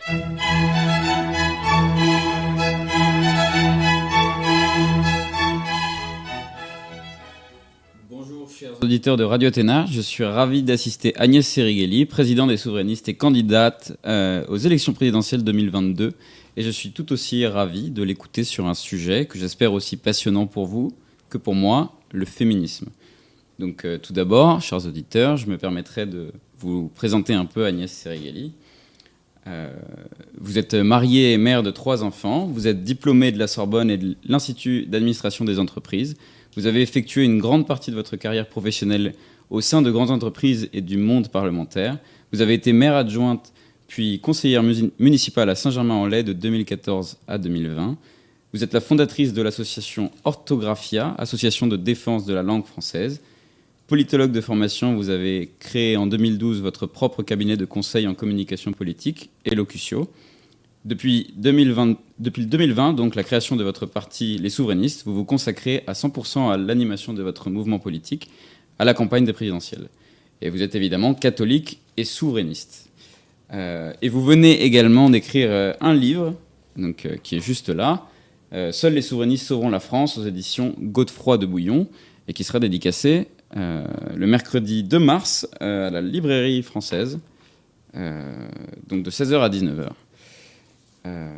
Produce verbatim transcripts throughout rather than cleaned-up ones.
Chers auditeurs de Radio Athéna, je suis ravi d'assister Agnès Serigeli, présidente des souverainistes et candidate euh, aux élections présidentielles deux mille vingt-deux. Et je suis tout aussi ravi de l'écouter sur un sujet que j'espère aussi passionnant pour vous que pour moi, le féminisme. Donc euh, tout d'abord, chers auditeurs, je me permettrai de vous présenter un peu Agnès Serigeli. Euh, vous êtes mariée et mère de trois enfants, vous êtes diplômée de la Sorbonne et de l'Institut d'administration des entreprises. Vous avez effectué une grande partie de votre carrière professionnelle au sein de grandes entreprises et du monde parlementaire. Vous avez été maire adjointe, puis conseillère municipale à Saint-Germain-en-Laye de deux mille quatorze à deux mille vingt. Vous êtes la fondatrice de l'association Orthographia, association de défense de la langue française. Politologue de formation, vous avez créé en deux mille douze votre propre cabinet de conseil en communication politique, Elocutio. Depuis deux mille vingt, depuis deux mille vingt, donc la création de votre parti Les Souverainistes, vous vous consacrez à cent pour cent à l'animation de votre mouvement politique, à la campagne des présidentielles. Et vous êtes évidemment catholique et souverainiste. Euh, et vous venez également d'écrire euh, un livre, donc, euh, qui est juste là, euh, Seuls les souverainistes sauveront la France, aux éditions Godefroy de Bouillon, et qui sera dédicacé euh, le mercredi deux mars euh, à la librairie française, euh, donc de seize heures à dix-neuf heures. Euh,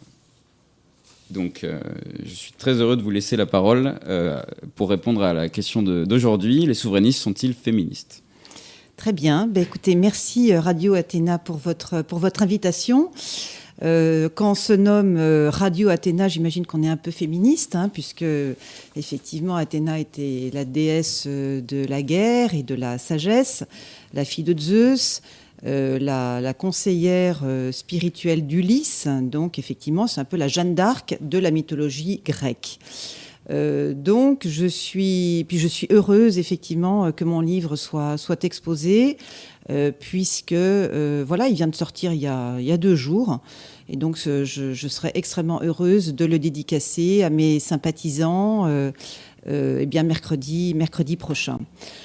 donc, euh, je suis très heureux de vous laisser la parole euh, pour répondre à la question de, d'aujourd'hui. Les souverainistes sont-ils féministes ? Très bien. Ben, écoutez, merci Radio Athéna pour votre, pour votre invitation. Euh, quand on se nomme euh, Radio Athéna, j'imagine qu'on est un peu féministe, hein, puisque effectivement Athéna était la déesse de la guerre et de la sagesse, la fille de Zeus. Euh, la, la conseillère euh, spirituelle d'Ulysse, donc effectivement c'est un peu la Jeanne d'Arc de la mythologie grecque. Euh, donc je suis, puis je suis heureuse effectivement que mon livre soit, soit exposé, euh, puisque euh, voilà, il vient de sortir il y a, il y a deux jours, et donc je, je serais extrêmement heureuse de le dédicacer à mes sympathisants euh, euh, eh bien mercredi, mercredi prochain.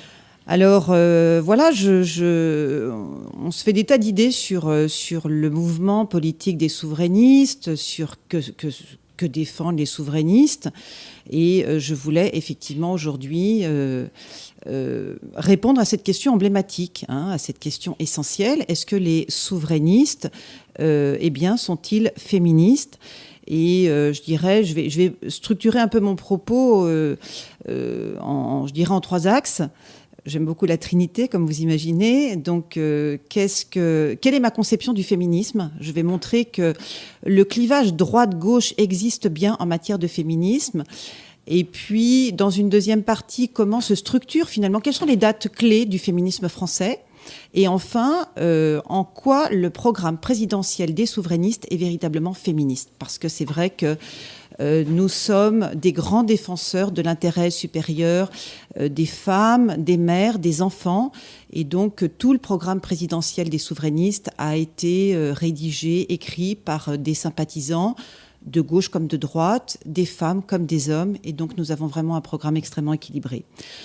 Alors euh, voilà, je, je, on se fait des tas d'idées sur, sur le mouvement politique des souverainistes, sur que, que, que défendent les souverainistes. Et euh, je voulais effectivement aujourd'hui euh, euh, répondre à cette question emblématique, hein, à cette question essentielle. Est-ce que les souverainistes euh, eh bien, sont-ils féministes ? Et euh, je dirais, je vais, je vais structurer un peu mon propos euh, euh, en, je dirais en trois axes. J'aime beaucoup la Trinité, comme vous imaginez. Donc, euh, qu'est-ce que, quelle est ma conception du féminisme ? Je vais montrer que le clivage droite-gauche existe bien en matière de féminisme. Et puis, dans une deuxième partie, comment se structure finalement ? Quelles sont les dates clés du féminisme français ? Et enfin, euh, en quoi le programme présidentiel des souverainistes est véritablement féministe ? Parce que c'est vrai que Euh, nous sommes des grands défenseurs de l'intérêt supérieur euh, des femmes, des mères, des enfants. Et donc, euh, tout le programme présidentiel des souverainistes a été euh, rédigé, écrit par euh, des sympathisants de gauche comme de droite, des femmes comme des hommes. Et donc, nous avons vraiment un programme extrêmement équilibré.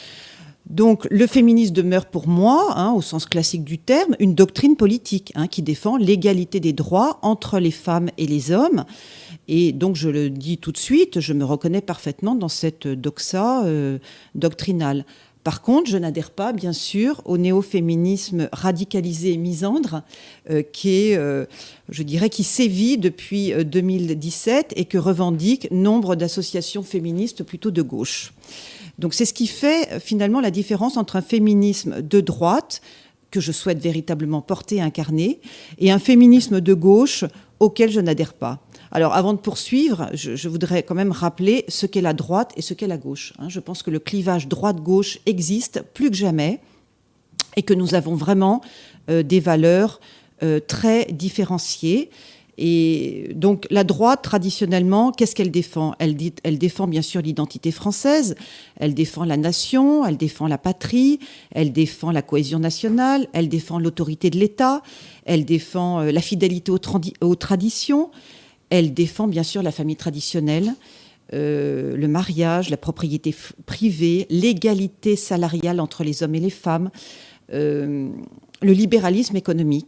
Donc, le féminisme demeure pour moi, hein, au sens classique du terme, une doctrine politique hein, qui défend l'égalité des droits entre les femmes et les hommes. Et donc, je le dis tout de suite, je me reconnais parfaitement dans cette doxa euh, doctrinale. Par contre, je n'adhère pas, bien sûr, au néo-féminisme radicalisé et misandre euh, qui est, euh, je dirais, qui sévit depuis euh, deux mille dix-sept et que revendiquent nombre d'associations féministes plutôt de gauche. Donc c'est ce qui fait finalement la différence entre un féminisme de droite, que je souhaite véritablement porter et incarner, et un féminisme de gauche auquel je n'adhère pas. Alors avant de poursuivre, je, je voudrais quand même rappeler ce qu'est la droite et ce qu'est la gauche. Hein, je pense que le clivage droite-gauche existe plus que jamais et que nous avons vraiment euh, des valeurs euh, très différenciées. Et donc la droite, traditionnellement, qu'est-ce qu'elle défend ? elle, dit, elle défend bien sûr l'identité française, elle défend la nation, elle défend la patrie, elle défend la cohésion nationale, elle défend l'autorité de l'État, elle défend la fidélité aux, tradi- aux traditions, elle défend bien sûr la famille traditionnelle, euh, le mariage, la propriété f- privée, l'égalité salariale entre les hommes et les femmes, euh, le libéralisme économique.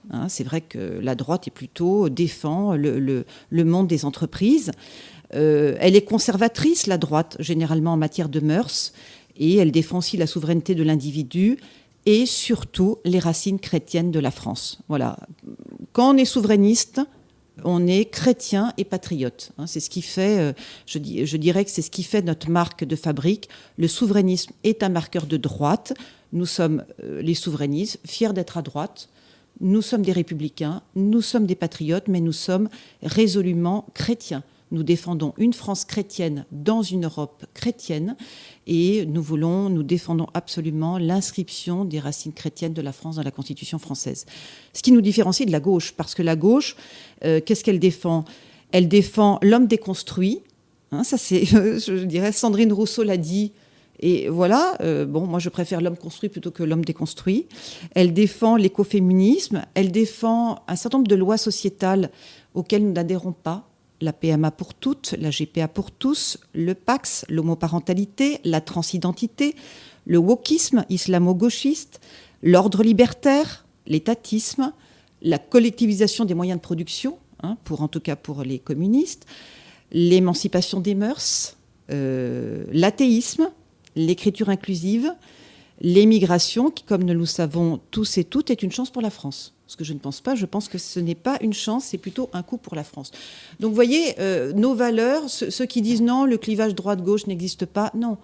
Hein, c'est vrai que la droite est plutôt défend le, le, le monde des entreprises. Euh, elle est conservatrice, la droite, généralement en matière de mœurs, et elle défend aussi la souveraineté de l'individu et surtout les racines chrétiennes de la France. Voilà. Quand on est souverainiste, on est chrétien et patriote. Hein, c'est ce qui fait, je, je dirais que c'est ce qui fait notre marque de fabrique. Le souverainisme est un marqueur de droite. Nous sommes les souverainistes, fiers d'être à droite. Nous sommes des républicains, nous sommes des patriotes, mais nous sommes résolument chrétiens. Nous défendons une France chrétienne dans une Europe chrétienne et nous voulons, nous défendons absolument l'inscription des racines chrétiennes de la France dans la Constitution française. Ce qui nous différencie de la gauche, parce que la gauche, euh, qu'est-ce qu'elle défend ? Elle défend l'homme déconstruit. Hein, ça, c'est, je dirais, Sandrine Rousseau l'a dit. Et voilà, euh, bon, moi je préfère l'homme construit plutôt que l'homme déconstruit. Elle défend l'écoféminisme. Elle défend un certain nombre de lois sociétales auxquelles nous n'adhérons pas. La P M A pour toutes, la G P A pour tous, le Pax, l'homoparentalité, la transidentité, le wokisme islamo-gauchiste, l'ordre libertaire, l'étatisme, la collectivisation des moyens de production, hein, pour, en tout cas pour les communistes, l'émancipation des mœurs, euh, l'athéisme, l'écriture inclusive, l'émigration, qui, comme nous le savons tous et toutes, est une chance pour la France. Ce que je ne pense pas, je pense que ce n'est pas une chance, c'est plutôt un coup pour la France. Donc vous voyez, euh, nos valeurs, ceux, ceux qui disent non, le clivage droite-gauche n'existe pas, non.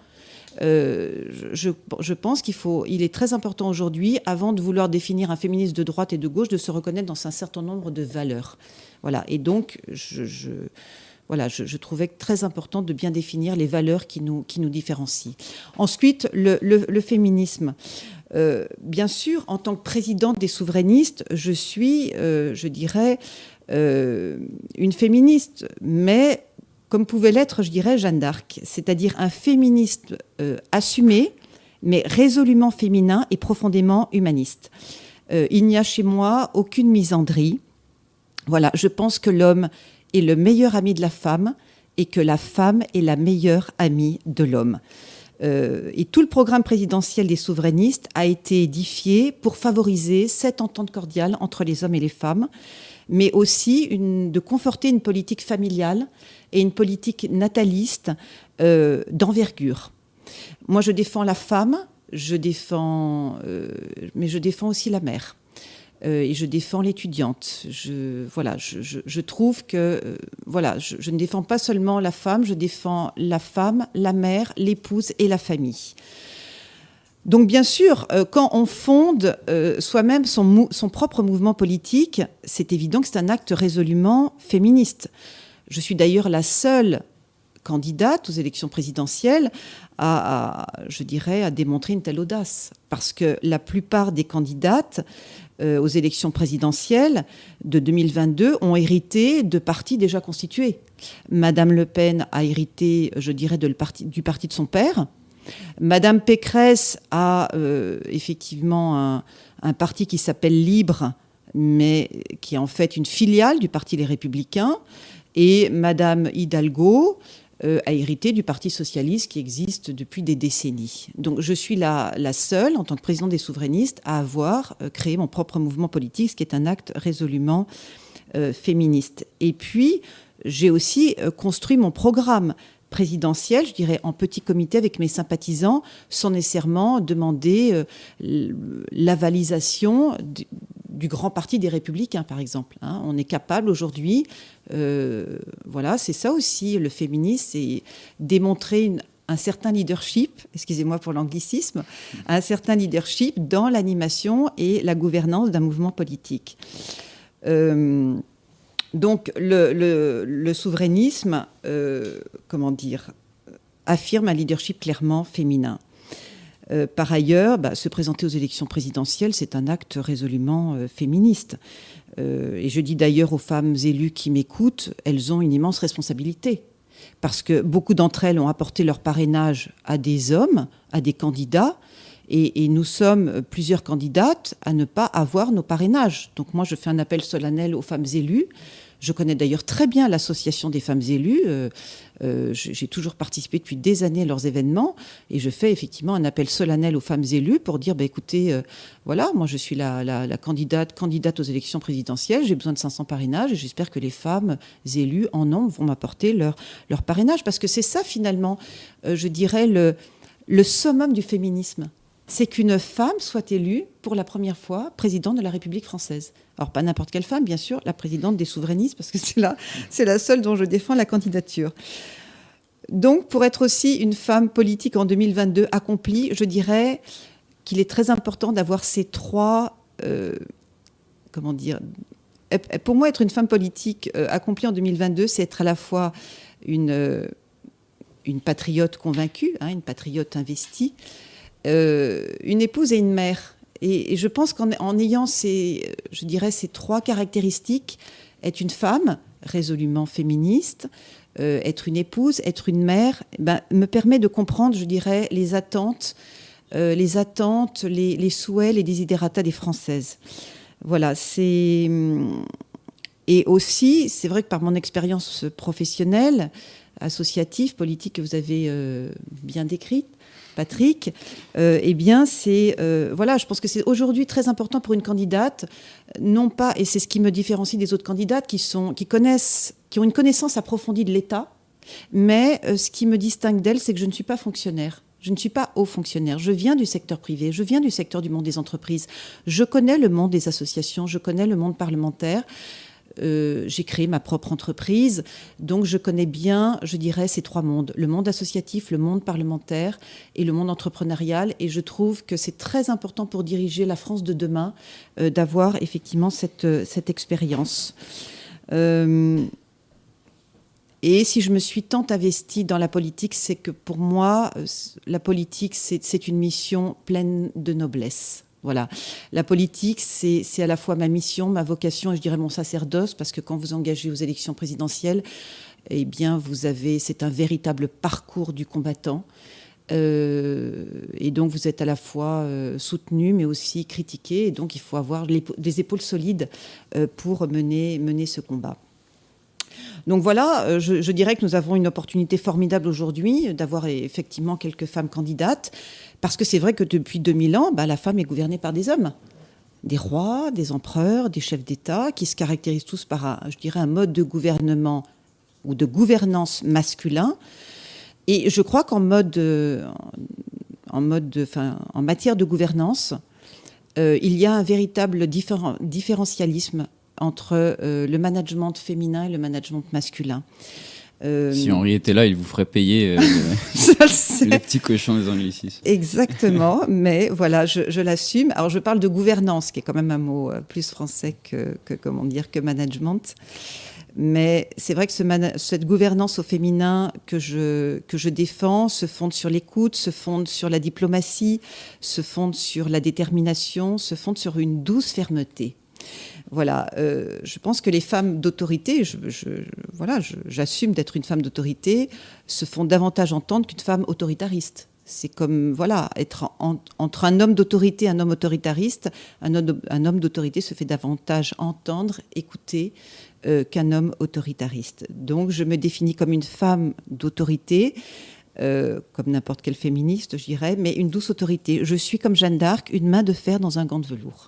Euh, je, je pense qu'il faut, il est très important aujourd'hui, avant de vouloir définir un féministe de droite et de gauche, de se reconnaître dans un certain nombre de valeurs. Voilà, et donc je... je Voilà, je, je trouvais très important de bien définir les valeurs qui nous, qui nous différencient. Ensuite, le, le, le féminisme. Euh, bien sûr, en tant que présidente des souverainistes, je suis, euh, je dirais, euh, une féministe, mais comme pouvait l'être, je dirais, Jeanne d'Arc, c'est-à-dire un féministe euh, assumé, mais résolument féminin et profondément humaniste. Euh, il n'y a chez moi aucune misandrie. Voilà, je pense que l'homme est le meilleur ami de la femme et que la femme est la meilleure amie de l'homme. Euh, et tout le programme présidentiel des souverainistes a été édifié pour favoriser cette entente cordiale entre les hommes et les femmes, mais aussi une, de conforter une politique familiale et une politique nataliste euh, d'envergure. Moi, je défends la femme, je défends, euh, mais je défends aussi la mère. Euh, et je défends l'étudiante. Je, voilà, je, je, je trouve que euh, voilà, je, je ne défends pas seulement la femme, je défends la femme, la mère, l'épouse et la famille. Donc bien sûr, euh, quand on fonde euh, soi-même son, mou- son propre mouvement politique, c'est évident que c'est un acte résolument féministe. Je suis d'ailleurs la seule candidate aux élections présidentielles à, à, je dirais, à démontrer une telle audace. Parce que la plupart des candidates euh, aux élections présidentielles de deux mille vingt-deux ont hérité de partis déjà constitués. Madame Le Pen a hérité, je dirais, de le parti, du parti de son père. Madame Pécresse a euh, effectivement un, un parti qui s'appelle Libre, mais qui est en fait une filiale du Parti Les Républicains. Et Madame Hidalgo euh, a hérité du Parti socialiste qui existe depuis des décennies. Donc je suis la, la seule, en tant que présidente des souverainistes, à avoir euh, créé mon propre mouvement politique, ce qui est un acte résolument euh, féministe. Et puis, j'ai aussi euh, construit mon programme présidentiel, je dirais en petit comité avec mes sympathisants, sans nécessairement demander euh, l'avalisation du, du grand parti des Républicains, par exemple. Hein. On est capable aujourd'hui, euh, voilà, c'est ça aussi le féminisme, c'est démontrer une, un certain leadership, excusez-moi pour l'anglicisme, un certain leadership dans l'animation et la gouvernance d'un mouvement politique. Euh, Donc le, le, le souverainisme, euh, comment dire, affirme un leadership clairement féminin. Euh, par ailleurs, bah, se présenter aux élections présidentielles, c'est un acte résolument euh, féministe. Euh, et je dis d'ailleurs aux femmes élues qui m'écoutent, elles ont une immense responsabilité. Parce que beaucoup d'entre elles ont apporté leur parrainage à des hommes, à des candidats, Et, et nous sommes plusieurs candidates à ne pas avoir nos parrainages. Donc moi, je fais un appel solennel aux femmes élues. Je connais d'ailleurs très bien l'association des femmes élues. Euh, euh, j'ai toujours participé depuis des années à leurs événements et je fais effectivement un appel solennel aux femmes élues pour dire, bah, écoutez, euh, voilà, moi je suis la, la, la candidate, candidate aux élections présidentielles, j'ai besoin de cinq cents parrainages et j'espère que les femmes élues en nombre vont m'apporter leur, leur parrainage, parce que c'est ça finalement, euh, je dirais, le, le summum du féminisme. C'est qu'une femme soit élue pour la première fois présidente de la République française. Alors, pas n'importe quelle femme, bien sûr, la présidente des souverainistes, parce que c'est la, c'est la seule dont je défends la candidature. Donc, pour être aussi une femme politique en deux mille vingt-deux accomplie, je dirais qu'il est très important d'avoir ces trois... Euh, comment dire Pour moi, être une femme politique euh, accomplie en deux mille vingt-deux, c'est être à la fois une, euh, une patriote convaincue, hein, une patriote investie, Euh, une épouse et une mère. Et, et je pense qu'en en ayant ces, je dirais, ces trois caractéristiques, être une femme résolument féministe, euh, être une épouse, être une mère, ben, me permet de comprendre, je dirais, les attentes, euh, les attentes, les, les souhaits, les desiderata des Françaises. Voilà, c'est... Et aussi, c'est vrai que par mon expérience professionnelle, associative, politique que vous avez euh, bien décrite, Patrick, euh, eh bien, c'est euh, voilà, je pense que c'est aujourd'hui très important pour une candidate, non pas, et c'est ce qui me différencie des autres candidates qui sont, qui connaissent, qui ont une connaissance approfondie de l'État, mais euh, ce qui me distingue d'elles, c'est que je ne suis pas fonctionnaire. Je ne suis pas haut fonctionnaire. Je viens du secteur privé, je viens du secteur du monde des entreprises. Je connais le monde des associations, je connais le monde parlementaire. Euh, j'ai créé ma propre entreprise, donc je connais bien, je dirais, ces trois mondes, le monde associatif, le monde parlementaire et le monde entrepreneurial, et je trouve que c'est très important pour diriger la France de demain euh, d'avoir effectivement cette, cette expérience. Euh, et si je me suis tant investie dans la politique, c'est que pour moi, la politique, c'est, c'est une mission pleine de noblesse. Voilà. La politique, c'est, c'est à la fois ma mission, ma vocation et je dirais mon sacerdoce, parce que quand vous engagez aux élections présidentielles, eh bien, vous avez, c'est un véritable parcours du combattant. Euh, et donc, vous êtes à la fois euh, soutenu, mais aussi critiqué. Et donc, il faut avoir des épaules solides euh, pour mener, mener ce combat. Donc voilà, je, je dirais que nous avons une opportunité formidable aujourd'hui d'avoir effectivement quelques femmes candidates, parce que c'est vrai que depuis deux mille ans, bah, la femme est gouvernée par des hommes, des rois, des empereurs, des chefs d'État, qui se caractérisent tous par, un, je dirais, un mode de gouvernement ou de gouvernance masculin. Et je crois qu'en mode, en, mode de, enfin, en matière de gouvernance, euh, il y a un véritable différen, différentialisme entre euh, le management féminin et le management masculin. Euh... Si Henri était là, il vous ferait payer euh, le, les petits cochons des anglicismes. Exactement, mais voilà, je, je l'assume. Alors, je parle de gouvernance, qui est quand même un mot plus français que, que comment dire, que management. Mais c'est vrai que ce mana- cette gouvernance au féminin que je, que je défends se fonde sur l'écoute, se fonde sur la diplomatie, se fonde sur la détermination, se fonde sur une douce fermeté. Voilà, euh, je pense que les femmes d'autorité, je, je, voilà, je, j'assume d'être une femme d'autorité, se font davantage entendre qu'une femme autoritariste. C'est comme, voilà, être en, entre un homme d'autorité et un homme autoritariste, un homme, un homme d'autorité se fait davantage entendre, écouter euh, qu'un homme autoritariste. Donc, je me définis comme une femme d'autorité, euh, comme n'importe quelle féministe, je dirais, mais une douce autorité. Je suis comme Jeanne d'Arc, une main de fer dans un gant de velours.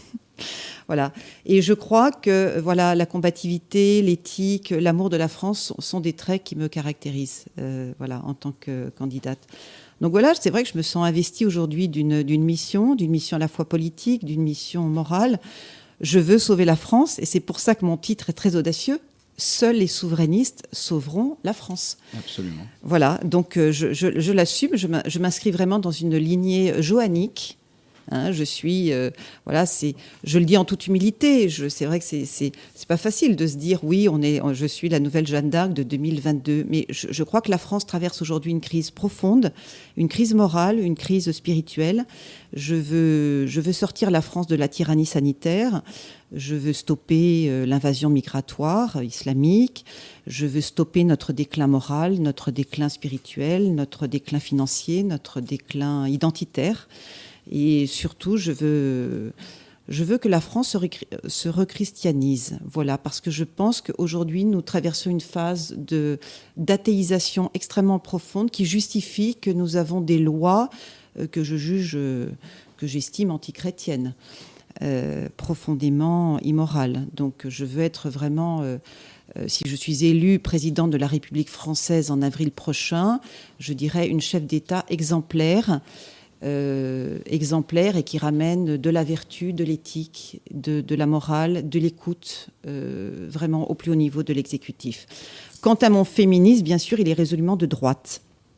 Voilà. Et je crois que voilà, la combativité, l'éthique, l'amour de la France sont, sont des traits qui me caractérisent euh, voilà, en tant que candidate. Donc voilà, c'est vrai que je me sens investie aujourd'hui d'une, d'une mission, d'une mission à la fois politique, d'une mission morale. Je veux sauver la France et c'est pour ça que mon titre est très audacieux. Seuls les souverainistes sauveront la France. Absolument. Voilà, donc je, je, je l'assume, je m'inscris vraiment dans une lignée joannique. Hein, je suis, euh, voilà, c'est, je le dis en toute humilité. Je, c'est vrai que c'est, c'est, c'est pas facile de se dire oui, on est, je suis la nouvelle Jeanne d'Arc de deux mille vingt-deux. Mais je, je crois que la France traverse aujourd'hui une crise profonde, une crise morale, une crise spirituelle. Je veux, je veux sortir la France de la tyrannie sanitaire. Je veux stopper euh, l'invasion migratoire islamique. Je veux stopper notre déclin moral, notre déclin spirituel, notre déclin financier, notre déclin identitaire. Et surtout, je veux, Je veux que la France se, recri- se rechristianise, voilà, parce que je pense qu'aujourd'hui, nous traversons une phase de, d'athéisation extrêmement profonde qui justifie que nous avons des lois euh, que je juge, euh, que j'estime antichrétiennes, euh, profondément immorales. Donc, je veux être vraiment... Euh, euh, si je suis élue présidente de la République française en avril prochain, je dirais une chef d'État exemplaire, Euh, exemplaire et qui ramène de la vertu, de l'éthique, de, de la morale, de l'écoute, euh, vraiment au plus haut niveau de l'exécutif. Quant à mon féminisme, bien sûr, il est résolument de droite.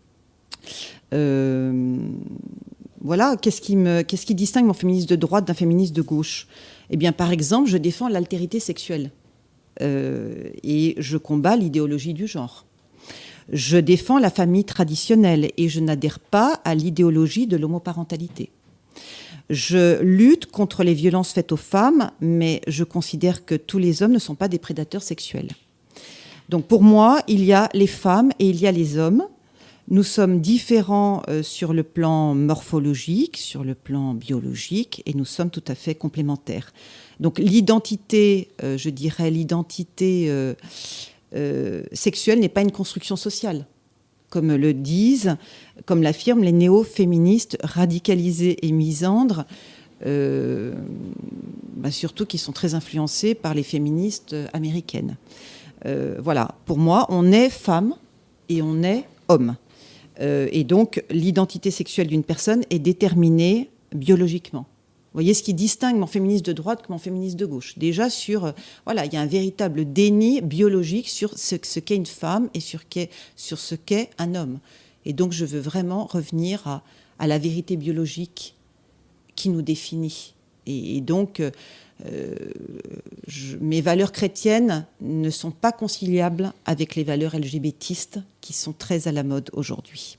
Euh, voilà, qu'est-ce qui, me, qu'est-ce qui distingue mon féminisme de droite d'un féminisme de gauche ? Eh bien, par exemple, je défends l'altérité sexuelle euh, et je combats l'idéologie du genre. Je défends la famille traditionnelle et je n'adhère pas à l'idéologie de l'homoparentalité. Je lutte contre les violences faites aux femmes, mais je considère que tous les hommes ne sont pas des prédateurs sexuels. Donc pour moi, il y a les femmes et il y a les hommes. Nous sommes différents euh, sur le plan morphologique, sur le plan biologique, et nous sommes tout à fait complémentaires. Donc l'identité, euh, je dirais l'identité... Euh, Euh, sexuelle n'est pas une construction sociale, comme le disent, comme l'affirment les néo-féministes radicalisés et misandres, euh, bah surtout qui sont très influencés par les féministes américaines. Euh, voilà, pour moi, on est femme et on est homme. Euh, et donc, l'identité sexuelle d'une personne est déterminée biologiquement. Vous voyez ce qui distingue mon féministe de droite que mon féministe de gauche. Déjà, sur, euh, voilà, il y a un véritable déni biologique sur ce, ce qu'est une femme et sur, qu'est, sur ce qu'est un homme. Et donc, je veux vraiment revenir à, à la vérité biologique qui nous définit. Et, et donc, euh, je, mes valeurs chrétiennes ne sont pas conciliables avec les valeurs LGBTistes qui sont très à la mode aujourd'hui.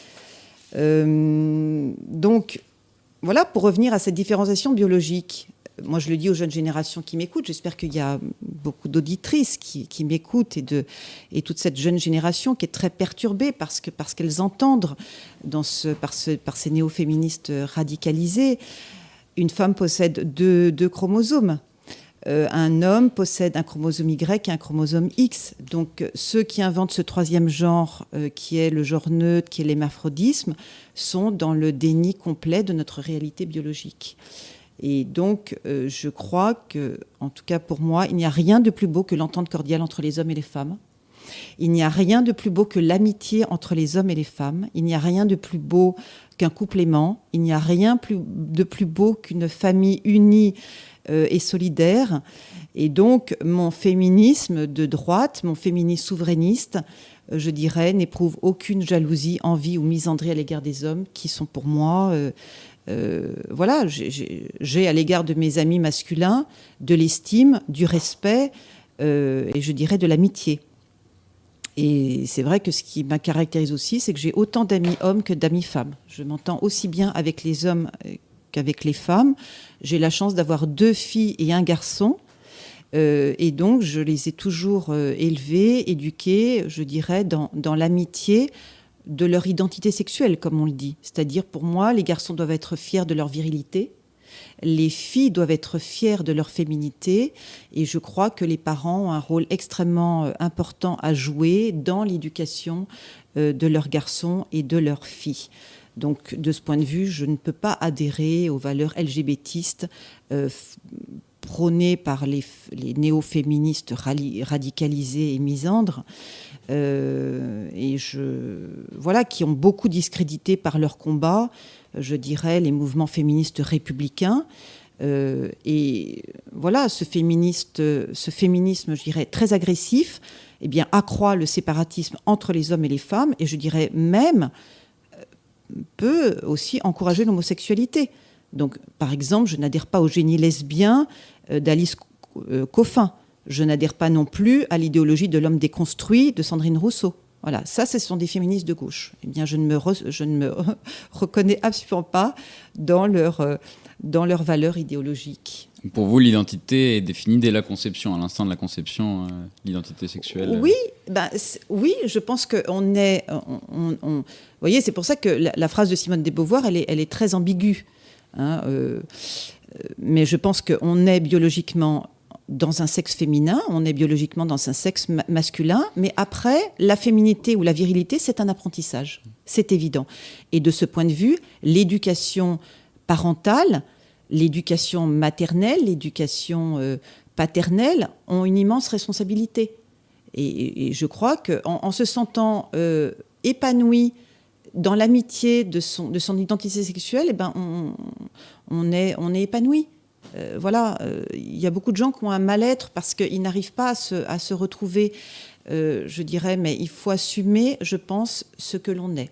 Euh, donc, Voilà, pour revenir à cette différenciation biologique, moi je le dis aux jeunes générations qui m'écoutent, j'espère qu'il y a beaucoup d'auditrices qui, qui m'écoutent et, de, et toute cette jeune génération qui est très perturbée parce, que, parce qu'elles entendent dans ce, par, ce, par ces néo-féministes radicalisés, une femme possède deux, deux chromosomes. Euh, un homme possède un chromosome Y et un chromosome X. Donc ceux qui inventent ce troisième genre, euh, qui est le genre neutre, qui est l'hémaphrodisme, sont dans le déni complet de notre réalité biologique. Et donc euh, je crois que, en tout cas pour moi, il n'y a rien de plus beau que l'entente cordiale entre les hommes et les femmes. Il n'y a rien de plus beau que l'amitié entre les hommes et les femmes. Il n'y a rien de plus beau qu'un couple aimant. Il n'y a rien plus, de plus beau qu'une famille unie et solidaire. Et donc, mon féminisme de droite, mon féminisme souverainiste, je dirais, n'éprouve aucune jalousie, envie ou misandrie à l'égard des hommes qui sont pour moi... Euh, euh, voilà, j'ai, j'ai, j'ai à l'égard de mes amis masculins de l'estime, du respect euh, et je dirais de l'amitié. Et c'est vrai que ce qui me caractérise aussi, c'est que j'ai autant d'amis hommes que d'amis femmes. Je m'entends aussi bien avec les hommes qu'avec les femmes. J'ai la chance d'avoir deux filles et un garçon. Euh, et donc, je les ai toujours euh, élevés, éduqués, je dirais, dans, dans l'amitié de leur identité sexuelle, comme on le dit. C'est-à-dire, pour moi, les garçons doivent être fiers de leur virilité. Les filles doivent être fières de leur féminité. Et je crois que les parents ont un rôle extrêmement important à jouer dans l'éducation euh, de leurs garçons et de leurs filles. Donc, de ce point de vue, je ne peux pas adhérer aux valeurs LGBTistes euh, prônées par les, les néo-féministes rali- radicalisés et misandres, euh, et je, voilà, qui ont beaucoup discrédité par leur combat, je dirais, les mouvements féministes républicains. Euh, et voilà, ce, féministe, ce féminisme, je dirais, très agressif, eh bien, accroît le séparatisme entre les hommes et les femmes, et je dirais même... peut aussi encourager l'homosexualité. Donc, par exemple, je n'adhère pas au génie lesbien d'Alice Coffin. Je n'adhère pas non plus à l'idéologie de l'homme déconstruit de Sandrine Rousseau. Voilà, ça, ce sont des féministes de gauche. Eh bien, je ne me, re, je ne me reconnais absolument pas dans leur, dans leurs valeurs idéologiques. Pour vous, l'identité est définie dès la conception, à l'instant de la conception, euh, l'identité sexuelle. Oui, ben, oui, je pense qu'on est... On, on, on, vous voyez, c'est pour ça que la, la phrase de Simone de Beauvoir, elle est, elle est très ambiguë. Hein, euh, mais je pense qu'on est biologiquement dans un sexe féminin, on est biologiquement dans un sexe ma- masculin, mais après, la féminité ou la virilité, c'est un apprentissage, c'est évident. Et de ce point de vue, l'éducation parentale, l'éducation maternelle, l'éducation euh, paternelle ont une immense responsabilité. Et, et, et je crois qu'en en se sentant euh, épanoui dans l'amitié de son, de son identité sexuelle, eh ben on, on, est, on est épanoui. Euh, voilà, il euh, y a beaucoup de gens qui ont un mal-être parce qu'ils n'arrivent pas à se, à se retrouver, euh, je dirais, mais il faut assumer, je pense, ce que l'on est.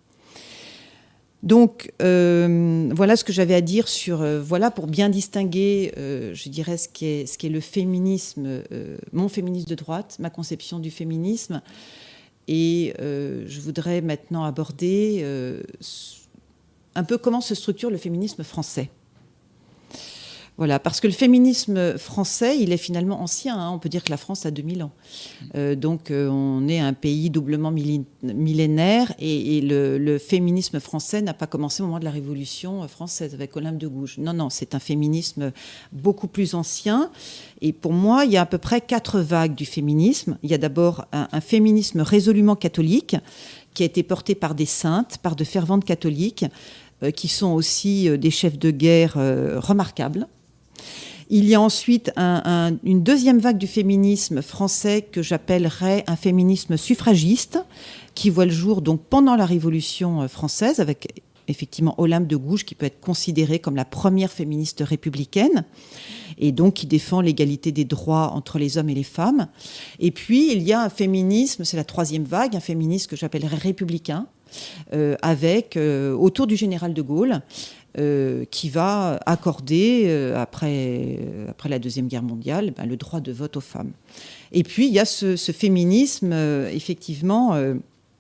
Donc, euh, voilà ce que j'avais à dire sur, euh, voilà, pour bien distinguer, euh, je dirais, ce qui est, ce qui est le féminisme, euh, mon féminisme de droite, ma conception du féminisme. Et euh, je voudrais maintenant aborder euh, un peu comment se structure le féminisme français. Voilà, parce que le féminisme français, il est finalement ancien. Hein, on peut dire que la France a deux mille ans. Euh, donc, euh, on est un pays doublement millénaire et, et le, le féminisme français n'a pas commencé au moment de la Révolution française avec Olympe de Gouges. Non, non, c'est un féminisme beaucoup plus ancien. Et pour moi, il y a à peu près quatre vagues du féminisme. Il y a d'abord un, un féminisme résolument catholique qui a été porté par des saintes, par de ferventes catholiques, euh, qui sont aussi euh, des chefs de guerre euh, remarquables. Il y a ensuite un, un, une deuxième vague du féminisme français que j'appellerais un féminisme suffragiste, qui voit le jour donc pendant la Révolution française, avec effectivement Olympe de Gouges, qui peut être considérée comme la première féministe républicaine, et donc qui défend l'égalité des droits entre les hommes et les femmes. Et puis, il y a un féminisme, c'est la troisième vague, un féminisme que j'appellerais républicain, euh, avec, euh, autour du général de Gaulle, Euh, qui va accorder, euh, après, euh, après la Deuxième Guerre mondiale, ben, le droit de vote aux femmes. Et puis, il y a ce, ce féminisme, euh, effectivement, euh,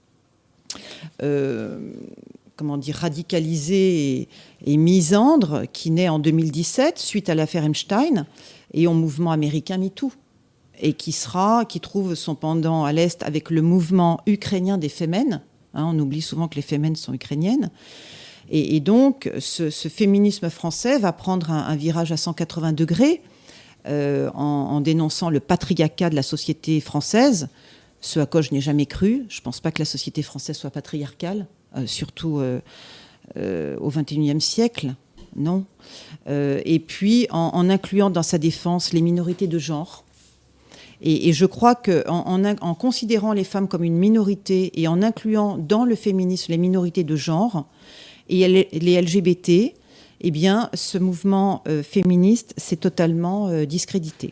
euh, comment dire, radicalisé et, et misandre, qui naît en deux mille dix-sept, suite à l'affaire Epstein, et au mouvement américain MeToo, et qui, sera, qui trouve son pendant à l'Est avec le mouvement ukrainien des Femen. Hein, on oublie souvent que les Femen sont ukrainiennes. Et, et donc, ce, ce féminisme français va prendre un, un virage à cent quatre-vingts degrés euh, en, en dénonçant le patriarcat de la société française, ce à quoi je n'ai jamais cru. Je ne pense pas que la société française soit patriarcale, euh, surtout euh, euh, au vingt et unième siècle, non. Euh, et puis, en, en incluant dans sa défense les minorités de genre. Et, et je crois qu'en en, en considérant les femmes comme une minorité et en incluant dans le féminisme les minorités de genre, et les L G B T, eh bien, ce mouvement euh, féministe s'est totalement euh, discrédité.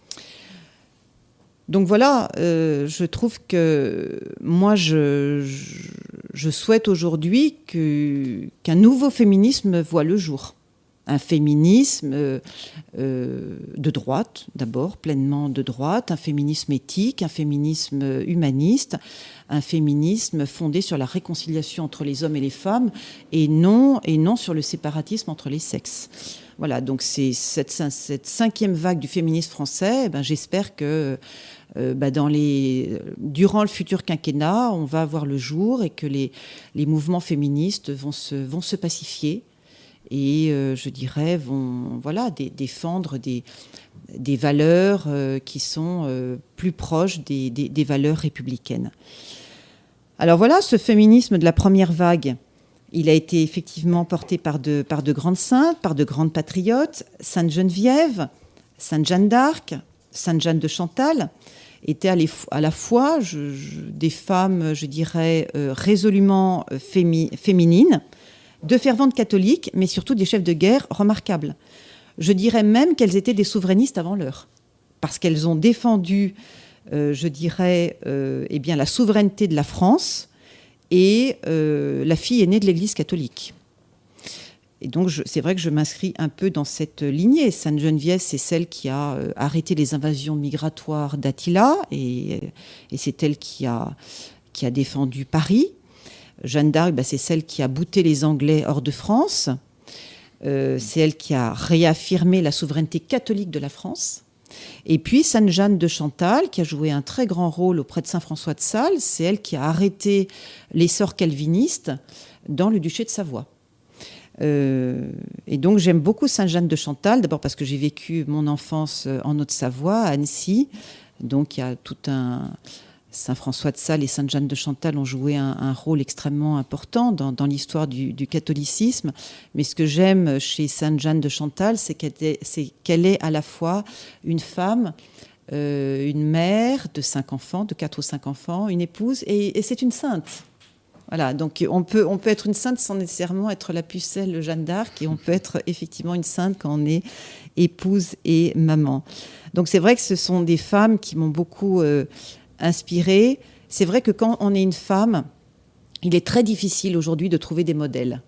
Donc voilà, euh, je trouve que moi, je, je, je souhaite aujourd'hui que, qu'un nouveau féminisme voit le jour. Un féminisme euh, euh, de droite, d'abord, pleinement de droite, un féminisme éthique, un féminisme humaniste, un féminisme fondé sur la réconciliation entre les hommes et les femmes et non, et non sur le séparatisme entre les sexes. Voilà, donc c'est cette, cette cinquième vague du féminisme français, eh ben, j'espère que euh, ben, dans les, durant le futur quinquennat, on va voir le jour et que les, les mouvements féministes vont se, vont se pacifier et, euh, je dirais, vont voilà, dé, défendre des, des valeurs euh, qui sont euh, plus proches des, des, des valeurs républicaines. Alors voilà, ce féminisme de la première vague, il a été effectivement porté par de, par de grandes saintes, par de grandes patriotes. Sainte Geneviève, Sainte Jeanne d'Arc, Sainte Jeanne de Chantal étaient à la fois je, je, des femmes, je dirais, euh, résolument fémi, féminines, de ferventes catholiques, mais surtout des chefs de guerre remarquables. Je dirais même qu'elles étaient des souverainistes avant l'heure, parce qu'elles ont défendu, euh, je dirais, euh, eh bien, la souveraineté de la France et euh, la fille aînée de l'Église catholique. Et donc, je, c'est vrai que je m'inscris un peu dans cette lignée. Sainte Geneviève, c'est celle qui a euh, arrêté les invasions migratoires d'Attila, et, et c'est elle qui a, qui a défendu Paris. Jeanne d'Arc, bah, c'est celle qui a bouté les Anglais hors de France. Euh, c'est elle qui a réaffirmé la souveraineté catholique de la France. Et puis Sainte Jeanne de Chantal, qui a joué un très grand rôle auprès de saint François de Sales, c'est elle qui a arrêté l'essor calviniste dans le duché de Savoie. Euh, et donc j'aime beaucoup Sainte-Jeanne de Chantal, d'abord parce que j'ai vécu mon enfance en Haute-Savoie, à Annecy. Donc il y a tout un... Saint-François de Sales et Sainte-Jeanne de Chantal ont joué un, un rôle extrêmement important dans, dans l'histoire du, du catholicisme. Mais ce que j'aime chez Sainte-Jeanne de Chantal, c'est qu'elle est, c'est qu'elle est à la fois une femme, euh, une mère de cinq enfants, de quatre ou cinq enfants, une épouse, et, et c'est une sainte. Voilà, donc on peut, on peut être une sainte sans nécessairement être la pucelle Jeanne d'Arc, et on peut être effectivement une sainte quand on est épouse et maman. Donc c'est vrai que ce sont des femmes qui m'ont beaucoup... Euh, inspirée. C'est vrai que quand on est une femme, il est très difficile aujourd'hui de trouver des modèles.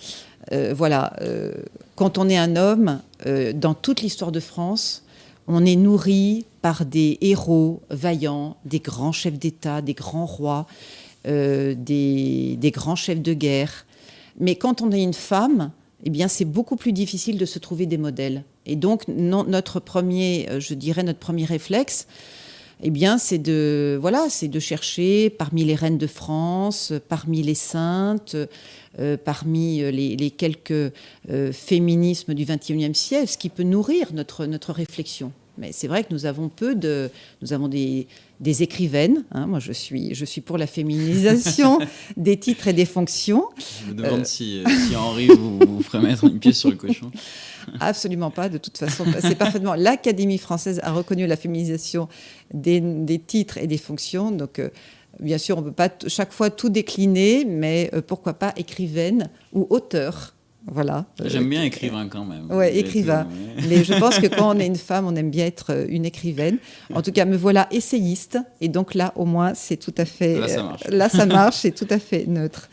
Euh, voilà, euh, quand on est un homme, euh, dans toute l'histoire de France, on est nourri par des héros vaillants, des grands chefs d'État, des grands rois, euh, des, des grands chefs de guerre. Mais quand on est une femme, eh bien, c'est beaucoup plus difficile de se trouver des modèles. Et donc, non, notre premier, je dirais, notre premier réflexe, eh bien, c'est de, voilà, c'est de chercher parmi les reines de France, parmi les saintes, euh, parmi les, les quelques euh, féminismes du vingt et unième siècle, ce qui peut nourrir notre, notre réflexion. Mais c'est vrai que nous avons peu de... Nous avons des, des écrivaines. Hein, moi, je suis, je suis pour la féminisation des titres et des fonctions. Je me demande euh... si, si Henri vous, vous ferait mettre une pièce sur le cochon. Absolument pas, de toute façon. C'est parfaitement... L'Académie française a reconnu la féminisation des, des titres et des fonctions. Donc, euh, bien sûr, on ne peut pas t- chaque fois tout décliner, mais euh, pourquoi pas écrivaine ou auteur. Voilà. J'aime bien écrivain quand même. Oui, écrivain. Mais... mais je pense que quand on est une femme, on aime bien être une écrivaine. En tout cas, me voilà essayiste. Et donc là, au moins, c'est tout à fait... Là, ça marche. Euh, là, ça marche, c'est tout à fait neutre.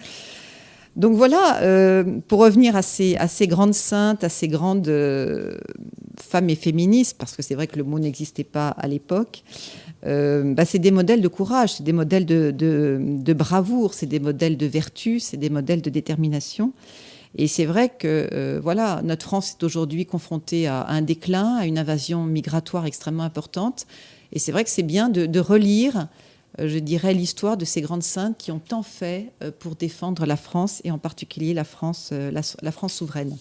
Donc voilà, euh, pour revenir à ces, à ces grandes saintes, à ces grandes euh, femmes et féministes, parce que c'est vrai que le mot n'existait pas à l'époque, euh, bah, c'est des modèles de courage, c'est des modèles de, de, de bravoure, c'est des modèles de vertu, c'est des modèles de détermination. Et c'est vrai que euh, voilà, notre France est aujourd'hui confrontée à un déclin, à une invasion migratoire extrêmement importante. Et c'est vrai que c'est bien de, de relire, euh, je dirais, l'histoire de ces grandes saintes qui ont tant fait euh, pour défendre la France, et en particulier la France, euh, la, la France souveraine.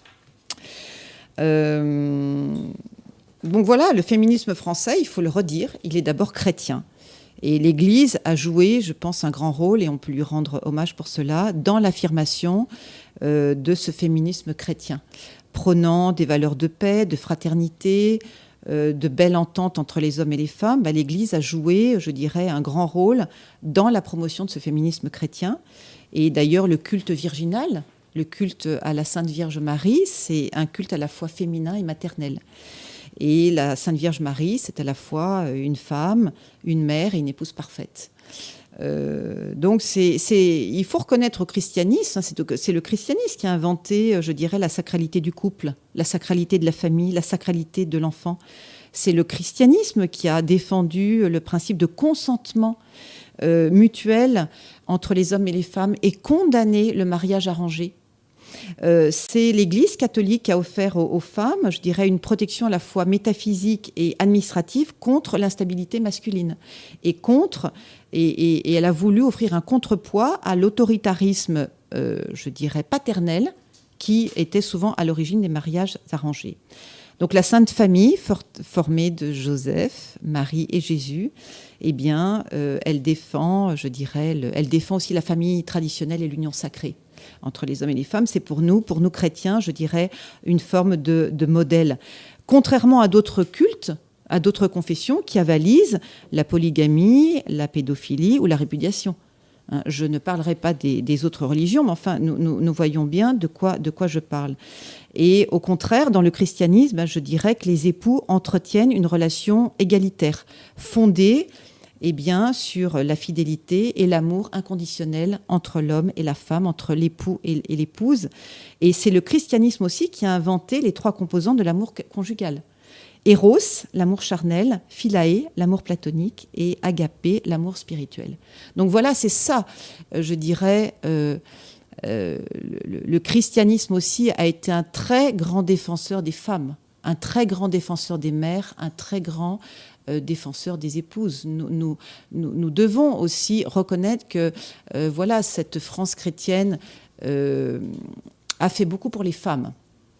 Euh, donc voilà, le féminisme français, il faut le redire, il est d'abord chrétien. Et l'Église a joué, je pense, un grand rôle, et on peut lui rendre hommage pour cela, dans l'affirmation euh, de ce féminisme chrétien, prônant des valeurs de paix, de fraternité, euh, de belle entente entre les hommes et les femmes. Bah, l'Église a joué, je dirais, un grand rôle dans la promotion de ce féminisme chrétien. Et d'ailleurs, le culte virginal, le culte à la Sainte Vierge Marie, c'est un culte à la fois féminin et maternel. Et la Sainte Vierge Marie, c'est à la fois une femme, une mère et une épouse parfaite. Euh, donc, c'est, c'est, il faut reconnaître au christianisme, hein, c'est, c'est le christianisme qui a inventé, je dirais, la sacralité du couple, la sacralité de la famille, la sacralité de l'enfant. C'est le christianisme qui a défendu le principe de consentement euh, mutuel entre les hommes et les femmes et condamné le mariage arrangé. Euh, c'est l'Église catholique qui a offert aux, aux femmes, je dirais, une protection à la fois métaphysique et administrative contre l'instabilité masculine. Et, contre, et, et, et elle a voulu offrir un contrepoids à l'autoritarisme, euh, je dirais, paternel, qui était souvent à l'origine des mariages arrangés. Donc la Sainte Famille, for- formée de Joseph, Marie et Jésus, eh bien, euh, elle défend, je dirais, le, elle défend aussi la famille traditionnelle et l'union sacrée entre les hommes et les femmes. C'est pour nous, pour nous chrétiens, je dirais, une forme de, de modèle. Contrairement à d'autres cultes, à d'autres confessions qui avalisent la polygamie, la pédophilie ou la répudiation. Hein, je ne parlerai pas des, des autres religions, mais enfin, nous, nous, nous voyons bien de quoi, de quoi je parle. Et au contraire, dans le christianisme, je dirais que les époux entretiennent une relation égalitaire, fondée eh bien, sur la fidélité et l'amour inconditionnel entre l'homme et la femme, entre l'époux et, et l'épouse. Et c'est le christianisme aussi qui a inventé les trois composants de l'amour conjugal. Eros, l'amour charnel, Philae, l'amour platonique, et Agapé, l'amour spirituel. Donc voilà, c'est ça, je dirais, euh, euh, le, le christianisme aussi a été un très grand défenseur des femmes, un très grand défenseur des mères, un très grand euh, défenseur des épouses. Nous, nous, nous, nous devons aussi reconnaître que euh, voilà, cette France chrétienne euh, a fait beaucoup pour les femmes.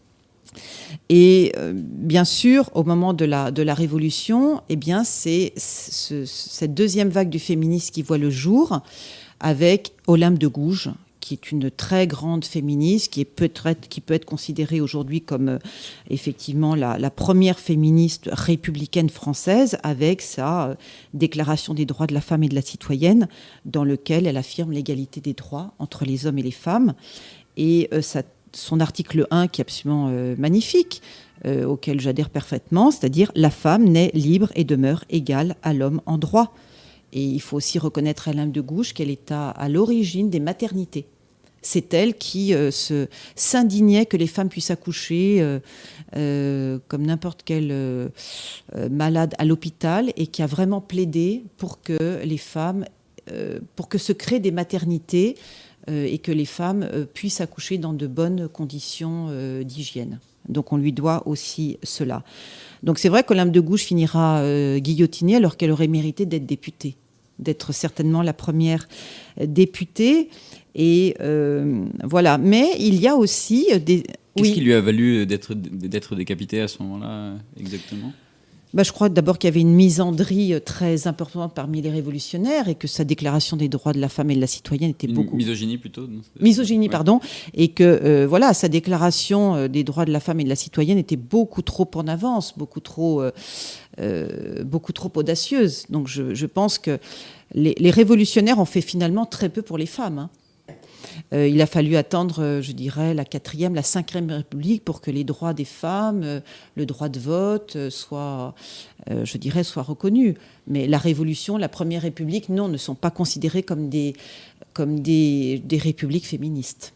Et euh, bien sûr, au moment de la, de la Révolution, eh bien, c'est ce, cette deuxième vague du féminisme qui voit le jour avec Olympe de Gouges, qui est une très grande féministe, qui, est peut-être, qui peut être considérée aujourd'hui comme euh, effectivement la, la première féministe républicaine française, avec sa euh, déclaration des droits de la femme et de la citoyenne, dans lequel elle affirme l'égalité des droits entre les hommes et les femmes. Et euh, ça, son article un, qui est absolument euh, magnifique, euh, auquel j'adhère parfaitement, c'est-à-dire « La femme naît libre et demeure égale à l'homme en droit ». Et il faut aussi reconnaître à Olympe de Gouges qu'elle est à, à l'origine des maternités. C'est elle qui euh, se, s'indignait que les femmes puissent accoucher euh, euh, comme n'importe quel euh, malade à l'hôpital, et qui a vraiment plaidé pour que les femmes, euh, pour que se créent des maternités euh, et que les femmes euh, puissent accoucher dans de bonnes conditions euh, d'hygiène. Donc on lui doit aussi cela. Donc c'est vrai qu'Olympe de Gouges finira euh, guillotinée alors qu'elle aurait mérité d'être députée, d'être certainement la première députée. Et euh, voilà. Mais il y a aussi des... Qu'est-ce oui. qui lui a valu d'être, d'être décapitée à ce moment-là, exactement ? Bah, je crois d'abord qu'il y avait une misandrie très importante parmi les révolutionnaires, et que sa déclaration des droits de la femme et de la citoyenne était une beaucoup... Misogynie plutôt non Misogynie, ouais. pardon. Et que euh, voilà, sa déclaration des droits de la femme et de la citoyenne était beaucoup trop en avance, beaucoup trop, euh, euh, beaucoup trop audacieuse. Donc je, je pense que les, les révolutionnaires ont fait finalement très peu pour les femmes, hein. Euh, il a fallu attendre, euh, je dirais, la quatrième, la cinquième République pour que les droits des femmes, euh, le droit de vote, euh, soient, euh, je dirais, soient reconnus. Mais la Révolution, la Première République, non, ne sont pas considérées comme des, comme des, des républiques féministes.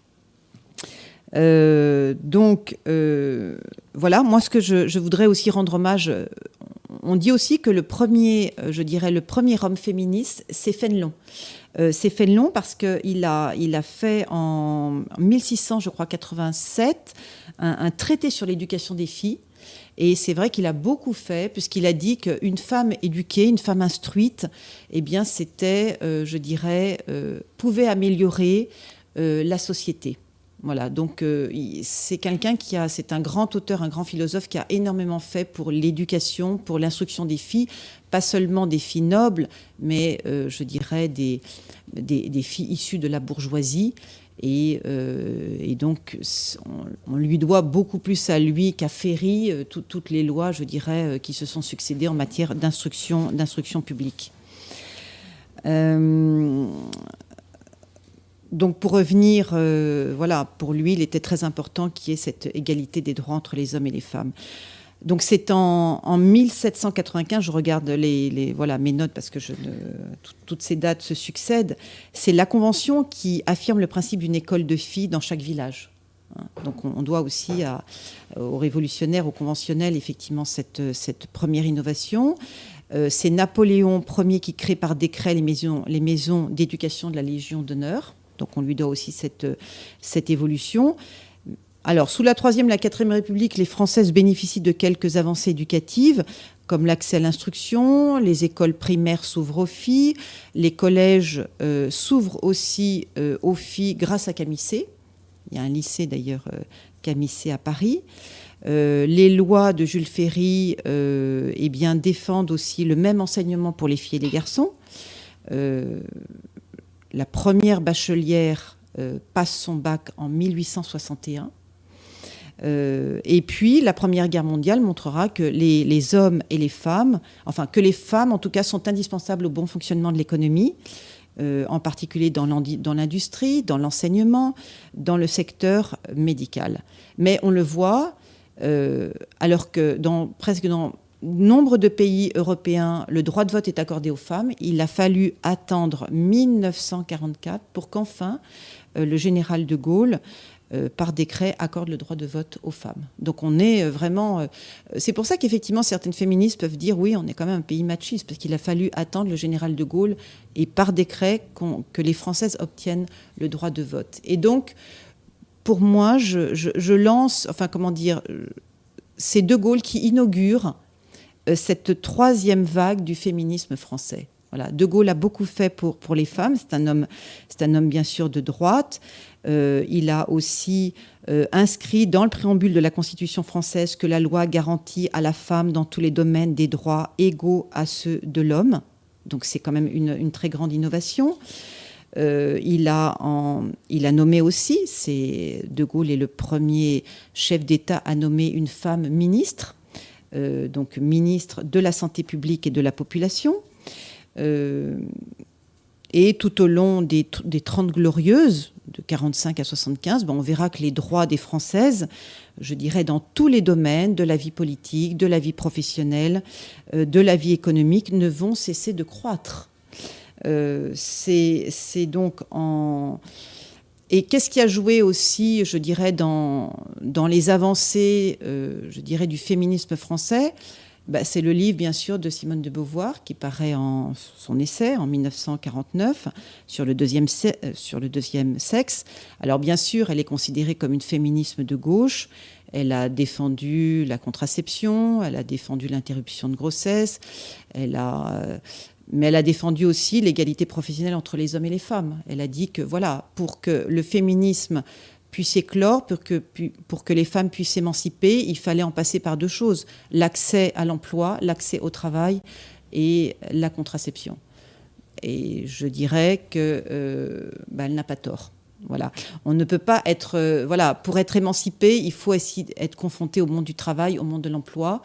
Euh, donc, euh, voilà, moi, ce que je, je voudrais aussi rendre hommage, on dit aussi que le premier, je dirais, le premier homme féministe, c'est Fénelon. Euh, c'est Fénelon parce qu'il a, il a fait en mille six cents, je crois, quatre-vingt-sept, un, un traité sur l'éducation des filles. Et c'est vrai qu'il a beaucoup fait, puisqu'il a dit qu'une femme éduquée, une femme instruite, eh bien, c'était, euh, je dirais, euh, pouvait améliorer euh, la société. Voilà, donc euh, c'est quelqu'un qui a, c'est un grand auteur, un grand philosophe qui a énormément fait pour l'éducation, pour l'instruction des filles, pas seulement des filles nobles, mais euh, je dirais des, des, des filles issues de la bourgeoisie. Et, euh, et donc, on, on lui doit beaucoup plus à lui qu'à Ferry euh, tout, toutes les lois, je dirais, euh, qui se sont succédées en matière d'instruction, d'instruction publique. Euh, Donc pour revenir, euh, voilà, pour lui, il était très important qu'il y ait cette égalité des droits entre les hommes et les femmes. Donc c'est en, en mille sept cent quatre-vingt-quinze, je regarde les, les, voilà, mes notes parce que je ne, tout, toutes ces dates se succèdent, c'est la Convention qui affirme le principe d'une école de filles dans chaque village. Donc on doit aussi à, aux révolutionnaires, aux conventionnels, effectivement, cette, cette première innovation. Euh, c'est Napoléon Ier qui crée par décret les maisons, les maisons d'éducation de la Légion d'honneur. Donc on lui doit aussi cette, cette évolution. Alors, sous la Troisième et la Quatrième République, les Françaises bénéficient de quelques avancées éducatives, comme l'accès à l'instruction, les écoles primaires s'ouvrent aux filles, les collèges euh, s'ouvrent aussi euh, aux filles grâce à Camissé. Il y a un lycée d'ailleurs, euh, Camissé à Paris. Euh, les lois de Jules Ferry euh, eh bien, défendent aussi le même enseignement pour les filles et les garçons. Euh, la première bachelière euh, passe son bac en mille huit cent soixante et un. Euh, et puis, la Première Guerre mondiale montrera que les, les hommes et les femmes, enfin que les femmes en tout cas, sont indispensables au bon fonctionnement de l'économie, euh, en particulier dans l'industrie, dans l'enseignement, dans le secteur médical. Mais on le voit, euh, alors que dans, presque dans nombre de pays européens, le droit de vote est accordé aux femmes, il a fallu attendre mille neuf cent quarante-quatre pour qu'enfin euh, le général de Gaulle, Euh, par décret, accorde le droit de vote aux femmes. Donc on est euh, vraiment... Euh, c'est pour ça qu'effectivement, certaines féministes peuvent dire oui, on est quand même un pays machiste, parce qu'il a fallu attendre le général de Gaulle et par décret qu'on, que les Françaises obtiennent le droit de vote. Et donc, pour moi, je, je, je lance... Enfin, comment dire... C'est de Gaulle qui inaugure euh, cette troisième vague du féminisme français. Voilà. De Gaulle a beaucoup fait pour, pour les femmes. C'est un homme, c'est un homme bien sûr de droite. Euh, il a aussi euh, inscrit dans le préambule de la Constitution française que la loi garantit à la femme dans tous les domaines des droits égaux à ceux de l'homme. Donc c'est quand même une, une très grande innovation. Euh, il, a en, il a nommé aussi, c'est, De Gaulle est le premier chef d'État à nommer une femme ministre, euh, donc ministre de la Santé publique et de la Population. Euh, et tout au long des, des Trente Glorieuses, de quarante-cinq à soixante-quinze, ben on verra que les droits des Françaises, je dirais dans tous les domaines de la vie politique, de la vie professionnelle, euh, de la vie économique, ne vont cesser de croître. Euh, c'est, c'est donc en... Et qu'est-ce qui a joué aussi, je dirais, dans, dans les avancées, euh, je dirais, du féminisme français? Ben, c'est le livre, bien sûr, de Simone de Beauvoir, qui paraît en son essai en mille neuf cent quarante-neuf sur le deuxième, sur le deuxième sexe. Alors, bien sûr, elle est considérée comme une féminisme de gauche. Elle a défendu la contraception, elle a défendu l'interruption de grossesse, elle a... Euh, mais elle a défendu aussi l'égalité professionnelle entre les hommes et les femmes. Elle a dit que, voilà, pour que le féminisme puisse éclore, pour que, pour que les femmes puissent s'émanciper, il fallait en passer par deux choses. L'accès à l'emploi, l'accès au travail et la contraception. Et je dirais qu'elle euh, bah, n'a pas tort. Voilà. On ne peut pas être... Euh, voilà, pour être émancipé, il faut essayer être confronté au monde du travail, au monde de l'emploi.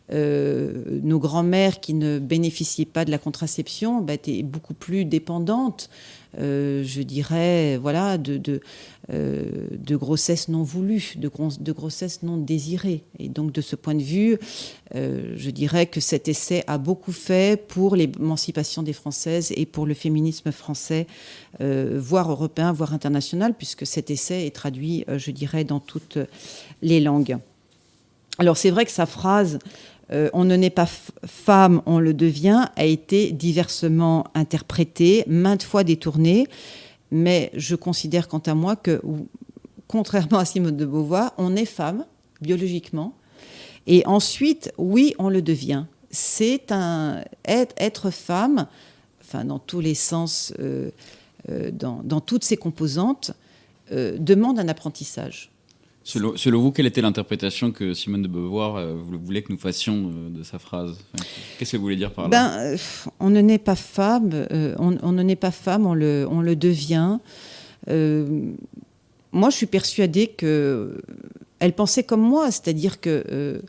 Euh, nos grands-mères qui ne bénéficiaient pas de la contraception bah, étaient beaucoup plus dépendantes, euh, je dirais, voilà, de, de, euh, de grossesse non voulue, de, de grossesse non désirée. Et donc, de ce point de vue, euh, je dirais que cet essai a beaucoup fait pour l'émancipation des Françaises et pour le féminisme français, euh, voire européen, voire international, puisque cet essai est traduit, euh, je dirais, dans toutes les langues. Alors, c'est vrai que sa phrase... Euh, on ne naît pas f- femme, on le devient, a été diversement interprétée, maintes fois détournée, mais je considère quant à moi que, contrairement à Simone de Beauvoir, on est femme, biologiquement, et ensuite, oui, on le devient. C'est un... Être, être femme, enfin, dans tous les sens, euh, euh, dans, dans toutes ses composantes, euh, demande un apprentissage. Selon, selon vous, quelle était l'interprétation que Simone de Beauvoir euh, voulait que nous fassions euh, de sa phrase? Enfin, qu'est-ce qu'elle voulait dire par là? Ben, euh, on ne naît pas femme, euh, on, on ne naît pas femme, on le, on le devient. Euh, moi, je suis persuadée qu'elle pensait comme moi, c'est-à-dire que euh,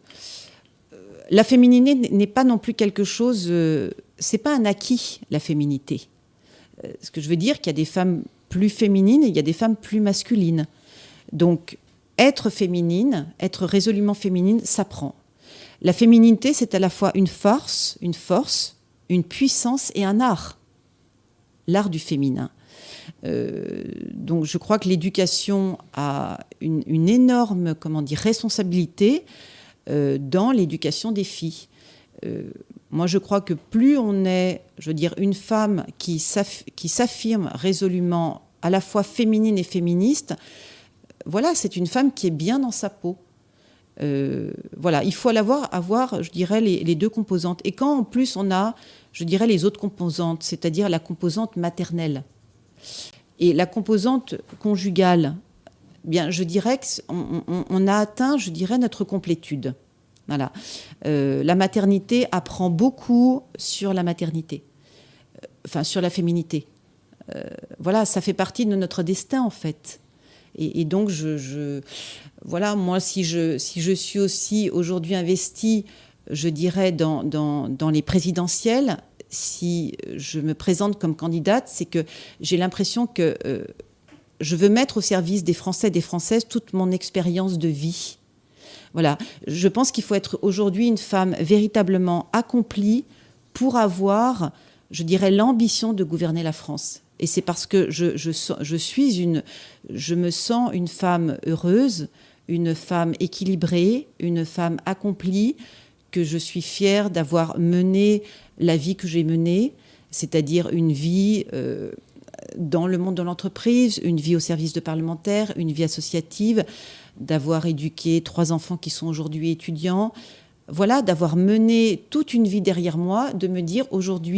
la féminité n'est pas non plus quelque chose... Euh, c'est pas un acquis, la féminité. Euh, ce que je veux dire, qu'il y a des femmes plus féminines et il y a des femmes plus masculines. Donc... Être féminine, être résolument féminine, s'apprend. La féminité, c'est à la fois une force, une force, une puissance et un art. L'art du féminin. Euh, donc je crois que l'éducation a une, une énorme, comment dire, responsabilité euh, dans l'éducation des filles. Euh, moi, je crois que plus on est, je veux dire, une femme qui, s'aff- qui s'affirme résolument à la fois féminine et féministe, voilà, c'est une femme qui est bien dans sa peau. Euh, voilà, il faut avoir, avoir je dirais, les, les deux composantes. Et quand, en plus, on a, je dirais, les autres composantes, c'est-à-dire la composante maternelle et la composante conjugale, bien, je dirais qu'on on, on a atteint, je dirais, notre complétude. Voilà. Euh, la maternité apprend beaucoup sur la maternité, euh, enfin, sur la féminité. Euh, voilà, ça fait partie de notre destin, en fait. Et, et donc, je, je, voilà, moi, si je, si je suis aussi aujourd'hui investie, je dirais, dans, dans, dans les présidentielles, si je me présente comme candidate, c'est que j'ai l'impression que euh, je veux mettre au service des Français et des Françaises toute mon expérience de vie. Voilà, je pense qu'il faut être aujourd'hui une femme véritablement accomplie pour avoir, je dirais, l'ambition de gouverner la France. Et c'est parce que je, je, je suis une, je me sens une femme heureuse, une femme équilibrée, une femme accomplie, que je suis fière d'avoir mené la vie que j'ai menée, c'est-à-dire une vie euh, dans le monde de l'entreprise, une vie au service de parlementaires, une vie associative, d'avoir éduqué trois enfants qui sont aujourd'hui étudiants. Voilà, d'avoir mené toute une vie derrière moi, de me dire aujourd'hui,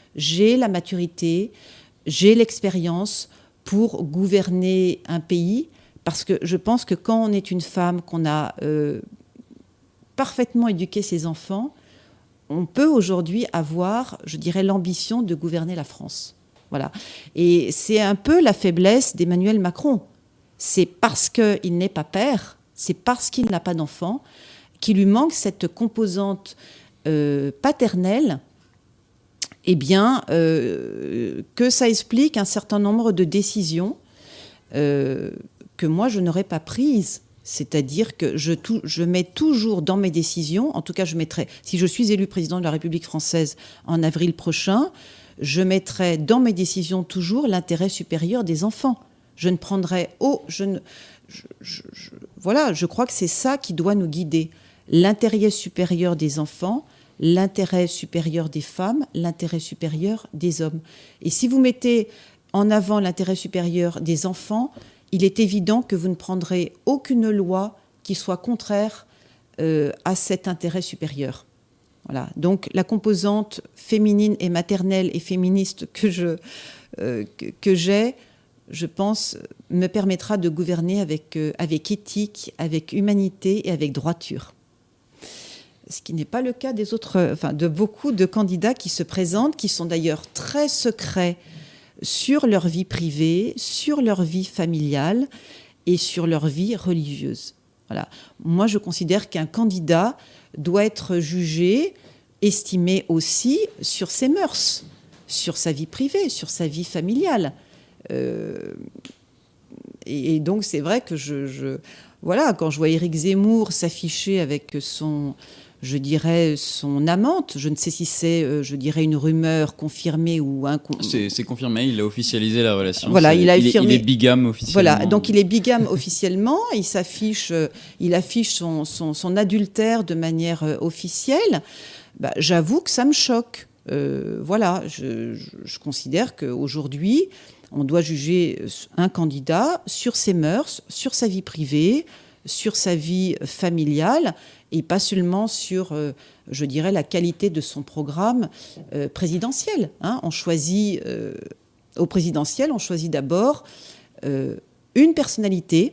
j'ai la maturité, j'ai l'expérience pour gouverner un pays, parce que je pense que quand on est une femme, qu'on a euh, parfaitement éduqué ses enfants, on peut aujourd'hui avoir, je dirais, l'ambition de gouverner la France. Voilà. Et c'est un peu la faiblesse d'Emmanuel Macron. C'est parce qu'il n'est pas père, c'est parce qu'il n'a pas d'enfant, qu'il lui manque cette composante euh, paternelle, eh bien, euh, que ça explique un certain nombre de décisions euh, que moi, je n'aurais pas prises. C'est-à-dire que je, tout, je mets toujours dans mes décisions, en tout cas, je mettrai, si je suis élu président de la République française en avril prochain, je mettrai dans mes décisions toujours l'intérêt supérieur des enfants. Je ne prendrai... Oh, je ne, je, je, je, voilà, je crois que c'est ça qui doit nous guider. L'intérêt supérieur des enfants, l'intérêt supérieur des femmes, l'intérêt supérieur des hommes. Et si vous mettez en avant l'intérêt supérieur des enfants, il est évident que vous ne prendrez aucune loi qui soit contraire euh, à cet intérêt supérieur. Voilà. Donc la composante féminine et maternelle et féministe que, je, euh, que, que j'ai, je pense, me permettra de gouverner avec, euh, avec éthique, avec humanité et avec droiture. Ce qui n'est pas le cas des autres, enfin, de beaucoup de candidats qui se présentent, qui sont d'ailleurs très secrets sur leur vie privée, sur leur vie familiale et sur leur vie religieuse. Voilà. Moi, je considère qu'un candidat doit être jugé, estimé aussi sur ses mœurs, sur sa vie privée, sur sa vie familiale. Euh, et, et donc, c'est vrai que je, je, voilà, quand je vois Éric Zemmour s'afficher avec son... je dirais, son amante. Je ne sais si c'est, euh, je dirais, une rumeur confirmée ou un... C'est, c'est confirmé, il a officialisé la relation. Voilà, il, a il, affirmé... est, il est bigame officiellement. Voilà, donc il est bigame officiellement, il s'affiche, euh, il affiche son, son, son adultère de manière euh, officielle. Bah, j'avoue que ça me choque. Euh, voilà, je, je, je considère qu'aujourd'hui, on doit juger un candidat sur ses mœurs, sur sa vie privée, sur sa vie familiale, et pas seulement sur, euh, je dirais, la qualité de son programme euh, présidentiel. Hein. On choisit, euh, au présidentiel, on choisit d'abord euh, une personnalité,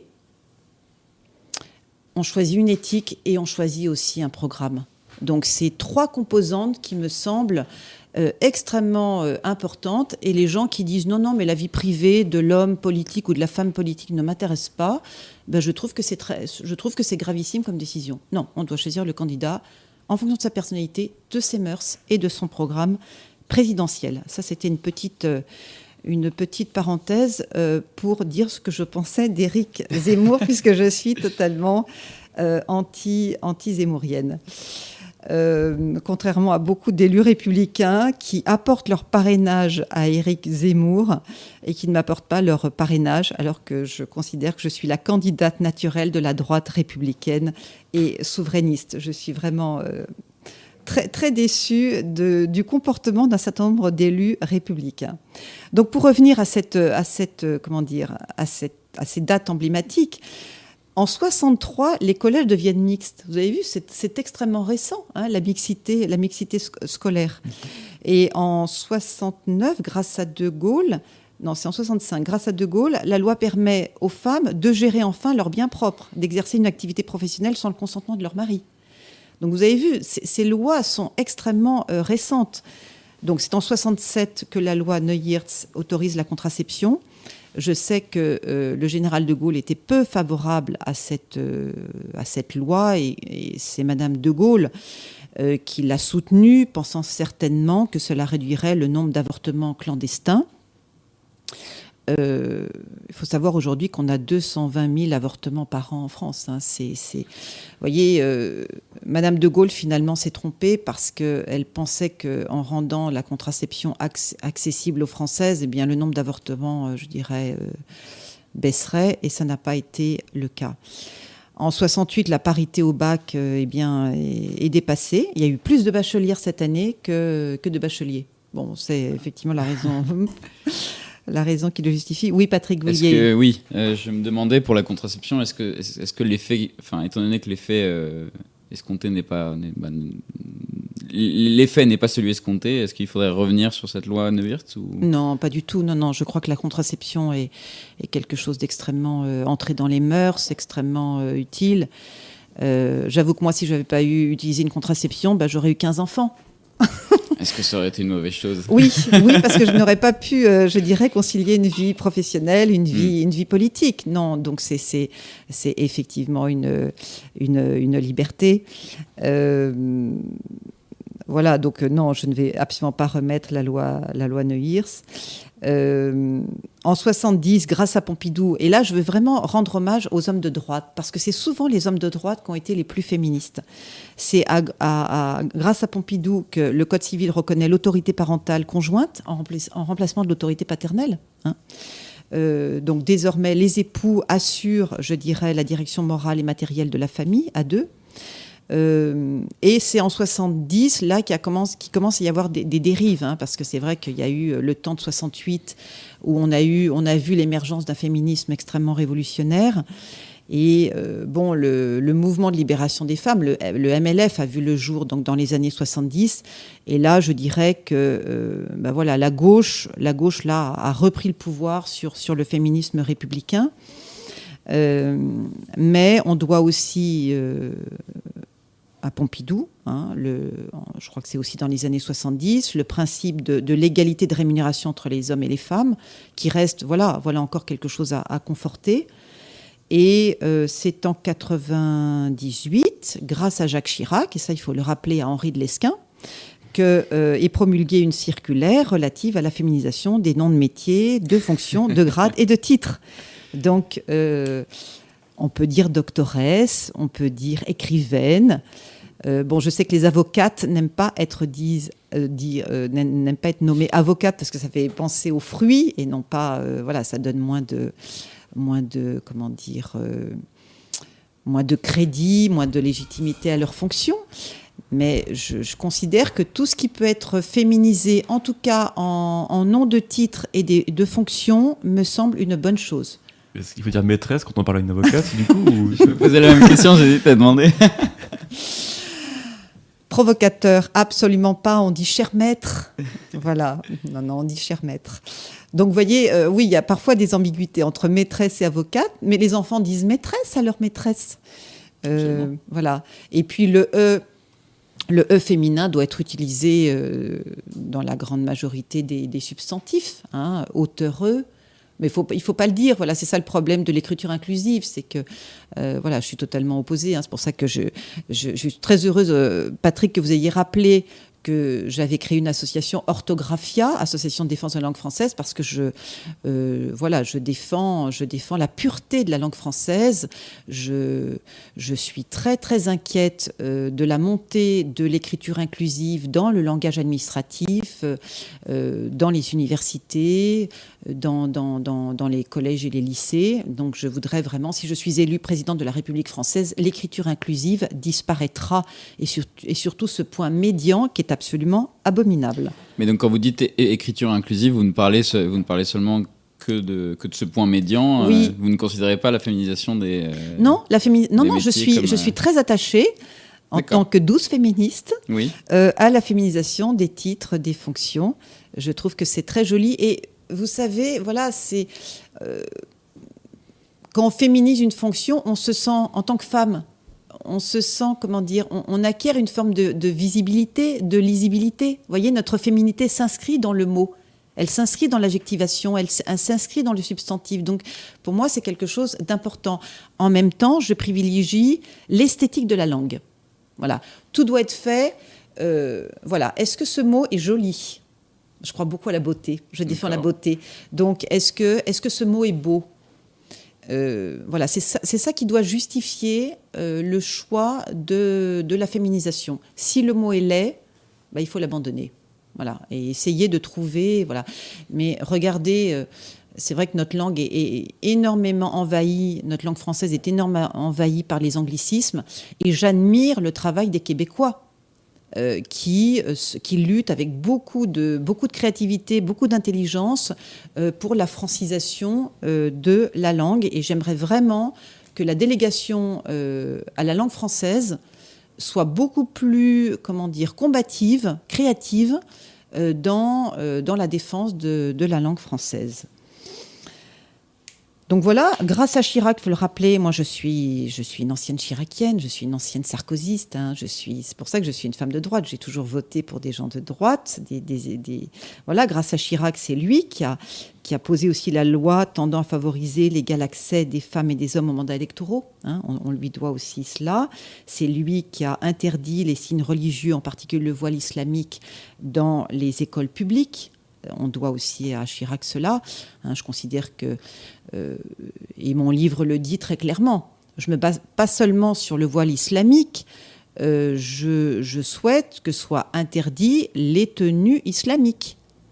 on choisit une éthique et on choisit aussi un programme. Donc, c'est trois composantes qui me semblent euh, extrêmement euh, importantes. Et les gens qui disent non, non, mais la vie privée de l'homme politique ou de la femme politique ne m'intéresse pas, ben, je trouve que c'est très, je trouve que c'est gravissime comme décision. Non, on doit choisir le candidat en fonction de sa personnalité, de ses mœurs et de son programme présidentiel. Ça, c'était une petite... Euh, une petite parenthèse euh, pour dire ce que je pensais d'Éric Zemmour, puisque je suis totalement euh, anti, anti-zémourienne. Euh, contrairement à beaucoup d'élus républicains qui apportent leur parrainage à Éric Zemmour et qui ne m'apportent pas leur parrainage, alors que je considère que je suis la candidate naturelle de la droite républicaine et souverainiste. Je suis vraiment... Euh, Très, très déçue de, du comportement d'un certain nombre d'élus républicains. Donc, pour revenir à, cette, à, cette, comment dire, à, cette, à ces dates emblématiques, en soixante-trois, les collèges deviennent mixtes. Vous avez vu, c'est, c'est extrêmement récent, hein, la mixité, la mixité scolaire. Et en soixante-neuf, grâce à De Gaulle, non, c'est en soixante-cinq, grâce à De Gaulle, la loi permet aux femmes de gérer enfin leurs biens propres, d'exercer une activité professionnelle sans le consentement de leur mari. Donc vous avez vu, c- ces lois sont extrêmement euh, récentes. Donc c'est en soixante-sept que la loi Neuwirth autorise la contraception. Je sais que euh, le général de Gaulle était peu favorable à cette, euh, à cette loi et, et c'est Madame de Gaulle euh, qui l'a soutenue, pensant certainement que cela réduirait le nombre d'avortements clandestins. Euh, il faut savoir aujourd'hui qu'on a deux cent vingt mille avortements par an en France. Hein. C'est, c'est... Vous voyez, euh, Madame de Gaulle finalement s'est trompée parce qu'elle pensait qu'en rendant la contraception ac- accessible aux Françaises, eh bien, le nombre d'avortements, euh, je dirais, euh, baisserait, et ça n'a pas été le cas. En soixante-huit, la parité au bac euh, eh bien, est, est dépassée. Il y a eu plus de bachelières cette année que, que de bacheliers. Bon, c'est effectivement la raison... La raison qui le justifie. Oui, Patrick Boulier. Est-ce que, oui, euh, je me demandais pour la contraception, est-ce que, est-ce, est-ce que l'effet, enfin, étant donné que l'effet euh, escompté n'est pas, n'est, bah, l'effet n'est pas celui escompté, est-ce qu'il faudrait revenir sur cette loi Neuwirth ou... Non, pas du tout. Non, non. Je crois que la contraception est, est quelque chose d'extrêmement euh, entré dans les mœurs, extrêmement euh, utile. Euh, j'avoue que moi, si je n'avais pas eu utilisé une contraception, bah, j'aurais eu quinze enfants. Est-ce que ça aurait été une mauvaise chose ? Oui, oui, parce que je n'aurais pas pu, euh, je dirais, concilier une vie professionnelle, une vie, mmh. une vie politique. Non, donc c'est, c'est, c'est effectivement une, une, une liberté. Euh, voilà, donc euh, non, je ne vais absolument pas remettre la loi, la loi Neuwirth. Euh, en soixante-dix, grâce à Pompidou, et là je veux vraiment rendre hommage aux hommes de droite, parce que c'est souvent les hommes de droite qui ont été les plus féministes. C'est à, à, à, grâce à Pompidou que le Code civil reconnaît l'autorité parentale conjointe en, remplace, en remplacement de l'autorité paternelle. Hein. Euh, donc désormais, les époux assurent, je dirais, la direction morale et matérielle de la famille à deux. Euh, et c'est en soixante-dix là qu'il commence, qu'il commence à y avoir des, des dérives, hein, parce que c'est vrai qu'il y a eu le temps de soixante-huit où on a, eu, on a vu l'émergence d'un féminisme extrêmement révolutionnaire. Et euh, bon, le, le mouvement de libération des femmes, le, le M L F a vu le jour donc, dans les années soixante-dix. Et là, je dirais que euh, ben voilà, la gauche, la gauche là, a repris le pouvoir sur, sur le féminisme républicain. Euh, mais on doit aussi... Euh, à Pompidou, hein, le, je crois que c'est aussi dans les années soixante-dix, le principe de, de l'égalité de rémunération entre les hommes et les femmes, qui reste, voilà, voilà encore quelque chose à, à conforter. Et euh, c'est en quatre-vingt-dix-huit, grâce à Jacques Chirac, et ça il faut le rappeler à Henri de Lesquen, que euh, est promulguée une circulaire relative à la féminisation des noms de métiers, de fonctions, de grades et de titres. Donc... Euh, on peut dire doctoresse, on peut dire écrivaine. Euh, bon, je sais que les avocates n'aiment pas être disent, euh, dit, euh, n'aiment pas être nommées avocates parce que ça fait penser aux fruits et non pas, euh, voilà, ça donne moins de, moins de, comment dire, euh, moins de crédit, moins de légitimité à leur fonction. Mais je, je considère que tout ce qui peut être féminisé, en tout cas en, en nom de titre et de, de fonction, me semble une bonne chose. Est-ce qu'il faut dire maîtresse quand on parle à une avocate, du coup ou... Je me posais la même question, j'hésite à demander. Provocateur, absolument pas, on dit cher maître. Voilà, non, non, on dit cher maître. Donc vous voyez, euh, oui, il y a parfois des ambiguïtés entre maîtresse et avocate, mais les enfants disent maîtresse à leur maîtresse. Euh, voilà. Et puis le E... Le E féminin doit être utilisé euh, dans la grande majorité des, des substantifs, hein, auteureux. Mais faut, il ne faut pas le dire. Voilà, c'est ça le problème de l'écriture inclusive, c'est que euh, voilà, je suis totalement opposée. Hein, c'est pour ça que je, je, je suis très heureuse, euh, Patrick, que vous ayez rappelé que j'avais créé une association Orthographia, association de défense de la langue française, parce que je, euh, voilà, je défends, je défends la pureté de la langue française. Je, je suis très très inquiète euh, de la montée de l'écriture inclusive dans le langage administratif, euh, dans les universités, dans, dans, dans, dans les collèges et les lycées. Donc je voudrais vraiment, si je suis élue présidente de la République française, l'écriture inclusive disparaîtra, et, sur, et surtout ce point médian qui est absolument abominable. Mais donc quand vous dites é- écriture inclusive, vous ne parlez, vous ne parlez seulement que de, que de ce point médian. Oui. Euh, vous ne considérez pas la féminisation des euh, Non, la fémi- non, non je, suis, comme, je suis très attachée, en D'accord. tant que douce féministe, oui. euh, à la féminisation des titres, des fonctions. Je trouve que c'est très joli. Et vous savez, voilà, c'est... Euh, quand on féminise une fonction, on se sent, en tant que femme, on se sent, comment dire, on, on acquiert une forme de, de visibilité, de lisibilité. Vous voyez, notre féminité s'inscrit dans le mot. Elle s'inscrit dans l'adjectivation, elle, elle s'inscrit dans le substantif. Donc, pour moi, c'est quelque chose d'important. En même temps, je privilégie l'esthétique de la langue. Voilà. Tout doit être fait. Euh, voilà. Est-ce que ce mot est joli ? Je crois beaucoup à la beauté. Je défends D'accord. la beauté. Donc, est-ce que, est-ce que ce mot est beau ? Euh, voilà, c'est ça, c'est ça qui doit justifier euh, le choix de, de la féminisation. Si le mot est laid, bah, il faut l'abandonner. Voilà, et essayer de trouver. Voilà. Mais regardez, euh, c'est vrai que notre langue est, est énormément envahie, notre langue française est énormément envahie par les anglicismes, et j'admire le travail des Québécois. Euh, qui, euh, qui luttent avec beaucoup de, beaucoup de créativité, beaucoup d'intelligence euh, pour la francisation euh, de la langue. Et j'aimerais vraiment que la délégation euh, à la langue française soit beaucoup plus, comment dire, combative, créative euh, dans, euh, dans la défense de, de la langue française. Donc voilà, grâce à Chirac, il faut le rappeler, moi je suis, je suis une ancienne chiracienne, je suis une ancienne sarkozyste, hein, je suis, c'est pour ça que je suis une femme de droite, j'ai toujours voté pour des gens de droite. Des, des, des, voilà, grâce à Chirac, c'est lui qui a, qui a posé aussi la loi tendant à favoriser l'égal accès des femmes et des hommes aux mandats électoraux. Hein, on, on lui doit aussi cela. C'est lui qui a interdit les signes religieux, en particulier le voile islamique, dans les écoles publiques. On doit aussi à Chirac cela. Hein, je considère que, euh, et mon livre le dit très clairement, je me base pas seulement sur le voile islamique, euh, je, je souhaite que soient interdits les tenues islamiques.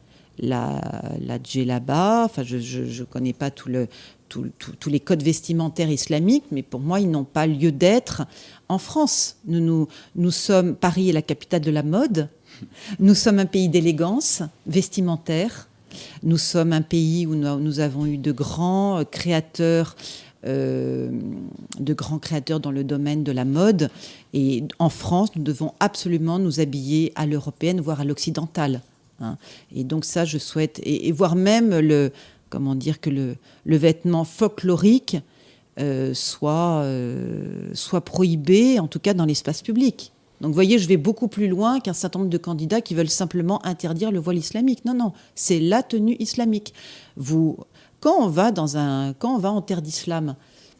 La, la djellaba, enfin je ne connais pas tout le, tout, tout, tous les codes vestimentaires islamiques, mais pour moi, ils n'ont pas lieu d'être en France. Nous, nous, nous sommes, Paris est la capitale de la mode. Nous sommes un pays d'élégance vestimentaire. Nous sommes un pays où nous, nous avons eu de grands créateurs, euh, de grands créateurs dans le domaine de la mode. Et en France, nous devons absolument nous habiller à l'européenne, voire à l'occidentale. Hein. Et donc ça, je souhaite, et, et voire même le, comment dire, que le, le vêtement folklorique euh, soit, euh, soit prohibé, en tout cas dans l'espace public. Donc, vous voyez, je vais beaucoup plus loin qu'un certain nombre de candidats qui veulent simplement interdire le voile islamique. Non, non, c'est la tenue islamique. Vous, quand on va dans un, quand on va en terre d'islam,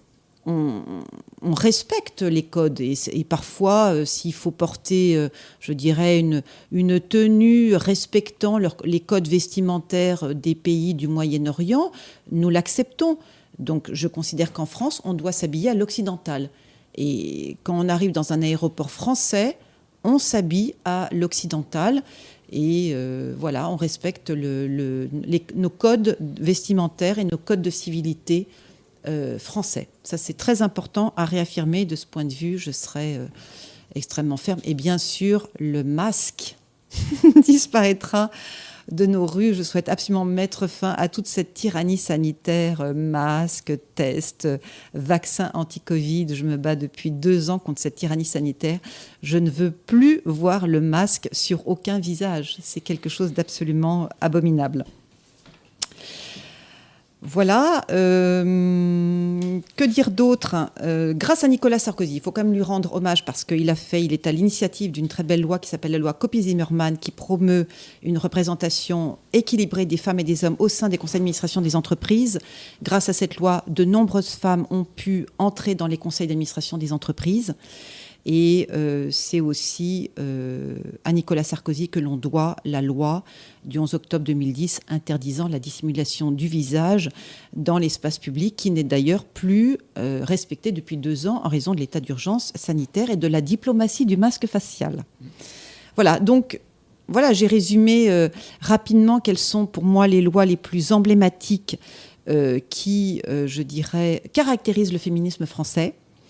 on, on respecte les codes et, et parfois, euh, s'il faut porter, euh, je dirais, une, une tenue respectant leur, les codes vestimentaires des pays du Moyen-Orient, nous l'acceptons. Donc, je considère qu'en France, on doit s'habiller à l'occidental. Et quand on arrive dans un aéroport français, on s'habille à l'occidental et euh, voilà, on respecte le, le, les, nos codes vestimentaires et nos codes de civilité euh, français. Ça, c'est très important à réaffirmer. De ce point de vue, je serai euh, extrêmement ferme. Et bien sûr, le masque disparaîtra de nos rues. Je souhaite absolument mettre fin à toute cette tyrannie sanitaire, euh, masques, tests, euh, vaccins anti-Covid. Je me bats depuis deux ans contre cette tyrannie sanitaire. Je ne veux plus voir le masque sur aucun visage. C'est quelque chose d'absolument abominable. Voilà. Euh, que dire d'autre ? euh, Grâce à Nicolas Sarkozy, il faut quand même lui rendre hommage parce qu'il a fait, il est à l'initiative d'une très belle loi qui s'appelle la loi Copy-Zimmermann, qui promeut une représentation équilibrée des femmes et des hommes au sein des conseils d'administration des entreprises. Grâce à cette loi, de nombreuses femmes ont pu entrer dans les conseils d'administration des entreprises. Et euh, c'est aussi euh, à Nicolas Sarkozy que l'on doit la loi du onze octobre deux mille dix interdisant la dissimulation du visage dans l'espace public, qui n'est d'ailleurs plus euh, respectée depuis deux ans en raison de l'état d'urgence sanitaire et de la diplomatie du masque facial. Voilà, donc voilà, j'ai résumé euh, rapidement quelles sont pour moi les lois les plus emblématiques euh, qui, euh, je dirais, caractérisent le féminisme français.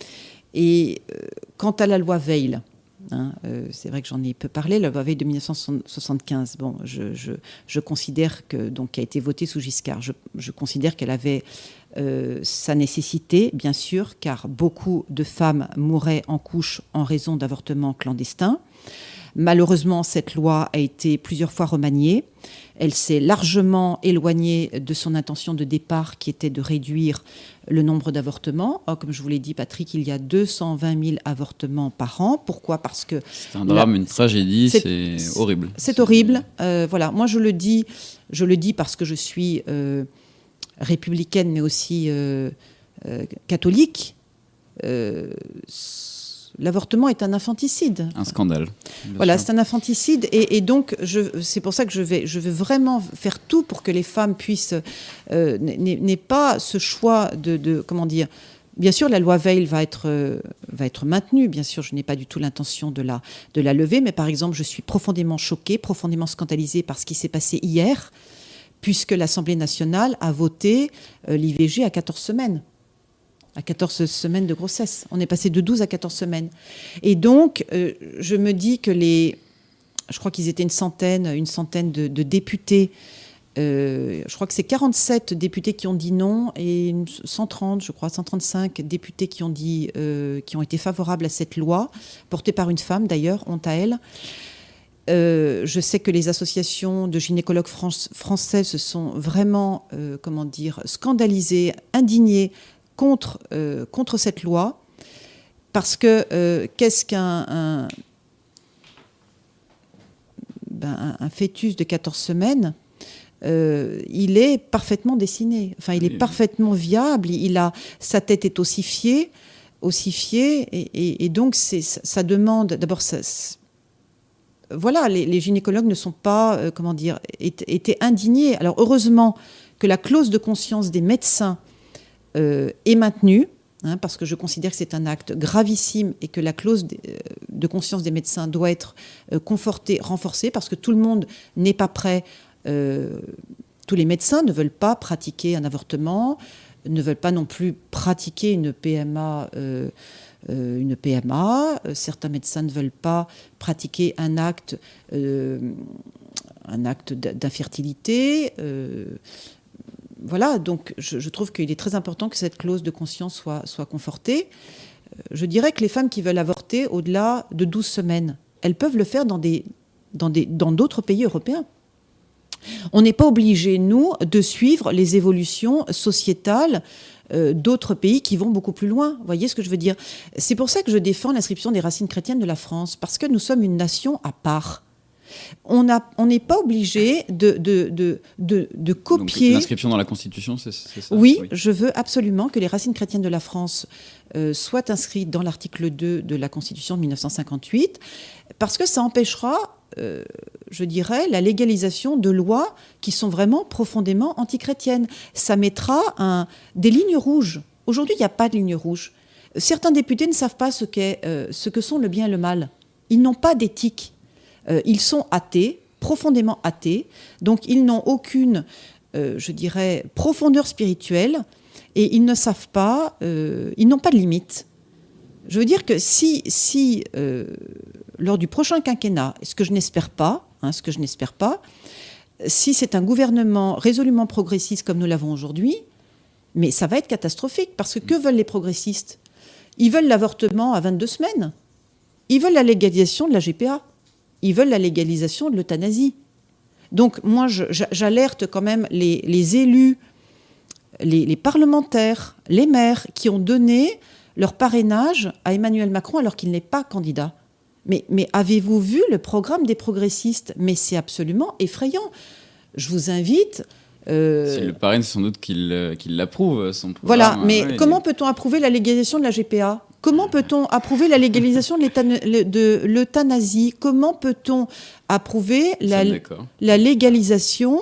Et euh, quant à la loi Veil, hein, euh, c'est vrai que j'en ai peu parlé, la loi Veil de mille neuf cent soixante-quinze, bon, je, je, je considère que, donc, qui a été votée sous Giscard, je, je considère qu'elle avait euh, sa nécessité, bien sûr, car beaucoup de femmes mouraient en couche en raison d'avortements clandestins. Malheureusement, cette loi a été plusieurs fois remaniée. Elle s'est largement éloignée de son intention de départ, qui était de réduire le nombre d'avortements. Or, comme je vous l'ai dit, Patrick, il y a deux cent vingt mille avortements par an. Pourquoi ? Parce que c'est un drame, la... une tragédie, c'est, c'est horrible. C'est, c'est horrible. Euh, voilà, moi je le dis, je le dis parce que je suis euh, républicaine, mais aussi euh, euh, catholique. Euh, L'avortement est un infanticide. Un scandale. Voilà, c'est un infanticide. Et, et donc, je, c'est pour ça que je vais, je vais vraiment faire tout pour que les femmes puissent... Euh, n'aient, n'aient pas ce choix de, de... Comment dire ? Bien sûr, la loi Veil va être, euh, va être maintenue. Bien sûr, je n'ai pas du tout l'intention de la, de la lever. Mais par exemple, je suis profondément choquée, profondément scandalisée par ce qui s'est passé hier, puisque l'Assemblée nationale a voté euh, l'I V G à quatorze semaines. À quatorze semaines de grossesse. On est passé de douze à quatorze semaines. Et donc, euh, je me dis que les... Je crois qu'ils étaient une centaine, une centaine de, de députés Euh, je crois que c'est quarante-sept députés qui ont dit non et cent trente, je crois, cent trente-cinq députés qui ont, dit, euh, qui ont été favorables à cette loi, portée par une femme d'ailleurs, honte à elle. Euh, je sais que les associations de gynécologues fran- français se sont vraiment, euh, comment dire, scandalisées, indignées contre, euh, contre cette loi, parce que euh, qu'est-ce qu'un un, ben, un, un fœtus de quatorze semaines? Euh, il est parfaitement dessiné, enfin il est oui, parfaitement viable, il a, sa tête est ossifiée, ossifiée et, et, et donc c'est, ça demande, d'abord ça, voilà, les, les gynécologues ne sont pas, euh, comment dire, étaient indignés. Alors heureusement que la clause de conscience des médecins euh, est maintenue, hein, parce que je considère que c'est un acte gravissime et que la clause de, de conscience des médecins doit être euh, confortée, renforcée, parce que tout le monde n'est pas prêt. Euh, tous les médecins ne veulent pas pratiquer un avortement, ne veulent pas non plus pratiquer une P M A. Euh, euh, une P M A. Euh, certains médecins ne veulent pas pratiquer un acte, euh, un acte d'infertilité. Euh, voilà, donc je, je trouve qu'il est très important que cette clause de conscience soit, soit confortée. Euh, je dirais que les femmes qui veulent avorter au-delà de douze semaines, elles peuvent le faire dans, des, dans, des, dans d'autres pays européens. On n'est pas obligé, nous, de suivre les évolutions sociétales euh, d'autres pays qui vont beaucoup plus loin. Vous voyez ce que je veux dire? C'est pour ça que je défends l'inscription des racines chrétiennes de la France, parce que nous sommes une nation à part. On n'est on pas obligé de, de, de, de, de copier... Donc, l'inscription dans la Constitution, c'est, c'est ça? Oui, oui, je veux absolument que les racines chrétiennes de la France euh, soient inscrites dans l'article deux de la Constitution de mille neuf cent cinquante-huit, parce que ça empêchera... Euh, je dirais, la légalisation de lois qui sont vraiment profondément antichrétiennes. Ça mettra un, des lignes rouges. Aujourd'hui, il n'y a pas de lignes rouges. Certains députés ne savent pas ce, qu'est, euh, ce que sont le bien et le mal. Ils n'ont pas d'éthique. Euh, ils sont athées, profondément athées. Donc, ils n'ont aucune, euh, je dirais, profondeur spirituelle. Et ils ne savent pas, euh, ils n'ont pas de limite. Je veux dire que si, si euh, lors du prochain quinquennat, ce que je n'espère pas, hein, ce que je n'espère pas, si c'est un gouvernement résolument progressiste comme nous l'avons aujourd'hui, mais ça va être catastrophique, parce que que veulent les progressistes? Ils veulent l'avortement à vingt-deux semaines. Ils veulent la légalisation de la G P A. Ils veulent la légalisation de l'euthanasie. Donc moi, je, j'alerte quand même les, les élus, les, les parlementaires, les maires qui ont donné leur parrainage à Emmanuel Macron alors qu'il n'est pas candidat. Mais, mais avez-vous vu le programme des progressistes? Mais c'est absolument effrayant. Je vous invite... Euh... Si le parrain, c'est sans doute qu'il, qu'il l'approuve, son programme. Voilà, mais ouais, comment il... peut-on approuver la légalisation de la G P A? Comment peut-on approuver la légalisation de l'euthanasie? Comment peut-on approuver la, la légalisation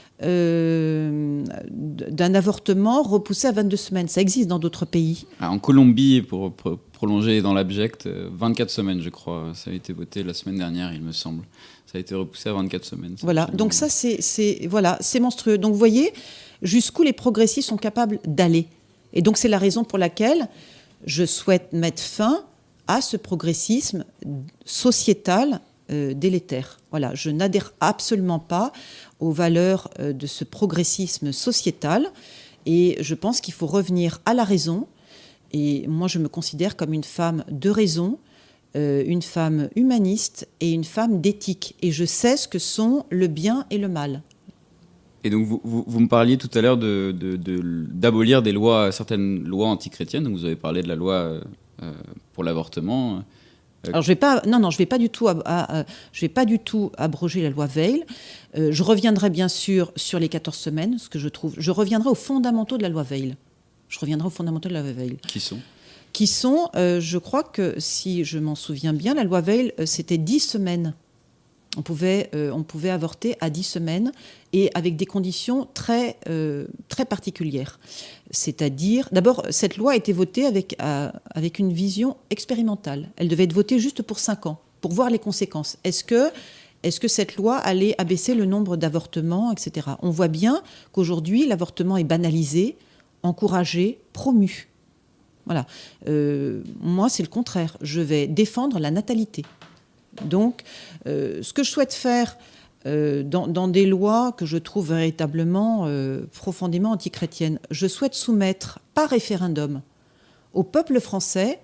Euh, d'un avortement repoussé à vingt-deux semaines? Ça existe dans d'autres pays. Ah, en Colombie, pour, pour prolonger dans l'abject, vingt-quatre semaines, je crois. Ça a été voté la semaine dernière, il me semble. Ça a été repoussé à vingt-quatre semaines. Voilà, donc ça, c'est, c'est, voilà, c'est monstrueux. Donc vous voyez jusqu'où les progressistes sont capables d'aller. Et donc c'est la raison pour laquelle je souhaite mettre fin à ce progressisme sociétal euh, délétère. Voilà, je n'adhère absolument pas aux valeurs de ce progressisme sociétal. Et je pense qu'il faut revenir à la raison. Et moi, je me considère comme une femme de raison, euh, une femme humaniste et une femme d'éthique. Et je sais ce que sont le bien et le mal. Et donc, vous, vous, vous me parliez tout à l'heure de, de, de, d'abolir des lois, certaines lois antichrétiennes. Donc, vous avez parlé de la loi euh, pour l'avortement. Alors je vais pas, non non, je vais pas du tout, à, à, à, je vais pas du tout abroger la loi Veil. Euh, je reviendrai bien sûr sur les quatorze semaines, ce que je trouve. Je reviendrai aux fondamentaux de la loi Veil. Je reviendrai aux fondamentaux de la loi Veil. Qui sont Qui sont, euh, je crois que si je m'en souviens bien, la loi Veil, euh, c'était dix semaines. On pouvait, euh, on pouvait avorter à dix semaines et avec des conditions très, euh, très particulières. C'est-à-dire, d'abord, cette loi a été votée avec, euh, avec une vision expérimentale. Elle devait être votée juste pour cinq ans, pour voir les conséquences. Est-ce que, est-ce que cette loi allait abaisser le nombre d'avortements, et cetera. On voit bien qu'aujourd'hui, l'avortement est banalisé, encouragé, promu. Voilà. Euh, moi, c'est le contraire. Je vais défendre la natalité. Donc, euh, ce que je souhaite faire euh, dans, dans des lois que je trouve véritablement euh, profondément antichrétiennes. Je souhaite soumettre par référendum au peuple français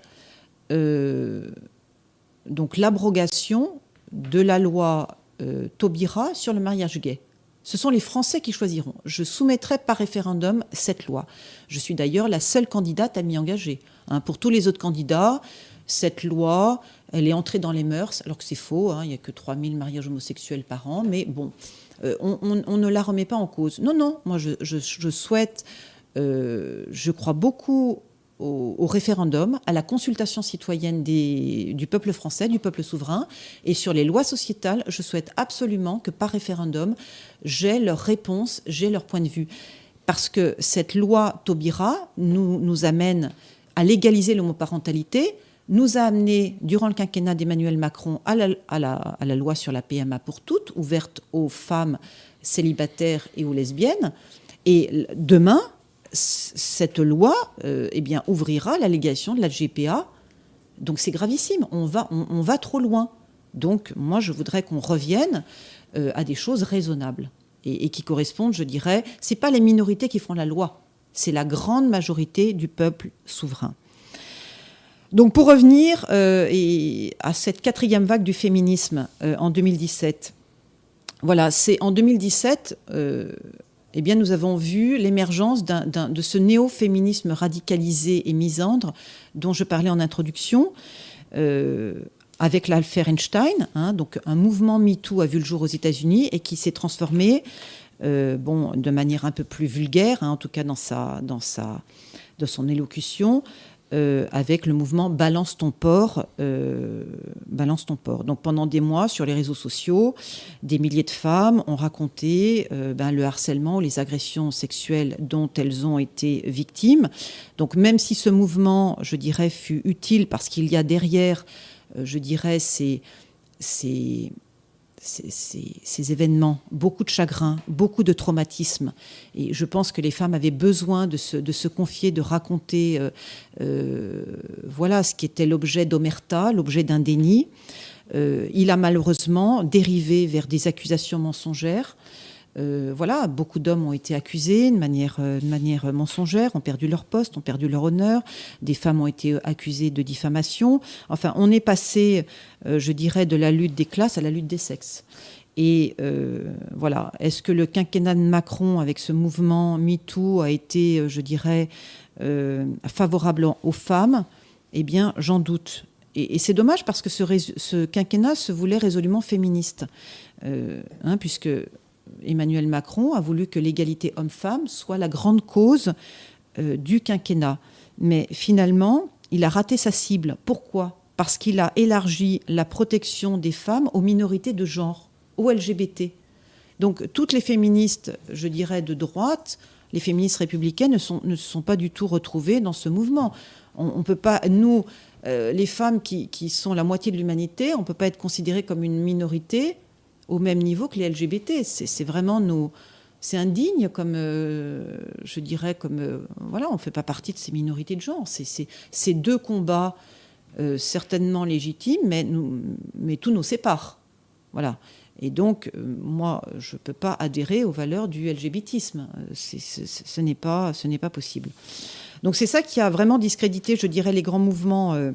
euh, donc l'abrogation de la loi euh, Taubira sur le mariage gay. Ce sont les Français qui choisiront. Je soumettrai par référendum cette loi. Je suis d'ailleurs la seule candidate à m'y engager. Hein, pour tous les autres candidats, cette loi, elle est entrée dans les mœurs, alors que c'est faux, hein, il n'y a que trois mille mariages homosexuels par an, mais bon, euh, on, on, on ne la remet pas en cause. Non, non, moi je, je, je souhaite, euh, je crois beaucoup au, au référendum, à la consultation citoyenne des, du peuple français, du peuple souverain, et sur les lois sociétales, je souhaite absolument que par référendum, j'ai leur réponse, j'ai leur point de vue. Parce que cette loi Taubira nous, nous amène à légaliser l'homoparentalité, nous a amené, durant le quinquennat d'Emmanuel Macron, à la, à, la, à la loi sur la P M A pour toutes, ouverte aux femmes célibataires et aux lesbiennes. Et demain, cette loi euh, eh bien, ouvrira la légalisation de la G P A. Donc c'est gravissime, on va, on, on va trop loin. Donc moi, je voudrais qu'on revienne euh, à des choses raisonnables et, et qui correspondent, je dirais, c'est pas les minorités qui font la loi, c'est la grande majorité du peuple souverain. Donc pour revenir euh, et à cette quatrième vague du féminisme euh, en deux mille dix-sept, voilà, c'est en deux mille dix-sept, euh, eh bien nous avons vu l'émergence d'un, d'un, de ce néo-féminisme radicalisé et misandre dont je parlais en introduction, euh, avec l'affaire Einstein, hein, donc un mouvement MeToo a vu le jour aux États-Unis et qui s'est transformé, euh, bon, de manière un peu plus vulgaire, hein, en tout cas dans sa, dans sa, dans son élocution. Euh, avec le mouvement Balance ton porc, euh, Balance ton porc. Donc pendant des mois, sur les réseaux sociaux, des milliers de femmes ont raconté euh, ben, le harcèlement ou les agressions sexuelles dont elles ont été victimes. Donc même si ce mouvement, je dirais, fut utile parce qu'il y a derrière, euh, je dirais, ces, ces, ces, ces, ces événements, beaucoup de chagrin, beaucoup de traumatisme. Et je pense que les femmes avaient besoin de se, de se confier, de raconter euh, euh, voilà, ce qui était l'objet d'omerta, l'objet d'un déni. Euh, il a malheureusement dérivé vers des accusations mensongères. Euh, voilà, beaucoup d'hommes ont été accusés de manière, euh, de manière mensongère, ont perdu leur poste, ont perdu leur honneur. Des femmes ont été accusées de diffamation. Enfin, on est passé, euh, je dirais, de la lutte des classes à la lutte des sexes. Et euh, voilà, est-ce que le quinquennat de Macron, avec ce mouvement MeToo, a été, je dirais, euh, favorable aux femmes ? Eh bien, j'en doute. Et, et c'est dommage parce que ce, rés- ce quinquennat se voulait résolument féministe, euh, hein, puisque Emmanuel Macron a voulu que l'égalité homme-femme soit la grande cause euh, du quinquennat. Mais finalement, il a raté sa cible. Pourquoi ? Parce qu'il a élargi la protection des femmes aux minorités de genre, aux L G B T. Donc toutes les féministes, je dirais, de droite, les féministes républicaines ne, sont, ne se sont pas du tout retrouvées dans ce mouvement. On ne peut pas, nous, euh, les femmes qui, qui sont la moitié de l'humanité, on ne peut pas être considérées comme une minorité au même niveau que les L G B T. C'est, c'est vraiment nos... C'est indigne, comme, euh, je dirais, comme... Euh, voilà, on ne fait pas partie de ces minorités de genre. C'est, c'est, c'est deux combats euh, certainement légitimes, mais, nous, mais tout nous sépare. Voilà. Et donc, euh, moi, je ne peux pas adhérer aux valeurs du LGBTisme. C'est, c'est, ce, n'est pas, ce n'est pas possible. Donc c'est ça qui a vraiment discrédité, je dirais, les grands mouvements, euh,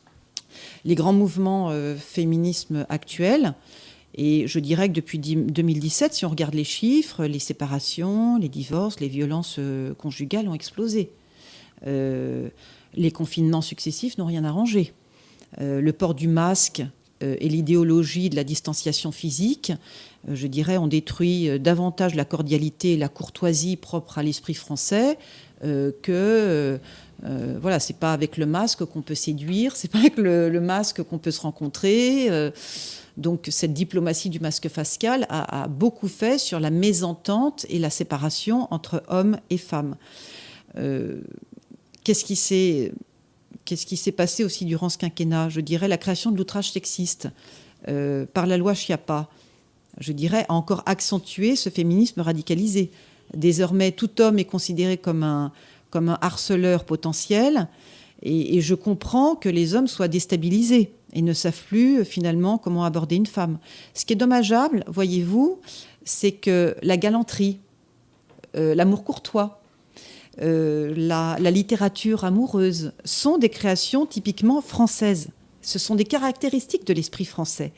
les grands mouvements euh, féminisme actuels. Et je dirais que depuis deux mille dix-sept, si on regarde les chiffres, les séparations, les divorces, les violences euh, conjugales ont explosé. Euh, les confinements successifs n'ont rien arrangé. Euh, le port du masque euh, et l'idéologie de la distanciation physique, euh, je dirais, ont détruit euh, davantage la cordialité et la courtoisie propre à l'esprit français euh, que... Euh, euh, voilà, c'est pas avec le masque qu'on peut séduire, c'est pas avec le, le masque qu'on peut se rencontrer... Euh, Donc cette diplomatie du masque facial a, a beaucoup fait sur la mésentente et la séparation entre hommes et femmes. Euh, qu'est-ce qui s'est, qu'est-ce qui s'est passé aussi durant ce quinquennat ? Je dirais la création de l'outrage sexiste euh, par la loi Schiappa. Je dirais a encore accentué ce féminisme radicalisé. Désormais, tout homme est considéré comme un, comme un harceleur potentiel. Et, et je comprends que les hommes soient déstabilisés. et ne savent plus finalement comment aborder une femme. Ce qui est dommageable, voyez-vous, c'est que la galanterie, euh, l'amour courtois, euh, la, la littérature amoureuse sont des créations typiquement françaises. Ce sont des caractéristiques de l'esprit français.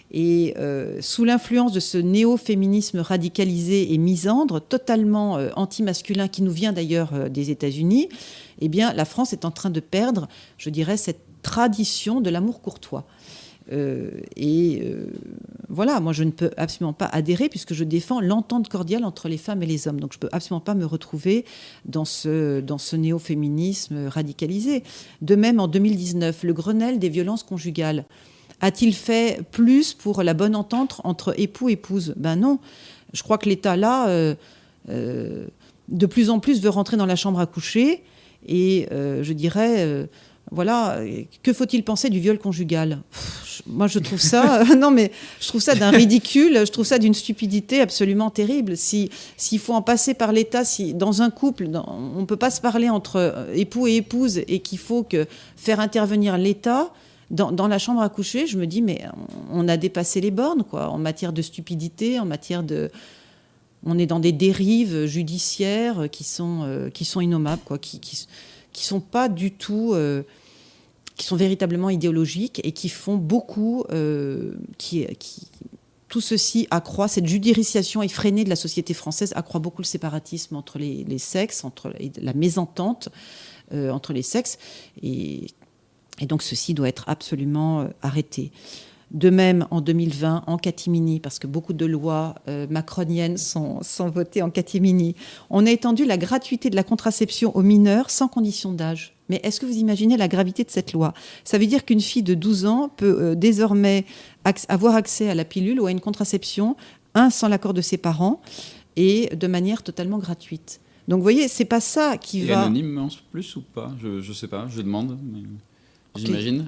Et euh, sous l'influence de ce néo-féminisme radicalisé et misandre, totalement euh, anti-masculin, qui nous vient d'ailleurs euh, des États-Unis, eh bien, la France est en train de perdre, je dirais, cette tradition de l'amour courtois. Euh, et euh, voilà, moi je ne peux absolument pas adhérer puisque je défends l'entente cordiale entre les femmes et les hommes. Donc je ne peux absolument pas me retrouver dans ce, dans ce néo-féminisme radicalisé. De même, en deux mille dix-neuf, le Grenelle des violences conjugales a-t-il fait plus pour la bonne entente entre époux et épouses ? Ben non. Je crois que l'État, là, euh, euh, de plus en plus veut rentrer dans la chambre à coucher et euh, je dirais... Euh, Voilà, que faut-il penser du viol conjugal ? Pff, moi, je trouve ça, non mais je trouve ça d'un ridicule, je trouve ça d'une stupidité absolument terrible. Si s'il faut en passer par l'État, si dans un couple, dans, on peut pas se parler entre époux et épouse et qu'il faut que faire intervenir l'État dans, dans la chambre à coucher, je me dis mais on a dépassé les bornes quoi, en matière de stupidité, en matière de, on est dans des dérives judiciaires qui sont euh, qui sont innommables quoi, qui qui qui sont pas du tout, euh, qui sont véritablement idéologiques et qui font beaucoup, euh, qui, qui, tout ceci accroît, cette judiciarisation effrénée de la société française accroît beaucoup le séparatisme entre les, les sexes, entre et la mésentente euh, entre les sexes, et, et donc ceci doit être absolument euh, arrêté. De même, en deux mille vingt, en catimini, parce que beaucoup de lois euh, macroniennes sont, sont votées en catimini, on a étendu la gratuité de la contraception aux mineurs sans condition d'âge. Mais est-ce que vous imaginez la gravité de cette loi ? Ça veut dire qu'une fille de douze ans peut euh, désormais ac- avoir accès à la pilule ou à une contraception, un, sans l'accord de ses parents, et de manière totalement gratuite. Donc vous voyez, c'est pas ça qui et va... anonyme en plus ou pas ? Je, je sais pas, je demande, mais... J'imagine.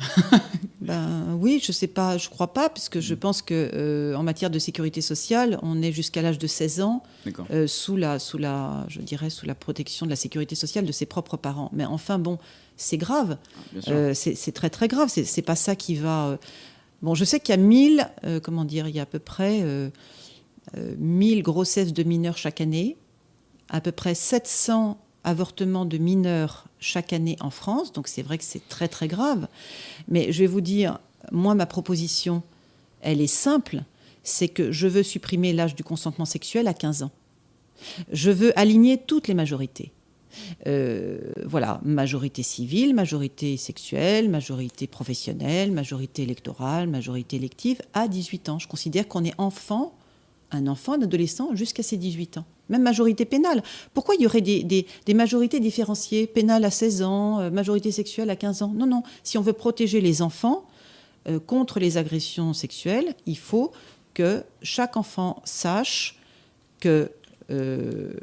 Ben oui, je sais pas, je crois pas, puisque je pense que euh, en matière de sécurité sociale, on est jusqu'à l'âge de seize ans euh, sous la, sous la, je dirais sous la protection de la sécurité sociale de ses propres parents. Mais enfin bon, c'est grave, ah, euh, c'est, c'est très très grave. C'est, c'est pas ça qui va. Euh... Bon, je sais qu'il y a mille, euh, comment dire, il y a à peu près euh, euh, mille grossesses de mineurs chaque année, à peu près sept cents avortements de mineurs chaque année en France, donc c'est vrai que c'est très très grave. Mais je vais vous dire, moi ma proposition, elle est simple, c'est que je veux supprimer l'âge du consentement sexuel à quinze ans. Je veux aligner toutes les majorités. Euh, voilà, majorité civile, majorité sexuelle, majorité professionnelle, majorité électorale, majorité élective à dix-huit ans. Je considère qu'on est enfant, un enfant, un adolescent jusqu'à ses dix-huit ans. Même majorité pénale. Pourquoi il y aurait des, des, des majorités différenciées, pénale à seize ans, euh, majorité sexuelle à quinze ans ? Non, non. Si on veut protéger les enfants euh, contre les agressions sexuelles, il faut que chaque enfant sache que euh,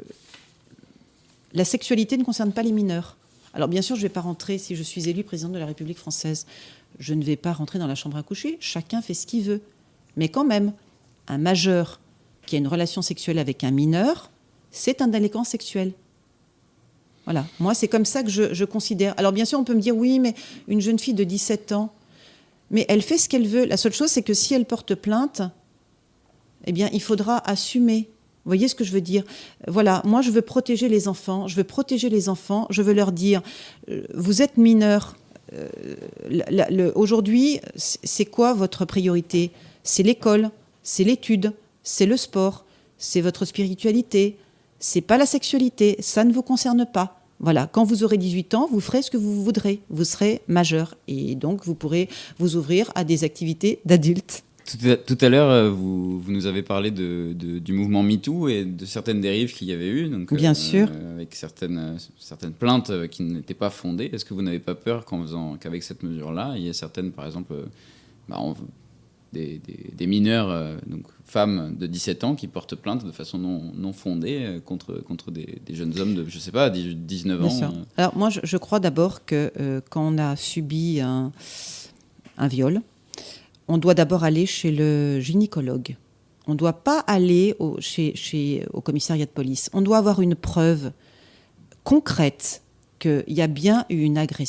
la sexualité ne concerne pas les mineurs. Alors bien sûr, je ne vais pas rentrer, si je suis élue présidente de la République française, je ne vais pas rentrer dans la chambre à coucher. Chacun fait ce qu'il veut. Mais quand même, un majeur qui a une relation sexuelle avec un mineur, c'est un délinquant sexuel. Voilà. Moi, c'est comme ça que je, je considère. Alors, bien sûr, on peut me dire, oui, mais une jeune fille de dix-sept ans, mais elle fait ce qu'elle veut. La seule chose, c'est que si elle porte plainte, eh bien, il faudra assumer. Vous voyez ce que je veux dire ? Voilà. Moi, je veux protéger les enfants. Je veux protéger les enfants. Je veux leur dire, euh, vous êtes mineurs. Euh, la, la, le, aujourd'hui, c'est quoi votre priorité ? C'est l'école, c'est l'étude, c'est le sport, c'est votre spiritualité, c'est pas la sexualité, ça ne vous concerne pas. Voilà, quand vous aurez dix-huit ans, vous ferez ce que vous voudrez, vous serez majeur et donc vous pourrez vous ouvrir à des activités d'adultes. Tout à, tout à l'heure, vous, vous nous avez parlé de, de, du mouvement MeToo et de certaines dérives qu'il y avait eu. Donc, Bien euh, sûr. Avec certaines, certaines plaintes qui n'étaient pas fondées. Est-ce que vous n'avez pas peur qu'en faisant, qu'avec cette mesure-là, il y ait certaines, par exemple, bah, on, Des, des, des mineurs, euh, donc femmes de dix-sept ans, qui portent plainte de façon non, non fondée euh, contre, contre des, des jeunes hommes de, je ne sais pas, dix-neuf ans. Euh. Alors moi, je, je crois d'abord que euh, quand on a subi un, un viol, on doit d'abord aller chez le gynécologue. On ne doit pas aller au, chez, chez, au commissariat de police. On doit avoir une preuve concrète qu'il y a bien eu une agression.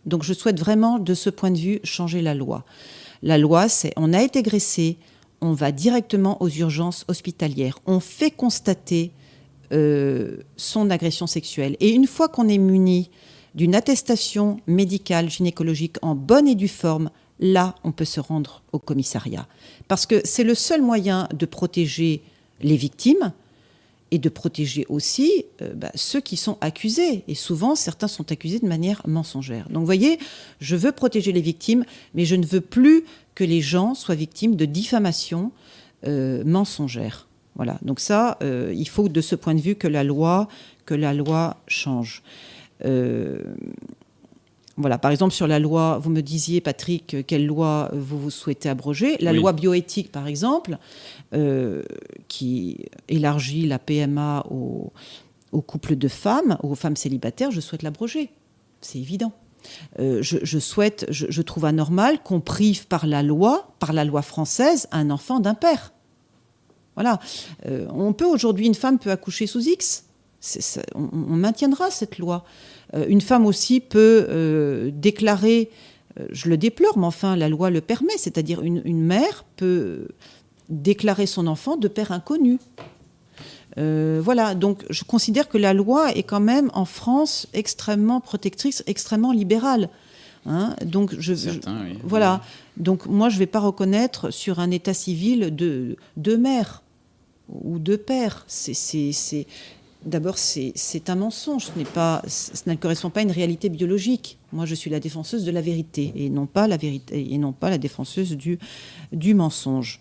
Donc je souhaite vraiment, de ce point de vue, changer la loi. La loi, c'est on a été agressé, on va directement aux urgences hospitalières. On fait constater euh, son agression sexuelle. Et une fois qu'on est muni d'une attestation médicale, gynécologique en bonne et due forme, là, on peut se rendre au commissariat. Parce que c'est le seul moyen de protéger les victimes et de protéger aussi euh, bah, ceux qui sont accusés. Et souvent, certains sont accusés de manière mensongère. Donc, vous voyez, je veux protéger les victimes, mais je ne veux plus que les gens soient victimes de diffamation euh, mensongère. Voilà. Donc ça, euh, il faut de ce point de vue que la loi, que la loi change. Euh, Voilà, par exemple, sur la loi, vous me disiez, Patrick, quelle loi vous, vous souhaitez abroger. La oui. loi bioéthique, par exemple, euh, qui élargit la P M A aux, aux couples de femmes, aux femmes célibataires, je souhaite l'abroger. C'est évident. Euh, je, je souhaite, je, je trouve anormal qu'on prive par la loi, par la loi française, un enfant d'un père. Voilà. Euh, on peut aujourd'hui, une femme peut accoucher sous X. C'est, c'est, on, on maintiendra cette loi. Euh, une femme aussi peut euh, déclarer, euh, je le déplore, mais enfin la loi le permet, c'est-à-dire une, une mère peut déclarer son enfant de père inconnu. Euh, voilà, donc je considère que la loi est quand même en France extrêmement protectrice, extrêmement libérale. Hein, donc je, Certain, je oui. voilà. Donc moi je ne vais pas reconnaître sur un état civil de deux mères ou deux pères. C'est, c'est, c'est D'abord, c'est, c'est un mensonge, ce n'est pas, ça ne correspond pas à une réalité biologique. Moi, je suis la défenseuse de la vérité et non pas la, vérité, et non pas la défenseuse du, du mensonge.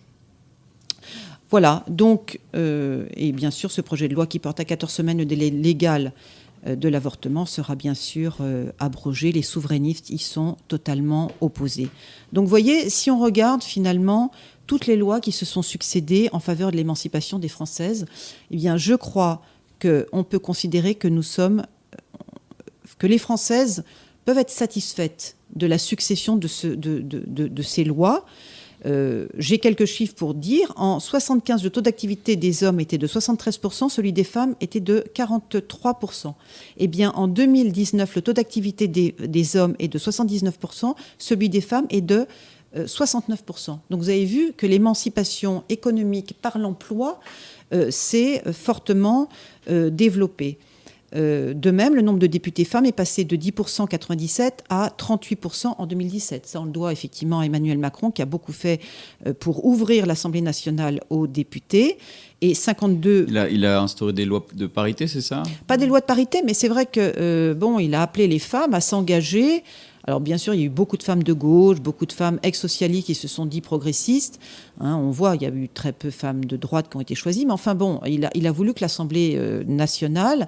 Voilà, donc, euh, et bien sûr, ce projet de loi qui porte à quatorze semaines le délai légal euh, de l'avortement sera bien sûr euh, abrogé. Les souverainistes y sont totalement opposés. Donc, vous voyez, si on regarde finalement toutes les lois qui se sont succédées en faveur de l'émancipation des Françaises, eh bien, je crois qu'on peut considérer que nous sommes, que les Françaises peuvent être satisfaites de la succession de, ce, de, de, de, de ces lois. Euh, j'ai quelques chiffres pour dire. En soixante-quinze, le taux d'activité des hommes était de soixante-treize pour cent, celui des femmes était de quarante-trois pour cent. Eh bien, en deux mille dix-neuf, le taux d'activité des, des hommes est de soixante-dix-neuf pour cent, celui des femmes est de euh, soixante-neuf pour cent. Donc, vous avez vu que l'émancipation économique par l'emploi euh, s'est fortement euh, développée. Euh, de même, le nombre de députés femmes est passé de dix pour cent en quatre-vingt-dix-sept à trente-huit pour cent en deux mille dix-sept. Ça, on le doit effectivement à Emmanuel Macron, qui a beaucoup fait euh, pour ouvrir l'Assemblée nationale aux députés. Et cinquante-deux... Il a, il a instauré des lois de parité, c'est ça ? Pas des lois de parité, mais c'est vrai que euh, bon, il a appelé les femmes à s'engager. Alors bien sûr, il y a eu beaucoup de femmes de gauche, beaucoup de femmes ex-socialistes qui se sont dit progressistes. Hein, on voit, il y a eu très peu de femmes de droite qui ont été choisies. Mais enfin bon, il a, il a voulu que l'Assemblée euh, nationale,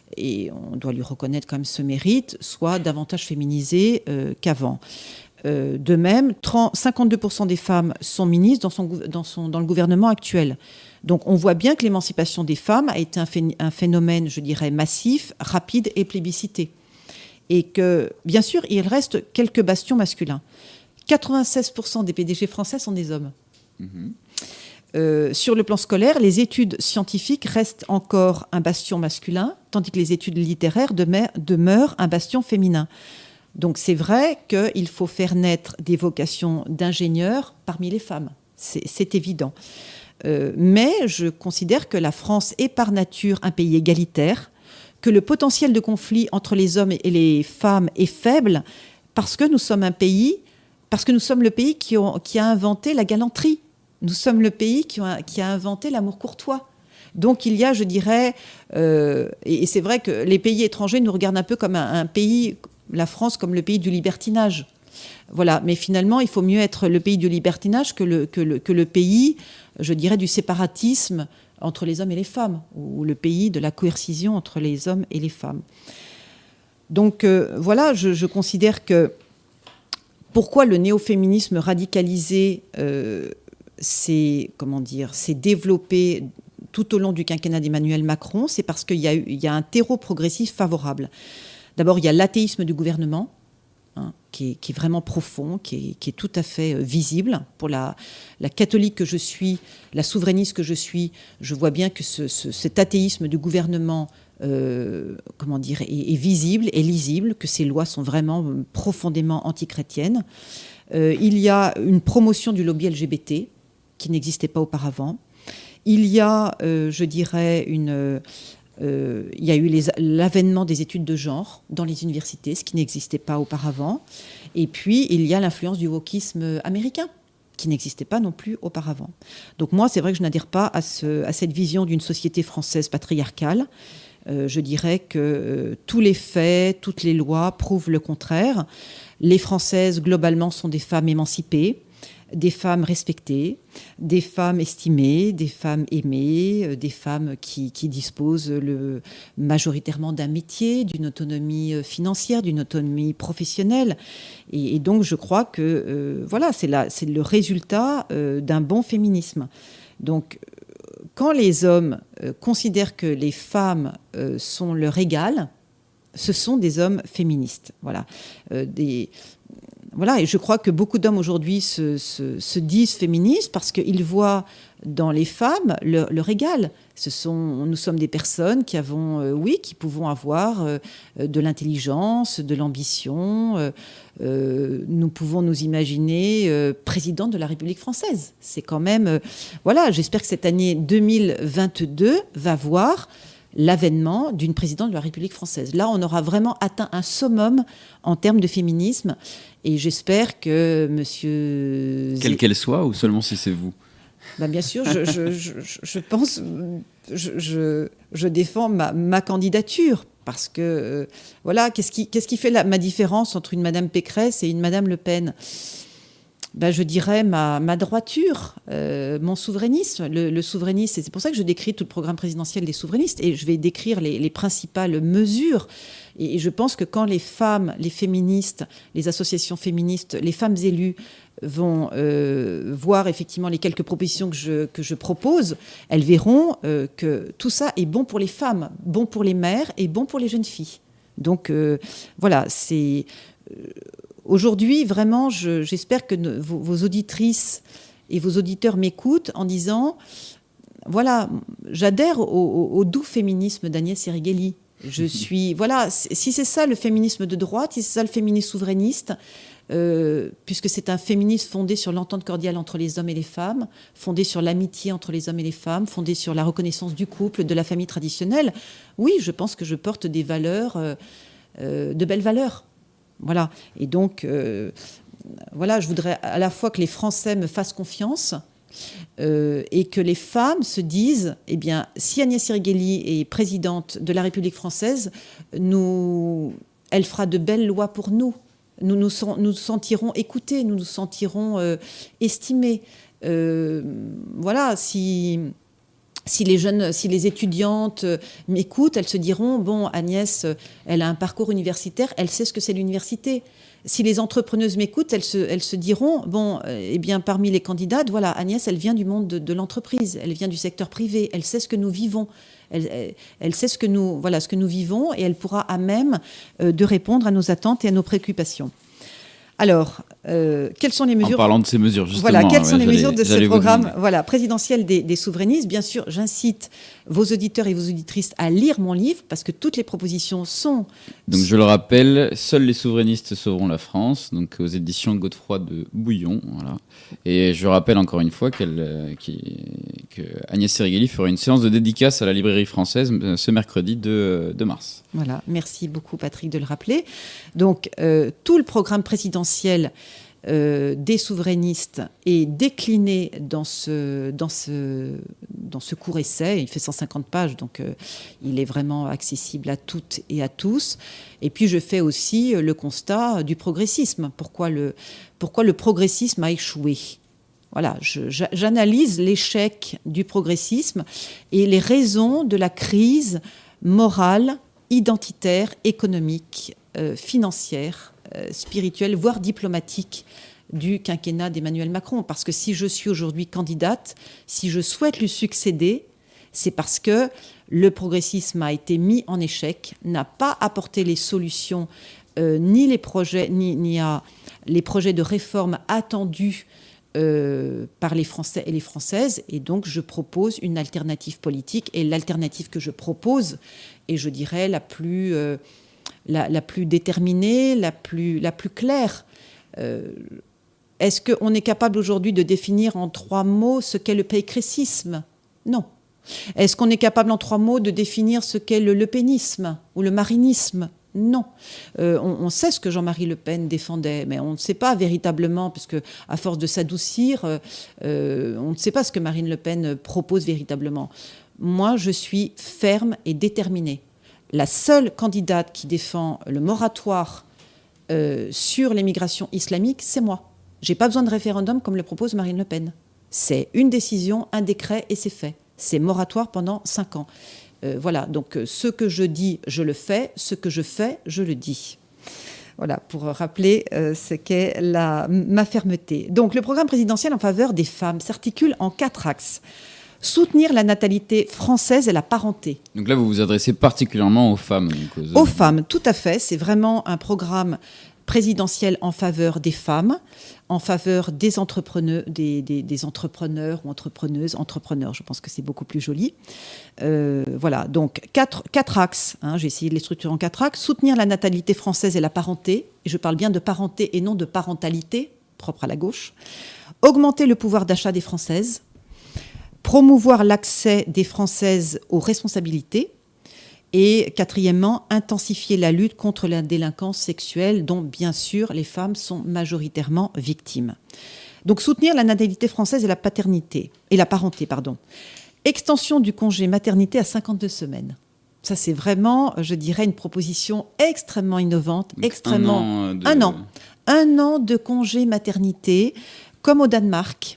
et on doit lui reconnaître quand même ce mérite, soit davantage féminisée euh, qu'avant. Euh, de même, trente, cinquante-deux pour cent des femmes sont ministres dans, son, dans, son, dans le gouvernement actuel. Donc on voit bien que l'émancipation des femmes a été un, phé, un phénomène, je dirais, massif, rapide et plébiscité. Et que, bien sûr, il reste quelques bastions masculins. quatre-vingt-seize pour cent des P D G français sont des hommes. Mmh. Euh, sur le plan scolaire, les études scientifiques restent encore un bastion masculin, tandis que les études littéraires demeurent, demeurent un bastion féminin. Donc c'est vrai qu'il faut faire naître des vocations d'ingénieurs parmi les femmes. C'est, c'est évident. Euh, mais je considère que la France est par nature un pays égalitaire, que le potentiel de conflit entre les hommes et les femmes est faible parce que nous sommes un pays, parce que nous sommes le pays qui, ont, qui a inventé la galanterie. Nous sommes le pays qui a, qui a inventé l'amour courtois. Donc il y a, je dirais, euh, et c'est vrai que les pays étrangers nous regardent un peu comme un, un pays, la France comme le pays du libertinage. Voilà, mais finalement, il faut mieux être le pays du libertinage que le, que le, que le pays, je dirais, du séparatisme entre les hommes et les femmes, ou le pays de la coercition entre les hommes et les femmes. Donc euh, voilà, je, je considère que pourquoi le néo-féminisme radicalisé euh, s'est, comment dire, s'est développé tout au long du quinquennat d'Emmanuel Macron, c'est parce qu'il y a, eu, il y a un terreau progressif favorable. D'abord, il y a l'athéisme du gouvernement, hein, qui, est, qui est vraiment profond, qui est, qui est tout à fait euh, visible. Pour la, la catholique que je suis, la souverainiste que je suis, je vois bien que ce, ce, cet athéisme du gouvernement euh, comment dire, est, est visible et lisible, que ces lois sont vraiment profondément antichrétiennes. Euh, il y a une promotion du lobby L G B T qui n'existait pas auparavant. Il y a, euh, je dirais, une... Euh, il y a eu les, l'avènement des études de genre dans les universités, ce qui n'existait pas auparavant. Et puis, il y a l'influence du wokisme américain, qui n'existait pas non plus auparavant. Donc moi, c'est vrai que je n'adhère pas à, ce, à cette vision d'une société française patriarcale. Euh, je dirais que euh, tous les faits, toutes les lois prouvent le contraire. Les Françaises, globalement, sont des femmes émancipées, des femmes respectées, des femmes estimées, des femmes aimées, des femmes qui, qui disposent le, majoritairement d'un métier, d'une autonomie financière, d'une autonomie professionnelle. Et, et donc, je crois que euh, voilà, c'est, la, c'est le résultat euh, d'un bon féminisme. Donc, quand les hommes euh, considèrent que les femmes euh, sont leur égal, ce sont des hommes féministes. Voilà. Euh, des... Voilà, et je crois que beaucoup d'hommes aujourd'hui se, se, se disent féministes parce qu'ils voient dans les femmes leur, leur égal. Ce sont, nous sommes des personnes qui avons, euh, oui, qui pouvons avoir euh, de l'intelligence, de l'ambition. Euh, euh, nous pouvons nous imaginer euh, présidente de la République française. C'est quand même, euh, voilà. J'espère que cette année deux mille vingt-deux va voir l'avènement d'une présidente de la République française. Là, on aura vraiment atteint un summum en termes de féminisme. Et j'espère que monsieur... Quelle qu'elle soit, ou seulement si c'est vous? Ben bien sûr, je, je, je, je pense... Je, je, je défends ma, ma candidature. Parce que, euh, voilà, qu'est-ce qui, qu'est-ce qui fait la, ma différence entre une Madame Pécresse et une Madame Le Pen? Ben, je dirais ma, ma droiture, euh, mon souverainisme. Le, le souverainisme, c'est pour ça que je décris tout le programme présidentiel des souverainistes et je vais décrire les, les principales mesures. Et, et je pense que quand les femmes, les féministes, les associations féministes, les femmes élues vont euh, voir effectivement les quelques propositions que je, que je propose, elles verront euh, que tout ça est bon pour les femmes, bon pour les mères et bon pour les jeunes filles. Donc euh, voilà, c'est... Euh, Aujourd'hui, vraiment, je, j'espère que ne, vos, vos auditrices et vos auditeurs m'écoutent en disant, voilà, j'adhère au, au, au doux féminisme d'Agnès Serigeli. Je suis, voilà, si c'est ça le féminisme de droite, si c'est ça le féminisme souverainiste, euh, puisque c'est un féminisme fondé sur l'entente cordiale entre les hommes et les femmes, fondé sur l'amitié entre les hommes et les femmes, fondé sur la reconnaissance du couple, de la famille traditionnelle, oui, je pense que je porte des valeurs, euh, euh, de belles valeurs. Voilà. Et donc, euh, voilà, je voudrais à la fois que les Français me fassent confiance euh, et que les femmes se disent, eh bien, si Agnès Serigeli est présidente de la République française, nous, elle fera de belles lois pour nous. Nous nous, nous nous sentirons écoutés, nous nous sentirons euh, estimés. Euh, voilà, si... Si les jeunes, si les étudiantes m'écoutent, elles se diront, bon, Agnès, elle a un parcours universitaire, elle sait ce que c'est l'université. Si les entrepreneuses m'écoutent, elles se, elles se diront, bon, eh bien, parmi les candidates, voilà, Agnès, elle vient du monde de, de l'entreprise, elle vient du secteur privé, elle sait ce que nous vivons, elle, elle, elle sait ce que nous, voilà, ce que nous vivons, et elle pourra à même euh, de répondre à nos attentes et à nos préoccupations. Alors, euh, quelles sont les mesures... En parlant de ces mesures, justement. Voilà, quelles sont ouais, les mesures de ce programme voilà, présidentiel des, des souverainistes? Bien sûr, j'incite vos auditeurs et vos auditrices à lire mon livre, parce que toutes les propositions sont... Donc, je le rappelle, seuls les souverainistes sauveront la France, donc aux éditions Godefroy de Bouillon. Voilà. Et je rappelle encore une fois qu'elle, que Agnès Serigeli fera une séance de dédicace à la librairie française ce mercredi deux mars. Voilà, merci beaucoup Patrick de le rappeler. Donc, euh, tout le programme présidentiel euh, des souverainistes est décliné dans ce, dans ce, dans ce court essai. Il fait cent cinquante pages, donc euh, il est vraiment accessible à toutes et à tous. Et puis, je fais aussi le constat du progressisme. Pourquoi le, pourquoi le progressisme a échoué ? Voilà, je, j'analyse l'échec du progressisme et les raisons de la crise morale, identitaire, économique, euh, financière, euh, spirituelle, voire diplomatique du quinquennat d'Emmanuel Macron. Parce que si je suis aujourd'hui candidate, si je souhaite lui succéder, c'est parce que le progressisme a été mis en échec, n'a pas apporté les solutions, euh, ni les projets, ni, ni à les projets de réforme attendus euh, par les Français et les Françaises. Et donc, je propose une alternative politique. Et l'alternative que je propose est, je dirais, la plus, euh, la, la plus déterminée, la plus, la plus claire. Euh, est-ce qu'on est capable aujourd'hui de définir en trois mots ce qu'est le pécrécisme ? Non. Est-ce qu'on est capable en trois mots de définir ce qu'est le lepénisme ou le marinisme ? Non. Euh, on, on sait ce que Jean-Marie Le Pen défendait, mais on ne sait pas véritablement, puisque à force de s'adoucir, euh, on ne sait pas ce que Marine Le Pen propose véritablement. Moi, je suis ferme et déterminée. La seule candidate qui défend le moratoire euh, sur l'immigration islamique, c'est moi. Je n'ai pas besoin de référendum comme le propose Marine Le Pen. C'est une décision, un décret et c'est fait. C'est moratoire pendant cinq ans. Euh, voilà, donc euh, ce que je dis, je le fais. Ce que je fais, je le dis. Voilà, pour rappeler euh, ce qu'est la, ma fermeté. Donc le programme présidentiel en faveur des femmes s'articule en quatre axes. Soutenir la natalité française et la parenté. Donc là, vous vous adressez particulièrement aux femmes. Donc aux, aux femmes, tout à fait. C'est vraiment un programme présidentielle en faveur des femmes, en faveur des entrepreneurs, des, des, des entrepreneurs ou entrepreneuses, entrepreneurs, je pense que c'est beaucoup plus joli. Euh, voilà, donc quatre, quatre axes, hein, j'ai essayé de les structurer en quatre axes. Soutenir la natalité française et la parenté, et je parle bien de parenté et non de parentalité, propre à la gauche. Augmenter le pouvoir d'achat des Françaises. Promouvoir l'accès des Françaises aux responsabilités. Et quatrièmement, intensifier la lutte contre la délinquance sexuelle dont, bien sûr, les femmes sont majoritairement victimes. Donc, soutenir la natalité française et la paternité, et la parenté, pardon. Extension du congé maternité à cinquante-deux semaines. Ça, c'est vraiment, je dirais, une proposition extrêmement innovante, Donc extrêmement... Un an, de... un an. Un an de congé maternité, comme au Danemark.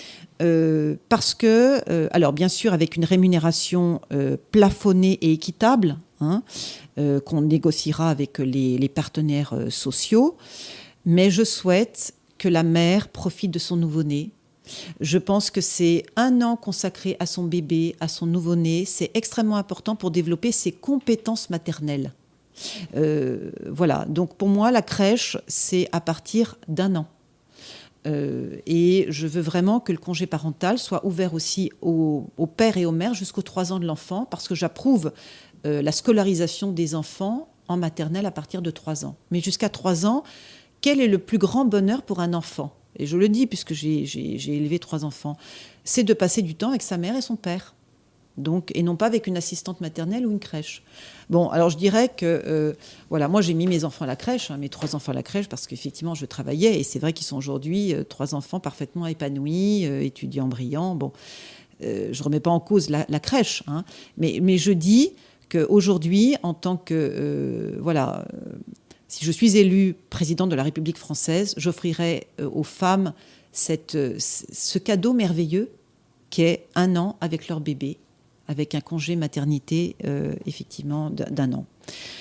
Euh, parce que, euh, alors bien sûr avec une rémunération euh, plafonnée et équitable, hein, euh, qu'on négociera avec les, les partenaires euh, sociaux, mais je souhaite que la mère profite de son nouveau-né. Je pense que c'est un an consacré à son bébé, à son nouveau-né, c'est extrêmement important pour développer ses compétences maternelles. Euh, voilà, donc pour moi la crèche c'est à partir d'un an. Euh, et je veux vraiment que le congé parental soit ouvert aussi aux, aux pères et aux mères jusqu'aux trois ans de l'enfant, parce que j'approuve euh, la scolarisation des enfants en maternelle à partir de trois ans. Mais jusqu'à trois ans, quel est le plus grand bonheur pour un enfant ? Et je le dis puisque j'ai, j'ai, j'ai élevé trois enfants, c'est de passer du temps avec sa mère et son père. Donc, et non pas avec une assistante maternelle ou une crèche. Bon, alors je dirais que, euh, voilà, moi j'ai mis mes enfants à la crèche, hein, mes trois enfants à la crèche, parce qu'effectivement je travaillais, et c'est vrai qu'ils sont aujourd'hui euh, trois enfants parfaitement épanouis, euh, étudiants brillants. Bon, euh, je ne remets pas en cause la, la crèche, hein, mais, mais je dis qu'aujourd'hui, en tant que, euh, voilà, euh, si je suis élue présidente de la République française, j'offrirai euh, aux femmes cette, euh, ce cadeau merveilleux qui est un an avec leur bébé, avec un congé maternité, euh, effectivement, d'un an.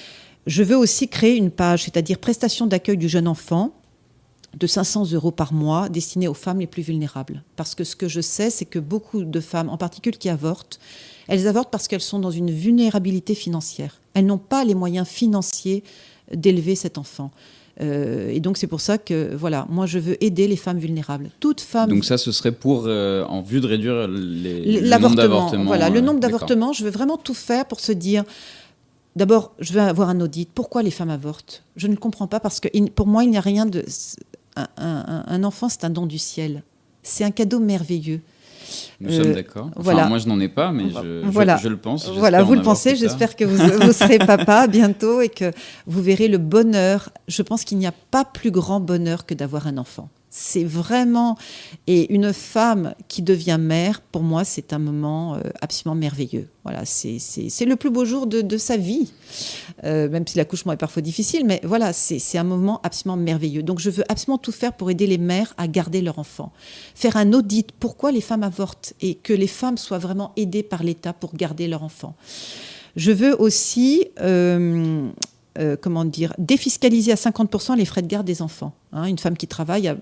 Je veux aussi créer une page, c'est-à-dire prestation d'accueil du jeune enfant, de cinq cents euros par mois, destinée aux femmes les plus vulnérables. Parce que ce que je sais, c'est que beaucoup de femmes, en particulier qui avortent, elles avortent parce qu'elles sont dans une vulnérabilité financière. Elles n'ont pas les moyens financiers d'élever cet enfant. Euh, et donc c'est pour ça que voilà, moi je veux aider les femmes vulnérables. Toutes femmes. Donc ça, ce serait pour euh, en vue de réduire les, l'avortement. le nombre d'avortements. Voilà, euh, le nombre d'accord. d'avortements. Je veux vraiment tout faire pour se dire. D'abord, je veux avoir un audit. Pourquoi les femmes avortent ? Je ne comprends pas parce que pour moi, il n'y a rien de. Un, un, un enfant, c'est un don du ciel. C'est un cadeau merveilleux. Nous euh, sommes d'accord. Enfin, voilà. moi, je n'en ai pas, mais je, voilà. je, je le pense. Voilà, vous le pensez. J'espère que vous, vous serez papa bientôt et que vous verrez le bonheur. Je pense qu'il n'y a pas plus grand bonheur que d'avoir un enfant. C'est vraiment... Et une femme qui devient mère, pour moi, c'est un moment euh, absolument merveilleux. Voilà, c'est, c'est, c'est le plus beau jour de, de sa vie, euh, même si l'accouchement est parfois difficile, mais voilà, c'est, c'est un moment absolument merveilleux. Donc, je veux absolument tout faire pour aider les mères à garder leur enfant. Faire un audit, pourquoi les femmes avortent, et que les femmes soient vraiment aidées par l'État pour garder leur enfant. Je veux aussi... Euh, Euh, comment dire, défiscaliser à cinquante pour cent les frais de garde des enfants. Hein, une femme qui travaille a,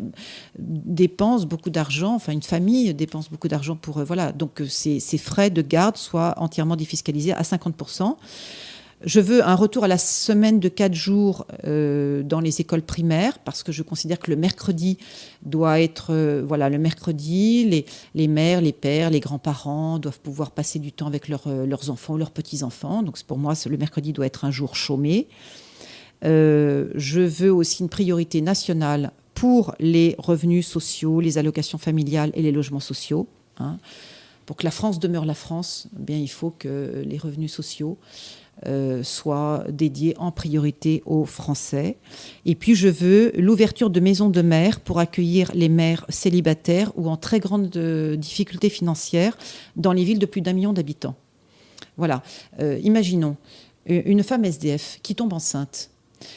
dépense beaucoup d'argent, enfin une famille dépense beaucoup d'argent pour... Euh, voilà, donc euh, ces, ces frais de garde soient entièrement défiscalisés à cinquante pour cent. Je veux un retour à la semaine de quatre jours euh, dans les écoles primaires, parce que je considère que le mercredi doit être... Euh, voilà, le mercredi, les, les mères, les pères, les grands-parents doivent pouvoir passer du temps avec leur, euh, leurs enfants ou leurs petits-enfants. Donc pour moi, le mercredi doit être un jour chômé. Euh, je veux aussi une priorité nationale pour les revenus sociaux, les allocations familiales et les logements sociaux. Hein. Pour que la France demeure la France, eh bien, il faut que les revenus sociaux euh, soient dédiés en priorité aux Français. Et puis, je veux l'ouverture de maisons de mères pour accueillir les mères célibataires ou en très grande difficulté financière dans les villes de plus d'un million d'habitants. Voilà. Euh, imaginons une femme S D F qui tombe enceinte.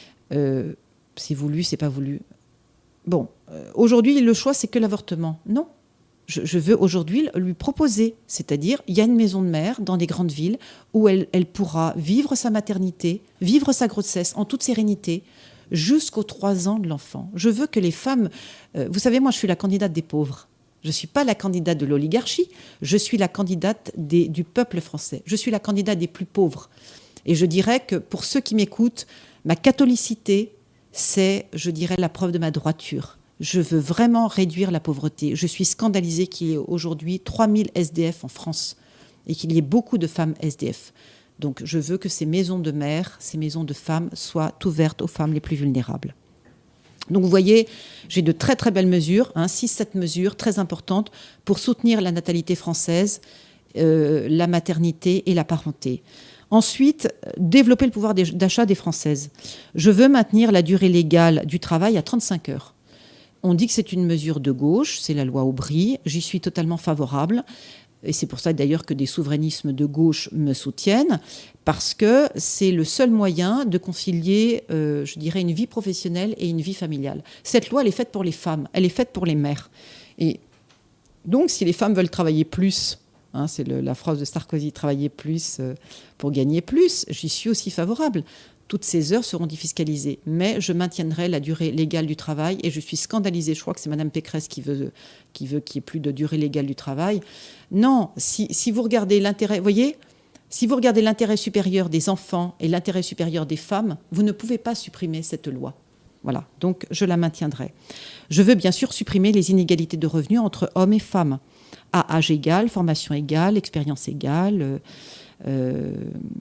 Euh, c'est voulu, c'est pas voulu. Bon, euh, aujourd'hui, le choix, c'est que l'avortement. Non. Je, je veux aujourd'hui lui proposer, c'est-à-dire, il y a une maison de mère dans des grandes villes où elle, elle pourra vivre sa maternité, vivre sa grossesse en toute sérénité jusqu'aux trois ans de l'enfant. Je veux que les femmes... Euh, vous savez, moi, je suis la candidate des pauvres. Je ne suis pas la candidate de l'oligarchie, je suis la candidate des, du peuple français. Je suis la candidate des plus pauvres. Et je dirais que pour ceux qui m'écoutent, ma catholicité, c'est, je dirais, la preuve de ma droiture. Je veux vraiment réduire la pauvreté. Je suis scandalisée qu'il y ait aujourd'hui trois mille S D F en France et qu'il y ait beaucoup de femmes S D F. Donc je veux que ces maisons de mères, ces maisons de femmes soient ouvertes aux femmes les plus vulnérables. Donc vous voyez, j'ai de très très belles mesures, hein, six sept mesures très importantes pour soutenir la natalité française, euh, la maternité et la parenté. Ensuite, développer le pouvoir d'achat des Françaises. Je veux maintenir la durée légale du travail à trente-cinq heures. On dit que c'est une mesure de gauche, c'est la loi Aubry, j'y suis totalement favorable. Et c'est pour ça d'ailleurs que des souverainismes de gauche me soutiennent, parce que c'est le seul moyen de concilier, euh, je dirais, une vie professionnelle et une vie familiale. Cette loi, elle est faite pour les femmes, elle est faite pour les mères. Et donc, si les femmes veulent travailler plus, hein, c'est le, la phrase de Sarkozy, travailler plus euh, pour gagner plus, j'y suis aussi favorable. Toutes ces heures seront défiscalisées. Mais je maintiendrai la durée légale du travail et je suis scandalisée. Je crois que c'est Mme Pécresse qui veut, qui veut qu'il n'y ait plus de durée légale du travail. Non, si, si vous regardez l'intérêt... Vous voyez, si vous regardez l'intérêt supérieur des enfants et l'intérêt supérieur des femmes, vous ne pouvez pas supprimer cette loi. Voilà, donc je la maintiendrai. Je veux bien sûr supprimer les inégalités de revenus entre hommes et femmes, à âge égal, formation égale, expérience égale... Euh, euh,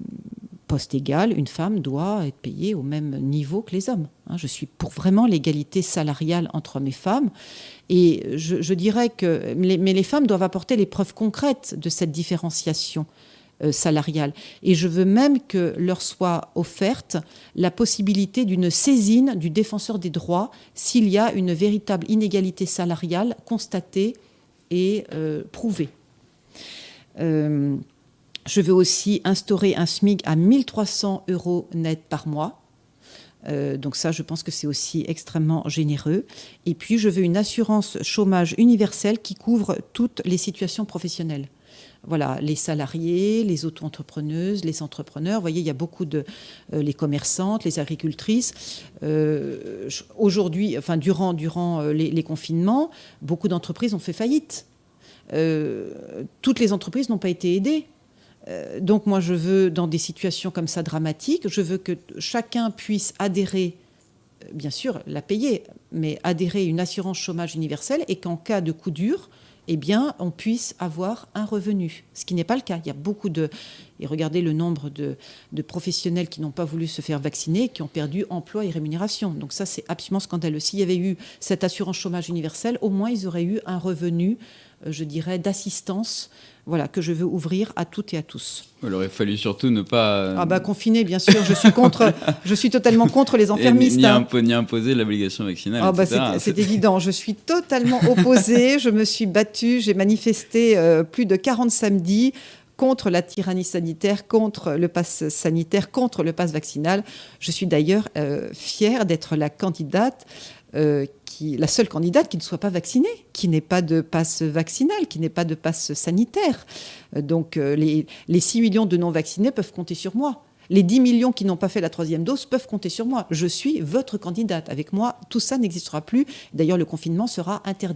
poste égal, une femme doit être payée au même niveau que les hommes. Je suis pour vraiment l'égalité salariale entre hommes et femmes. Et je, je dirais que... Mais les femmes doivent apporter les preuves concrètes de cette différenciation euh, salariale. Et je veux même que leur soit offerte la possibilité d'une saisine du défenseur des droits s'il y a une véritable inégalité salariale constatée et euh, prouvée. Euh, Je veux aussi instaurer un SMIC à mille trois cents euros net par mois. Euh, donc ça, je pense que c'est aussi extrêmement généreux. Et puis, je veux une assurance chômage universelle qui couvre toutes les situations professionnelles. Voilà, les salariés, les auto-entrepreneuses, les entrepreneurs. Vous voyez, il y a beaucoup de... Euh, les commerçantes, les agricultrices. Euh, aujourd'hui, enfin, durant, durant les, les confinements, beaucoup d'entreprises ont fait faillite. Euh, toutes les entreprises n'ont pas été aidées. Donc moi, je veux, dans des situations comme ça dramatiques, je veux que chacun puisse adhérer, bien sûr, la payer, mais adhérer à une assurance chômage universelle et qu'en cas de coup dur, eh bien, on puisse avoir un revenu. Ce qui n'est pas le cas. Il y a beaucoup de... Et regardez le nombre de, de professionnels qui n'ont pas voulu se faire vacciner, qui ont perdu emploi et rémunération. Donc ça, c'est absolument scandaleux. S'il y avait eu cette assurance chômage universelle, au moins, ils auraient eu un revenu, je dirais, d'assistance, voilà, que je veux ouvrir à toutes et à tous. Il aurait fallu surtout ne pas... Ah bah confiner, bien sûr. Je suis contre. Je suis totalement contre les enfermistes. Ni, hein. impo, ni imposer l'obligation vaccinale, ah bah et cetera. C'est, c'est évident. Je suis totalement opposée. Je me suis battue. J'ai manifesté euh, plus de quarante samedis contre la tyrannie sanitaire, contre le pass sanitaire, contre le pass vaccinal. Je suis d'ailleurs euh, fière d'être la candidate... Euh, qui, la seule candidate qui ne soit pas vaccinée, qui n'ait pas de passe vaccinal, qui n'ait pas de passe sanitaire. Euh, donc euh, les, les six millions de non-vaccinés peuvent compter sur moi. Les dix millions qui n'ont pas fait la troisième dose peuvent compter sur moi. Je suis votre candidate. Avec moi, tout ça n'existera plus. D'ailleurs, le confinement sera interdit.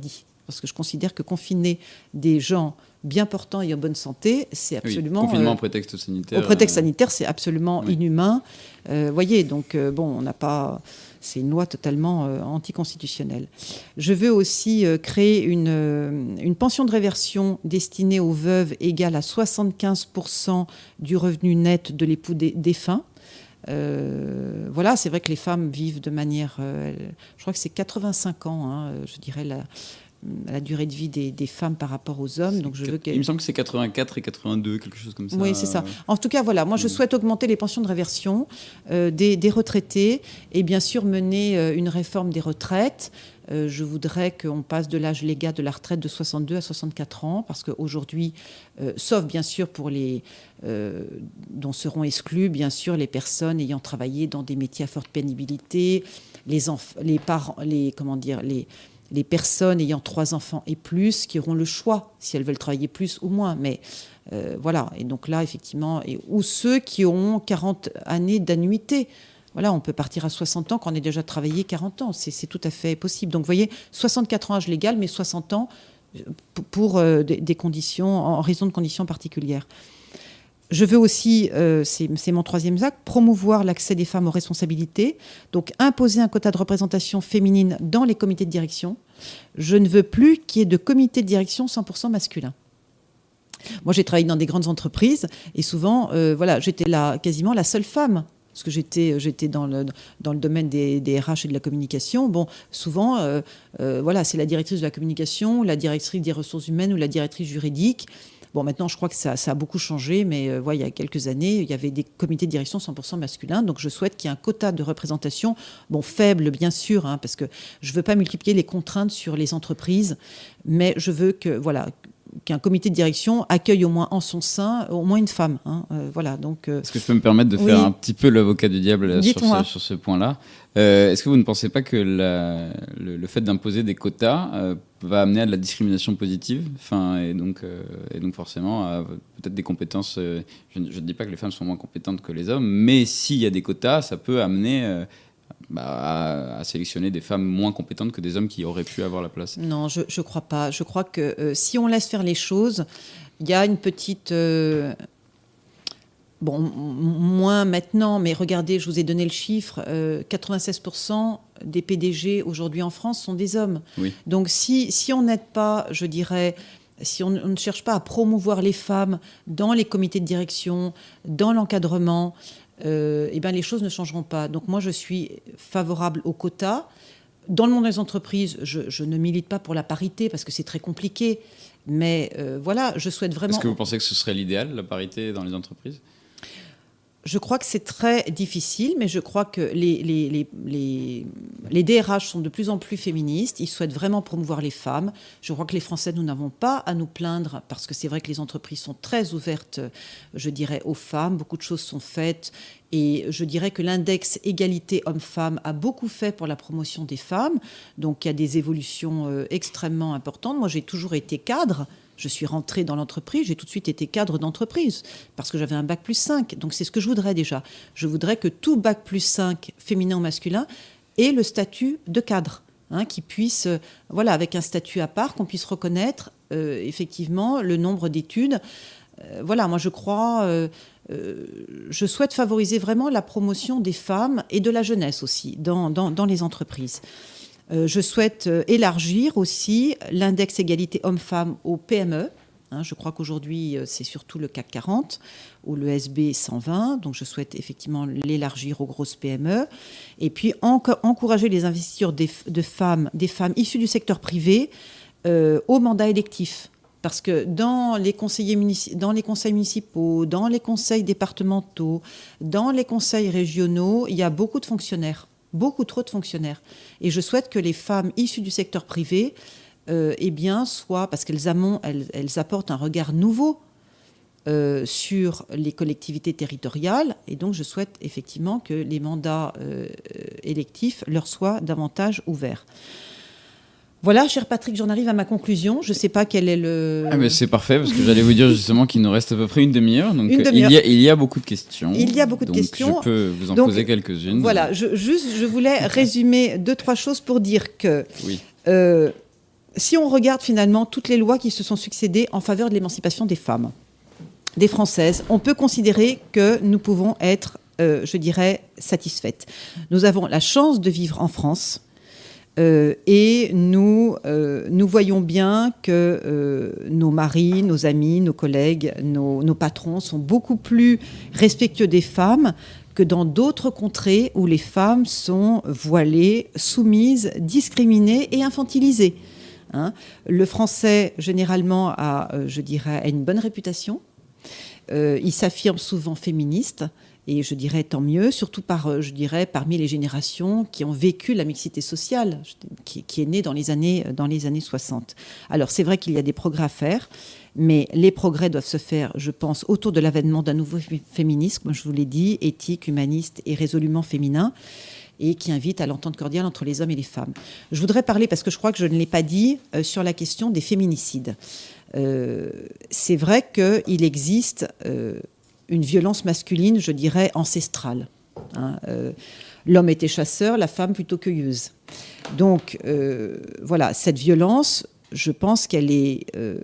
parce que je considère que confiner des gens bien portants et en bonne santé, c'est absolument... Oui, confinement euh, au prétexte sanitaire. Au prétexte euh, sanitaire, c'est absolument oui. inhumain. Vous euh, voyez, donc, euh, bon, on n'a pas... C'est une loi totalement euh, anticonstitutionnelle. Je veux aussi euh, créer une, euh, une pension de réversion destinée aux veuves égale à soixante-quinze pour cent du revenu net de l'époux dé- défunt. Euh, voilà, c'est vrai que les femmes vivent de manière... Euh, je crois que c'est quatre-vingt-cinq ans, hein, je dirais, la, la durée de vie des, des femmes par rapport aux hommes. Donc je veux Il me semble que c'est quatre-vingt-quatre et quatre-vingt-deux, quelque chose comme ça. Oui, c'est ça. En tout cas, voilà, moi je souhaite augmenter les pensions de réversion euh, des, des retraités et bien sûr mener euh, une réforme des retraites. Euh, je voudrais qu'on passe de l'âge légal de la retraite de soixante-deux à soixante-quatre ans, parce qu'aujourd'hui, euh, sauf bien sûr pour les euh, dont seront exclus, bien sûr, les personnes ayant travaillé dans des métiers à forte pénibilité, les, enf- les parents, les comment dire, les les personnes ayant trois enfants et plus qui auront le choix si elles veulent travailler plus ou moins. Mais euh, voilà, et donc là, effectivement, et, ou ceux qui ont quarante années d'annuité. Voilà, on peut partir à soixante ans quand on a déjà travaillé quarante ans. C'est, c'est tout à fait possible. Donc, vous voyez, soixante-quatre ans âge légal, mais soixante ans pour, pour euh, des, des conditions, en raison de conditions particulières. Je veux aussi, euh, c'est, c'est mon troisième axe, promouvoir l'accès des femmes aux responsabilités. Donc, imposer un quota de représentation féminine dans les comités de direction. Je ne veux plus qu'il y ait de comités de direction cent pour cent masculins. Moi, j'ai travaillé dans des grandes entreprises et souvent, euh, voilà, j'étais là, quasiment la seule femme. Parce que j'étais, j'étais dans, le, dans le domaine des, des R H et de la communication. Bon, souvent, euh, euh, voilà, c'est la directrice de la communication, la directrice des ressources humaines ou la directrice juridique. Bon, maintenant, je crois que ça, ça a beaucoup changé, mais euh, ouais, il y a quelques années, il y avait des comités de direction cent pour cent masculins. Donc, je souhaite qu'il y ait un quota de représentation, bon, faible, bien sûr, hein, parce que je ne veux pas multiplier les contraintes sur les entreprises, mais je veux que, voilà, qu'un comité de direction accueille au moins en son sein au moins une femme. Hein, euh, voilà, donc, euh, Est-ce que je peux me permettre de oui. faire un petit peu l'avocat du diable sur Dites-moi. ce, sur ce point-là euh, Est-ce que vous ne pensez pas que la, le, le fait d'imposer des quotas euh, va amener à de la discrimination positive, enfin, et, donc, euh, et donc forcément à peut-être des compétences... Euh, je, je ne dis pas que les femmes sont moins compétentes que les hommes, mais s'il y a des quotas, ça peut amener... Euh, Bah, à, à sélectionner des femmes moins compétentes que des hommes qui auraient pu avoir la place. Non, je ne crois pas. Je crois que euh, si on laisse faire les choses, il y a une petite... Euh, bon, m- moins maintenant, mais regardez, je vous ai donné le chiffre, euh, quatre-vingt-seize pour cent des P D G aujourd'hui en France sont des hommes. Oui. Donc si, si on n'aide pas, je dirais... Si on, on ne cherche pas à promouvoir les femmes dans les comités de direction, dans l'encadrement... Euh, eh ben, les choses ne changeront pas. Donc moi, je suis favorable aux quotas. Dans le monde des entreprises, je, je ne milite pas pour la parité parce que c'est très compliqué. Mais euh, voilà, je souhaite vraiment... Est-ce que vous pensez que ce serait l'idéal, la parité dans les entreprises ? Je crois que c'est très difficile, mais je crois que les, les, les, les, les D R H sont de plus en plus féministes. Ils souhaitent vraiment promouvoir les femmes. Je crois que les Français, nous n'avons pas à nous plaindre, parce que c'est vrai que les entreprises sont très ouvertes, je dirais, aux femmes. Beaucoup de choses sont faites. Et je dirais que l'index égalité homme-femme a beaucoup fait pour la promotion des femmes. Donc il y a des évolutions euh, extrêmement importantes. Moi, j'ai toujours été cadre. Je suis rentrée dans l'entreprise, j'ai tout de suite été cadre d'entreprise parce que j'avais un bac plus cinq. Donc c'est ce que je voudrais déjà. Je voudrais que tout bac plus cinq, féminin ou masculin, ait le statut de cadre, hein, qui puisse, euh, voilà, avec un statut à part, qu'on puisse reconnaître euh, effectivement le nombre d'études. Euh, voilà, moi je crois, euh, euh, je souhaite favoriser vraiment la promotion des femmes et de la jeunesse aussi dans, dans, dans les entreprises. Euh, je souhaite euh, élargir aussi l'index égalité homme-femme aux P M E. Hein, je crois qu'aujourd'hui, euh, c'est surtout le C A C quarante ou le S B cent vingt. Donc, je souhaite effectivement l'élargir aux grosses P M E. Et puis, en- encourager les investitures des, de femmes, des femmes issues du secteur privé euh, au mandat électif. Parce que dans les, conseillers munici- dans les conseils municipaux, dans les conseils départementaux, dans les conseils régionaux, il y a beaucoup de fonctionnaires. Beaucoup trop de fonctionnaires. Et je souhaite que les femmes issues du secteur privé, euh, eh bien, soient, parce qu'elles amont, elles, elles apportent un regard nouveau euh, sur les collectivités territoriales. Et donc, je souhaite effectivement que les mandats euh, électifs leur soient davantage ouverts. Voilà, cher Patrick, j'en arrive à ma conclusion. Je ne sais pas quel est le... Ah mais c'est parfait, parce que j'allais vous dire justement qu'il nous reste à peu près une demi-heure. Donc Une euh, demi-heure. Il, y a, il y a beaucoup de questions. Il y a beaucoup de donc questions. Je peux vous en Donc, poser quelques-unes. Voilà, je, juste, je voulais résumer deux, trois choses pour dire que Oui. euh, si on regarde finalement toutes les lois qui se sont succédées en faveur de l'émancipation des femmes, des Françaises, on peut considérer que nous pouvons être, euh, je dirais, satisfaites. Nous avons la chance de vivre en France. Euh, et nous, euh, nous voyons bien que euh, nos maris, nos amis, nos collègues, nos, nos patrons sont beaucoup plus respectueux des femmes que dans d'autres contrées où les femmes sont voilées, soumises, discriminées et infantilisées. Hein. Le français, généralement, a, euh, je dirais, a une bonne réputation. Euh, il s'affirme souvent féministe. Et je dirais tant mieux, surtout par, je dirais, parmi les générations qui ont vécu la mixité sociale, qui, qui est née dans les années, dans les années soixante. Alors c'est vrai qu'il y a des progrès à faire, mais les progrès doivent se faire, je pense, autour de l'avènement d'un nouveau féminisme, comme je vous l'ai dit, éthique, humaniste et résolument féminin, et qui invite à l'entente cordiale entre les hommes et les femmes. Je voudrais parler, parce que je crois que je ne l'ai pas dit, euh, sur la question des féminicides. Euh, c'est vrai qu'il existe... Euh, une violence masculine, je dirais, ancestrale. Hein, euh, l'homme était chasseur, la femme plutôt cueilleuse. Donc, euh, voilà, cette violence, je pense qu'elle est... Euh,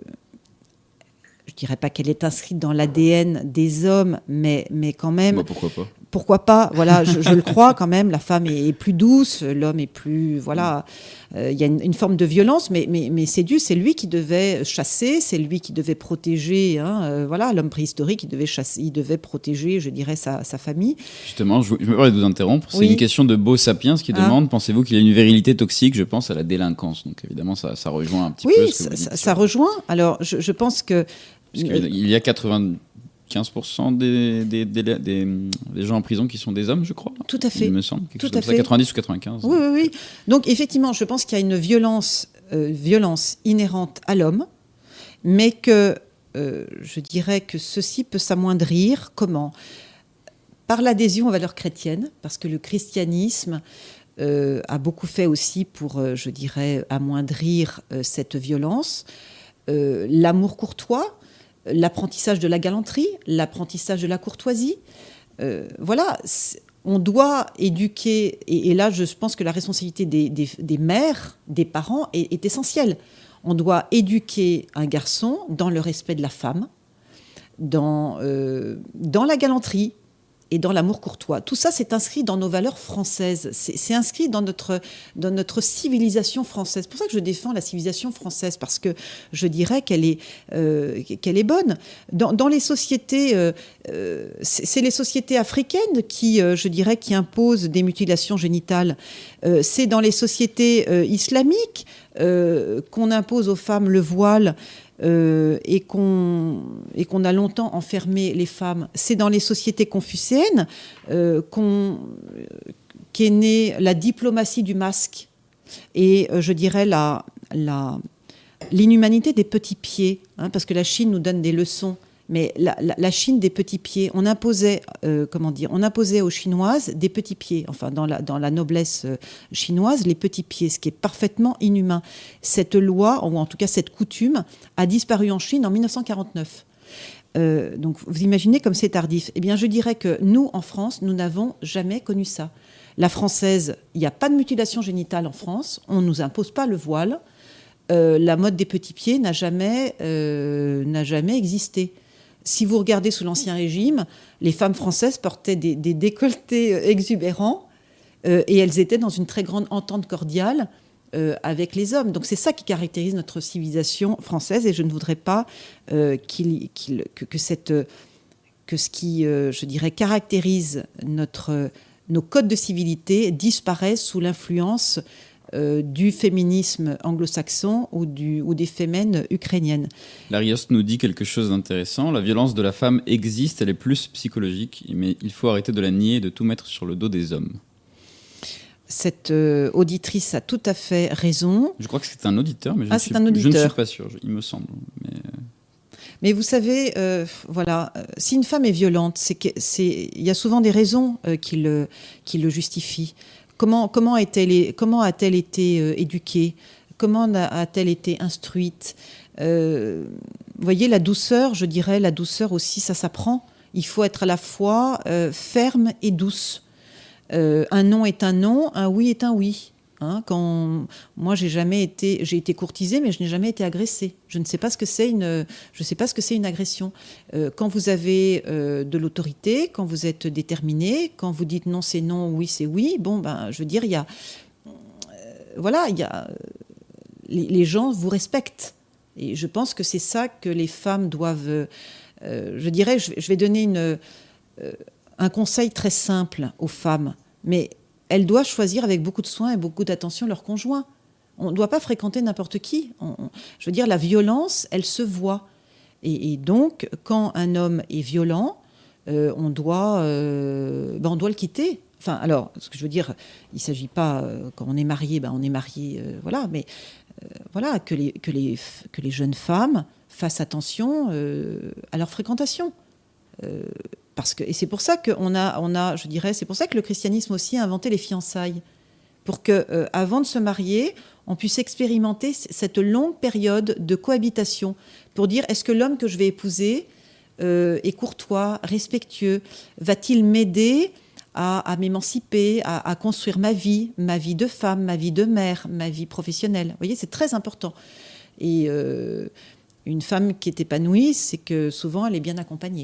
je ne dirais pas qu'elle est inscrite dans l'A D N des hommes, mais, mais quand même... Bah, pourquoi pas ? Pourquoi pas ? Voilà, je, je le crois quand même. La femme est, est plus douce, l'homme est plus... Voilà, il euh, y a une, une forme de violence, mais, mais, mais c'est dû, c'est lui qui devait chasser, c'est lui qui devait protéger. Hein, euh, voilà, l'homme préhistorique, il devait chasser, il devait protéger, je dirais, sa, sa famille. Justement, je, je me permets de vous interrompre. C'est oui. une question de Beau Sapiens qui ah. demande, pensez-vous qu'il y a une virilité toxique ? Je pense à la délinquance. Donc évidemment, ça, ça rejoint un petit oui, peu ce que ça, vous dites. ça, ça rejoint. Alors, je, je pense que... Il y a quatre-vingt-quinze pour cent des, des, des, des, des gens en prison qui sont des hommes, je crois. Tout à fait. Il me semble. Quelque Tout chose à comme ça, fait. quatre-vingt-dix ou quatre-vingt-quinze. Oui, oui, oui. Donc, effectivement, je pense qu'il y a une violence, euh, violence inhérente à l'homme, mais que euh, je dirais que ceci peut s'amoindrir. Comment ? Par l'adhésion aux valeurs chrétiennes, parce que le christianisme euh, a beaucoup fait aussi pour, euh, je dirais, amoindrir euh, cette violence. Euh, l'amour courtois, l'apprentissage de la galanterie, l'apprentissage de la courtoisie. Euh, voilà, on doit éduquer, et, et là je pense que la responsabilité des, des, des mères, des parents est, est essentielle. On doit éduquer un garçon dans le respect de la femme, dans, euh, dans la galanterie et dans l'amour courtois. Tout ça, c'est inscrit dans nos valeurs françaises. C'est, c'est inscrit dans notre, dans notre civilisation française. C'est pour ça que je défends la civilisation française, parce que je dirais qu'elle est, euh, qu'elle est bonne. Dans, dans les sociétés, euh, euh, c'est, c'est les sociétés africaines qui, euh, je dirais, qui imposent des mutilations génitales. Euh, c'est dans les sociétés euh, islamiques euh, qu'on impose aux femmes le voile. Euh, et, qu'on, et qu'on a longtemps enfermé les femmes. C'est dans les sociétés confucéennes euh, qu'on, qu'est née la diplomatie du masque et euh, je dirais la, la, l'inhumanité des petits pieds, hein, parce que la Chine nous donne des leçons. Mais la, la, la Chine des petits pieds, on imposait, euh, comment dire, on imposait aux Chinoises des petits pieds, enfin dans la, dans la noblesse euh, chinoise, les petits pieds, ce qui est parfaitement inhumain. Cette loi, ou en tout cas cette coutume, a disparu en Chine en dix-neuf cent quarante-neuf. Euh, donc vous imaginez comme c'est tardif. Eh bien je dirais que nous, en France, nous n'avons jamais connu ça. La française, il n'y a pas de mutilation génitale en France, on ne nous impose pas le voile, euh, la mode des petits pieds n'a jamais, euh, n'a jamais existé. Si vous regardez sous l'Ancien Régime, les femmes françaises portaient des, des décolletés exubérants euh, et elles étaient dans une très grande entente cordiale euh, avec les hommes. Donc c'est ça qui caractérise notre civilisation française et je ne voudrais pas euh, qu'il, qu'il, que, que, cette, que ce qui, euh, je dirais, caractérise notre, nos codes de civilité disparaisse sous l'influence Euh, du féminisme anglo-saxon ou, du, ou des fémènes ukrainiennes. Larios nous dit quelque chose d'intéressant. La violence de la femme existe, elle est plus psychologique, mais il faut arrêter de la nier et de tout mettre sur le dos des hommes. Cette euh, auditrice a tout à fait raison. Je crois que c'est un auditeur, mais je, ah, ne, c'est suis, un auditeur. je ne suis pas sûr, il me semble. Mais, mais vous savez, euh, voilà, si une femme est violente, c'est que, c'est, il y a souvent des raisons euh, qui, le, qui le justifient. Comment, comment, est-elle, comment a-t-elle été euh, éduquée ? Comment a-t-elle été instruite ? euh, Vous voyez, la douceur, je dirais, la douceur aussi, ça s'apprend. Il faut être à la fois euh, ferme et douce. Euh, un non est un non, un oui est un oui. Hein, quand moi j'ai jamais été, j'ai été courtisée, mais je n'ai jamais été agressée. Je ne sais pas ce que c'est une, je sais pas ce que c'est une agression. Euh, quand vous avez euh, de l'autorité, quand vous êtes déterminé, quand vous dites non c'est non, oui c'est oui, bon ben je veux dire il y a, euh, voilà il y a, les, les gens vous respectent et je pense que c'est ça que les femmes doivent. Euh, je dirais, je, je vais donner une, euh, un conseil très simple aux femmes, mais elles doivent choisir avec beaucoup de soin et beaucoup d'attention leur conjoint. On ne doit pas fréquenter n'importe qui. On, on, je veux dire, la violence, elle se voit. Et, et donc, quand un homme est violent, euh, on, doit, euh, ben on doit le quitter. Enfin, alors, ce que je veux dire, il ne s'agit pas, euh, quand on est marié, ben on est marié, euh, voilà, mais euh, voilà, que les, que, les, que les jeunes femmes fassent attention euh, à leur fréquentation. Euh, Parce que, et c'est pour ça qu'on a, on a, je dirais, c'est pour ça que le christianisme aussi a inventé les fiançailles, pour que, euh, avant de se marier, on puisse expérimenter cette longue période de cohabitation, pour dire est-ce que l'homme que je vais épouser euh, est courtois, respectueux, va-t-il m'aider à, à m'émanciper, à, à construire ma vie, ma vie de femme, ma vie de mère, ma vie professionnelle. Vous voyez, c'est très important. Et euh, une femme qui est épanouie, c'est que souvent elle est bien accompagnée.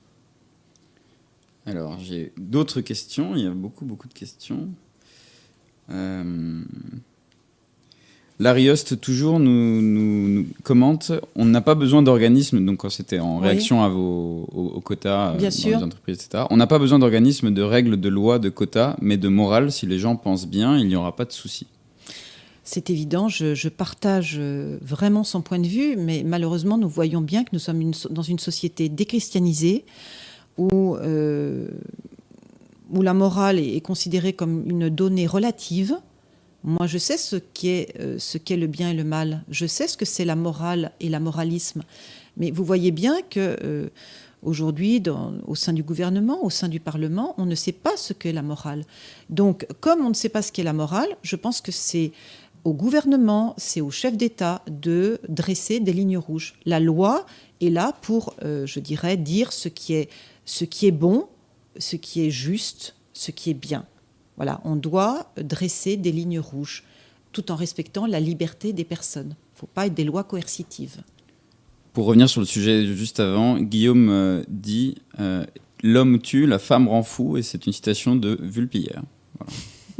Alors, j'ai d'autres questions. Il y a beaucoup, beaucoup de questions. Euh... Larry Host, toujours, nous, nous, nous commente « On n'a pas besoin d'organismes », donc quand c'était en oui. réaction à vos, aux, aux quotas Bien dans sûr. les entreprises, et cetera. « On n'a pas besoin d'organismes, de règles, de lois, de quotas, mais de morale. Si les gens pensent bien, il n'y aura pas de souci. » C'est évident, je, je partage vraiment son point de vue, mais malheureusement, nous voyons bien que nous sommes une, dans une société déchristianisée, Où, euh, où la morale est considérée comme une donnée relative. Moi, je sais ce qu'est, euh, ce qu'est le bien et le mal. Je sais ce que c'est la morale et la moralisme. Mais vous voyez bien que euh, aujourd'hui, dans, au sein du gouvernement, au sein du Parlement, on ne sait pas ce qu'est la morale. Donc, comme on ne sait pas ce qu'est la morale, je pense que c'est au gouvernement, c'est au chef d'État de dresser des lignes rouges. La loi est là pour, euh, je dirais, dire ce qui est ce qui est bon, ce qui est juste, ce qui est bien. Voilà, on doit dresser des lignes rouges, tout en respectant la liberté des personnes. Il ne faut pas être des lois coercitives. Pour revenir sur le sujet juste avant, Guillaume euh, dit euh, « L'homme tue, la femme rend fou », et c'est une citation de Vulpière. Voilà.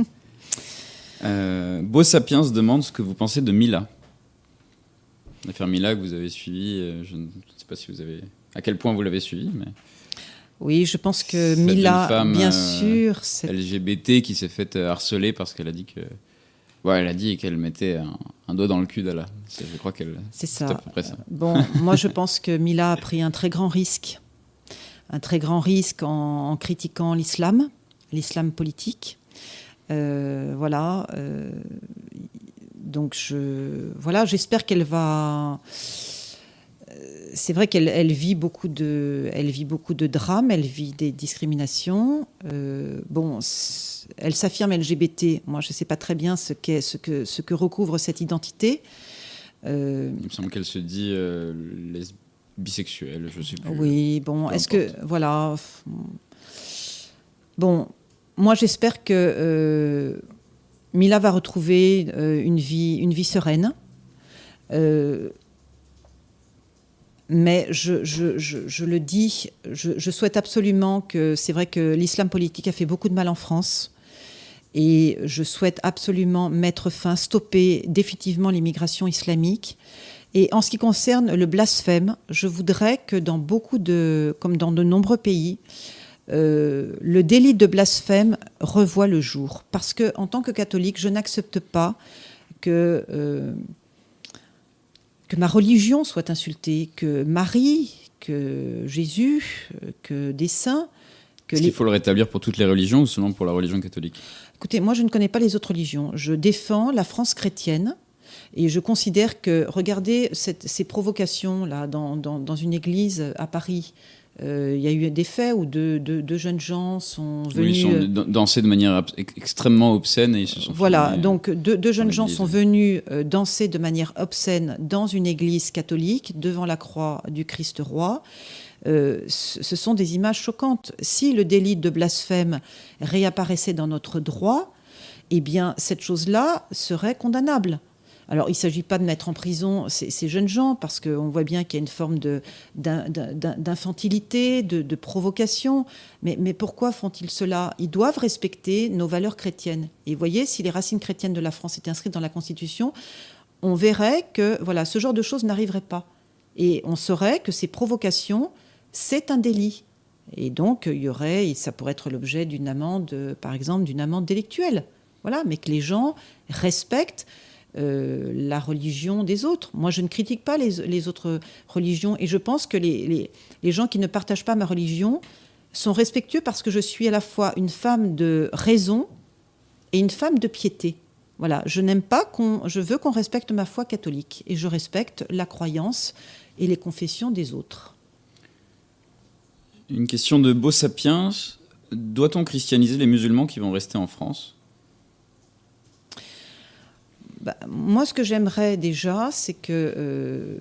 euh, Beau Sapiens demande ce que vous pensez de Mila. L'affaire Mila que vous avez suivie, euh, je ne sais pas si vous avez... à quel point vous l'avez suivie, mais... Oui, je pense que cette Mila, femme, bien euh, sûr... C'est... L G B T qui s'est fait harceler parce qu'elle a dit que... Ouais, elle a dit qu'elle mettait un, un doigt dans le cul d'Allah. C'est, je crois qu'elle... C'est ça. C'est à peu près ça. Bon, moi, je pense que Mila a pris un très grand risque. Un très grand risque en, en critiquant l'islam, l'islam politique. Euh, voilà. Euh, donc, je, voilà, j'espère qu'elle va... C'est vrai qu'elle elle vit beaucoup de, elle vit beaucoup de drames, elle vit des discriminations. Euh, bon, elle s'affirme L G B T. Moi, je ne sais pas très bien ce, qu'est, ce, que, ce que recouvre cette identité. Euh, Il me semble qu'elle se dit euh, lesb- bisexuelle, je ne sais plus. Oui, bon, est-ce que voilà. Bon, moi, j'espère que euh, Mila va retrouver euh, une vie, une vie sereine. Euh, Mais je, je, je, je le dis, je, je souhaite absolument que... C'est vrai que l'islam politique a fait beaucoup de mal en France. Et je souhaite absolument mettre fin, stopper définitivement l'immigration islamique. Et en ce qui concerne le blasphème, je voudrais que dans beaucoup de... comme dans de nombreux pays, euh, le délit de blasphème revoie le jour. Parce qu'en tant que catholique, je n'accepte pas que... Euh, que ma religion soit insultée, que Marie, que Jésus, que des saints... Que Est-ce les... qu'il faut le rétablir pour toutes les religions ou seulement pour la religion catholique ? Écoutez, moi je ne connais pas les autres religions. Je défends la France chrétienne et je considère que, regardez cette, ces provocations-là dans, dans, dans une église à Paris. Il euh, y a eu des faits où deux, deux, deux jeunes gens sont venus... Oui, ils sont dansés de manière extrêmement obscène et ils se sont... Voilà, filmés, donc deux, deux jeunes gens sont venus euh, danser de manière obscène dans une église catholique, devant la croix du Christ roi. Euh, ce sont des images choquantes. Si le délit de blasphème réapparaissait dans notre droit, eh bien, cette chose-là serait condamnable. Alors, il ne s'agit pas de mettre en prison ces, ces jeunes gens, parce qu'on voit bien qu'il y a une forme de, d'in, d'in, d'infantilité, de, de provocation. Mais, mais pourquoi font-ils cela ? Ils doivent respecter nos valeurs chrétiennes. Et vous voyez, si les racines chrétiennes de la France étaient inscrites dans la Constitution, on verrait que voilà, ce genre de choses n'arriverait pas. Et on saurait que ces provocations, c'est un délit. Et donc, il y aurait, et ça pourrait être l'objet d'une amende, par exemple, d'une amende délictuelle. Voilà, mais que les gens respectent Euh, la religion des autres. Moi, je ne critique pas les, les autres religions et je pense que les, les, les gens qui ne partagent pas ma religion sont respectueux parce que je suis à la fois une femme de raison et une femme de piété. Voilà, je n'aime pas qu'on... Je veux qu'on respecte ma foi catholique et je respecte la croyance et les confessions des autres. Une question de Beau Sapiens. Doit-on christianiser les musulmans qui vont rester en France ? Bah, moi, ce que j'aimerais déjà, c'est que euh,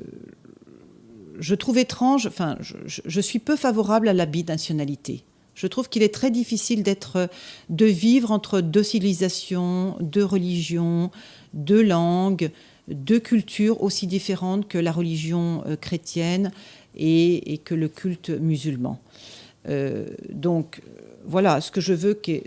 je trouve étrange, enfin, je, je suis peu favorable à la binationalité. Je trouve qu'il est très difficile d'être, de vivre entre deux civilisations, deux religions, deux langues, deux cultures aussi différentes que la religion euh, chrétienne et, et que le culte musulman. Euh, donc, voilà, ce que je veux, que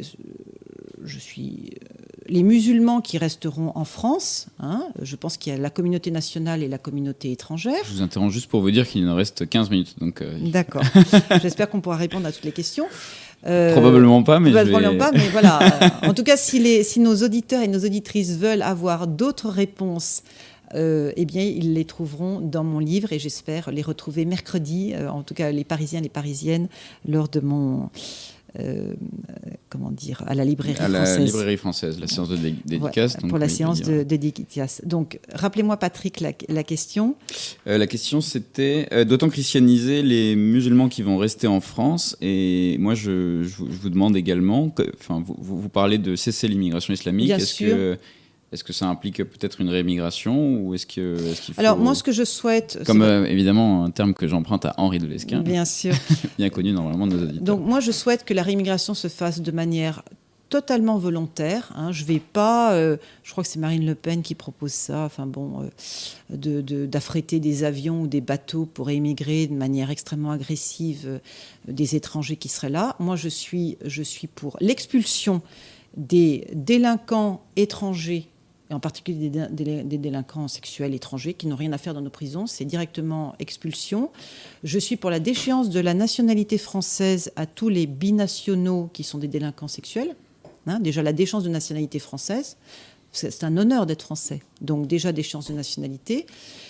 je suis... Les musulmans qui resteront en France, hein, je pense qu'il y a la communauté nationale et la communauté étrangère. Je vous interromps juste pour vous dire qu'il nous reste quinze minutes. Donc, euh... D'accord. J'espère qu'on pourra répondre à toutes les questions. Euh, probablement pas, mais probablement je vais... pas, mais voilà. En tout cas, si, les, si nos auditeurs et nos auditrices veulent avoir d'autres réponses, euh, eh bien, ils les trouveront dans mon livre et j'espère les retrouver mercredi, euh, en tout cas les Parisiens, les Parisiennes, lors de mon... Euh, comment dire, à la librairie à la française. librairie française, la séance de dé- dédicace. Ouais, donc pour la oui, séance de, de dédicace. Donc, rappelez-moi, Patrick, la, la question. Euh, la question, c'était euh, doit-on christianiser les musulmans qui vont rester en France ? Et moi, je, je, vous, je vous demande également, enfin, vous, vous parlez de cesser l'immigration islamique. Bien est-ce sûr. que Est-ce que ça implique peut-être une réémigration ou est-ce, que, est-ce qu'il faut... Alors, moi, ce que je souhaite... Comme euh, évidemment un terme que j'emprunte à Henri de Lesquen. Bien sûr. Bien connu normalement de nos auditeurs. Donc, moi, je souhaite que la réémigration se fasse de manière totalement volontaire. Hein. Je vais pas... Euh, je crois que c'est Marine Le Pen qui propose ça, enfin bon, euh, de, de, d'affréter des avions ou des bateaux pour émigrer de manière extrêmement agressive euh, des étrangers qui seraient là. Moi, je suis, je suis pour l'expulsion des délinquants étrangers, et en particulier des, des, des délinquants sexuels étrangers qui n'ont rien à faire dans nos prisons, c'est directement expulsion. Je suis pour la déchéance de la nationalité française à tous les binationaux qui sont des délinquants sexuels. Hein, déjà, la déchéance de nationalité française, c'est, c'est un honneur d'être français. Donc déjà, déchéance de nationalité.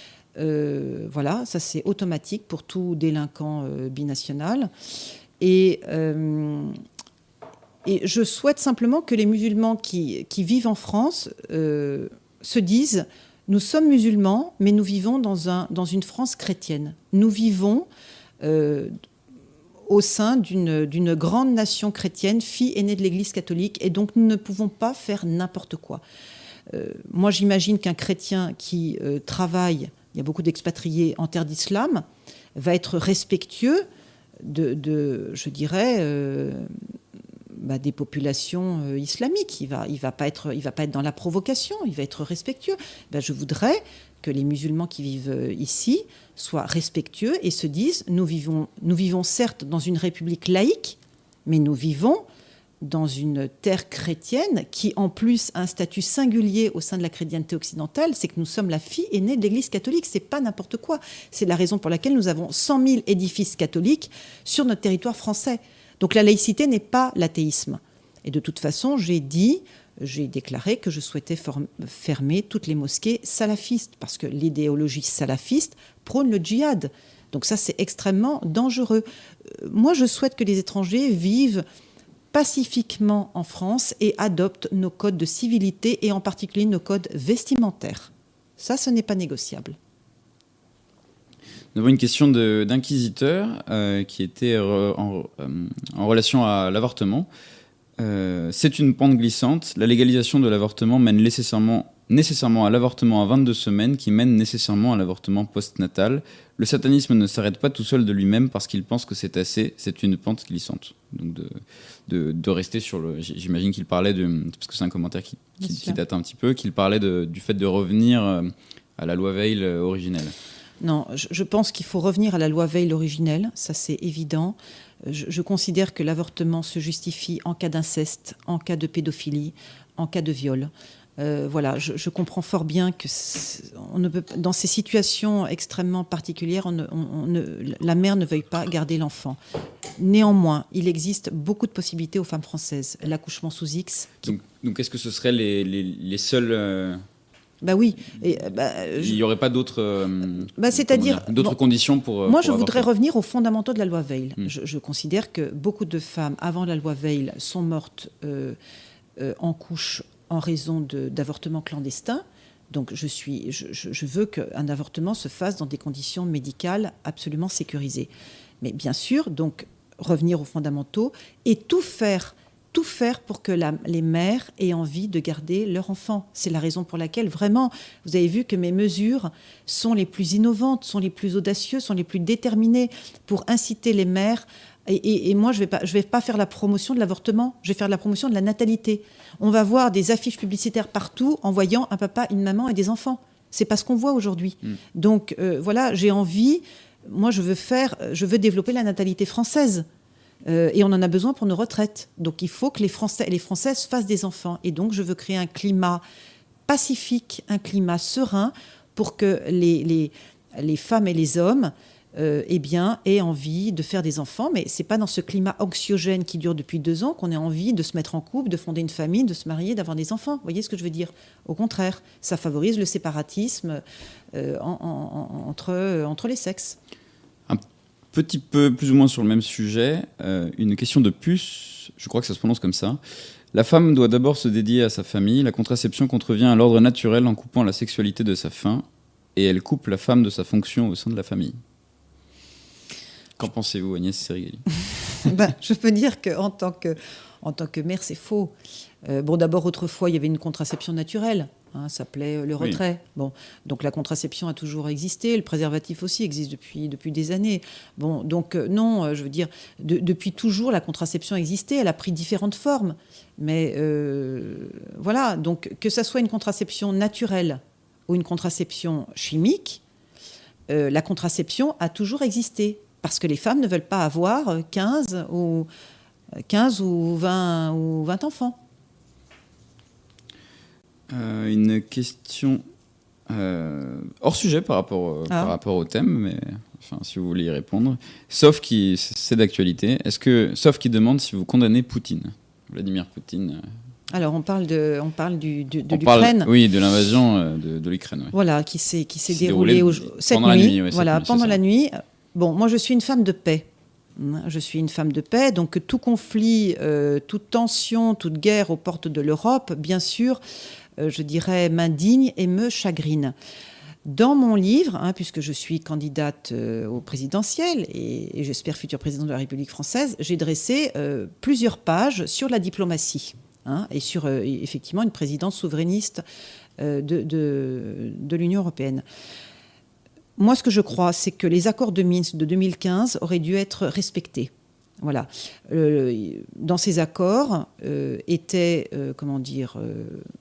Euh, voilà, ça c'est automatique pour tout délinquant euh, binational. Et... Euh, Et je souhaite simplement que les musulmans qui, qui vivent en France euh, se disent « Nous sommes musulmans, mais nous vivons dans, un, dans une France chrétienne. Nous vivons euh, au sein d'une, d'une grande nation chrétienne, fille aînée de l'Église catholique, et donc nous ne pouvons pas faire n'importe quoi. Euh, moi, j'imagine qu'un chrétien qui euh, travaille, il y a beaucoup d'expatriés en terre d'islam, va être respectueux de, de je dirais... Euh, Bah, des populations euh, islamiques. Il ne va, il va pas être, il va pas être dans la provocation, il va être respectueux. Ben, je voudrais que les musulmans qui vivent euh, ici soient respectueux et se disent nous vivons, nous vivons certes dans une république laïque, mais nous vivons dans une terre chrétienne qui, en plus, a un statut singulier au sein de la chrétienté occidentale, c'est que nous sommes la fille aînée de l'Église catholique. C'est pas n'importe quoi. C'est la raison pour laquelle nous avons cent mille édifices catholiques sur notre territoire français. Donc la laïcité n'est pas l'athéisme. Et de toute façon, j'ai dit, j'ai déclaré que je souhaitais form- fermer toutes les mosquées salafistes, parce que l'idéologie salafiste prône le djihad. Donc ça, c'est extrêmement dangereux. Euh, moi, je souhaite que les étrangers vivent pacifiquement en France et adoptent nos codes de civilité, et en particulier nos codes vestimentaires. Ça, ce n'est pas négociable. Nous avons une question de, d'inquisiteur euh, qui était re, en, euh, en relation à l'avortement. Euh, c'est une pente glissante. La légalisation de l'avortement mène nécessairement nécessairement à l'avortement à vingt-deux semaines qui mène nécessairement à l'avortement postnatal. Le satanisme ne s'arrête pas tout seul de lui-même parce qu'il pense que c'est assez, c'est une pente glissante. Donc de, de, de rester sur le... J'imagine qu'il parlait de... Parce que c'est un commentaire qui, qui, qui date un petit peu, qu'il parlait de, du fait de revenir à la loi Veil originelle. Non, je, je pense qu'il faut revenir à la loi Veil originelle, ça c'est évident. Je, je considère que l'avortement se justifie en cas d'inceste, en cas de pédophilie, en cas de viol. Euh, voilà, je, je comprends fort bien que on ne peut, dans ces situations extrêmement particulières, on ne, on, on ne, la mère ne veuille pas garder l'enfant. Néanmoins, il existe beaucoup de possibilités aux femmes françaises. L'accouchement sous X. Qui... Donc, donc, est-ce que ce seraient les, les, les seuls euh... Bah oui. Et, bah, je... Il n'y aurait pas d'autres, euh, bah, c'est-à-dire, dire, d'autres bon, conditions pour. Moi, pour je avorter. voudrais revenir aux fondamentaux de la loi Veil. Mmh. Je, je considère que beaucoup de femmes, avant la loi Veil, sont mortes euh, euh, en couche en raison de, d'avortements clandestins. Donc, je, suis, je, je veux qu'un avortement se fasse dans des conditions médicales absolument sécurisées. Mais bien sûr, donc, revenir aux fondamentaux et tout faire, tout faire pour que la, les mères aient envie de garder leur enfant. C'est la raison pour laquelle, vraiment, vous avez vu que mes mesures sont les plus innovantes, sont les plus audacieuses, sont les plus déterminées pour inciter les mères. Et, et, et moi, je ne vais pas, je vais pas faire la promotion de l'avortement, je vais faire la promotion de la natalité. On va voir des affiches publicitaires partout en voyant un papa, une maman et des enfants. C'est pas ce qu'on voit aujourd'hui. Mmh. Donc, euh, voilà, j'ai envie... Moi, je veux faire, je veux développer la natalité française. Euh, et on en a besoin pour nos retraites. Donc, il faut que les Français et les Françaises fassent des enfants. Et donc, je veux créer un climat pacifique, un climat serein pour que les, les, les femmes et les hommes euh, eh bien, aient envie de faire des enfants. Mais ce n'est pas dans ce climat anxiogène qui dure depuis deux ans qu'on ait envie de se mettre en couple, de fonder une famille, de se marier, d'avoir des enfants. Vous voyez ce que je veux dire ? Au contraire, ça favorise le séparatisme euh, en, en, en, entre, entre les sexes. Un petit peu plus ou moins sur le même sujet, euh, une question de puce, je crois que ça se prononce comme ça. La femme doit d'abord se dédier à sa famille. La contraception contrevient à l'ordre naturel en coupant la sexualité de sa fin et elle coupe la femme de sa fonction au sein de la famille. Qu'en pensez-vous, Agnès Sérigali ? ben, Je peux dire qu'en tant que, en tant que mère, c'est faux. Euh, bon, d'abord, autrefois, il y avait une contraception naturelle. Hein, ça s'appelait le retrait. Oui. Bon, donc la contraception a toujours existé. Le préservatif aussi existe depuis, depuis des années. Bon, donc euh, non, euh, je veux dire, de, depuis toujours, la contraception existait. Elle a pris différentes formes. Mais euh, voilà, donc que ça soit une contraception naturelle ou une contraception chimique, euh, la contraception a toujours existé. Parce que les femmes ne veulent pas avoir quinze ou, quinze ou, vingt, ou vingt enfants. Euh, une question euh, hors sujet par rapport, ah. par rapport au thème, mais enfin, si vous voulez y répondre. Sauf qui, c'est d'actualité. Est-ce que, sauf qui demande si vous condamnez Poutine, Vladimir Poutine. Alors, on parle de, on parle du, de, de on l'Ukraine. Parle, oui, de l'invasion de, de l'Ukraine. Oui. Voilà, qui s'est, qui s'est déroulée au, cette pendant nuit. La nuit ouais, voilà, nuit, pendant la nuit. Bon, moi, je suis une femme de paix. Je suis une femme de paix, donc tout conflit, euh, toute tension, toute guerre aux portes de l'Europe, bien sûr, euh, je dirais, m'indigne et me chagrine. Dans mon livre, hein, puisque je suis candidate euh, au présidentiel et, et j'espère future présidente de la République française, j'ai dressé euh, plusieurs pages sur la diplomatie hein, et sur euh, effectivement une présidence souverainiste euh, de, de, de l'Union européenne. Moi, ce que je crois, c'est que les accords de Minsk de deux mille quinze auraient dû être respectés. Voilà. Euh, dans ces accords euh, était, euh, comment dire, euh,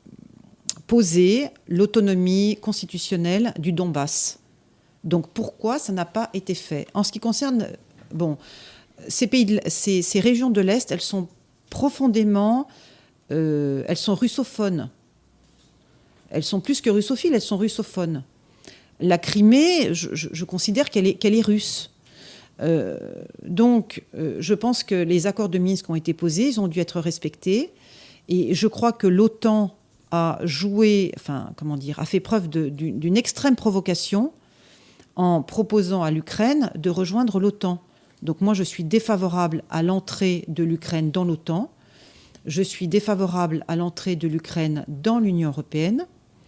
posée l'autonomie constitutionnelle du Donbass. Donc, pourquoi ça n'a pas été fait ? En ce qui concerne, bon, ces pays, de, ces, ces régions de l'Est, elles sont profondément, euh, elles sont russophones. Elles sont plus que russophiles, elles sont russophones. La Crimée, je, je, je considère qu'elle est, qu'elle est russe. Euh, donc, euh, je pense que les accords de Minsk ont été posés, ils ont dû être respectés. Et je crois que l'OTAN a joué, enfin, comment dire, a fait preuve de, d'une, d'une extrême provocation en proposant à l'Ukraine de rejoindre l'OTAN. Donc, moi, je suis défavorable à l'entrée de l'Ukraine dans l'OTAN. Je suis défavorable à l'entrée de l'Ukraine dans l'Union européenne.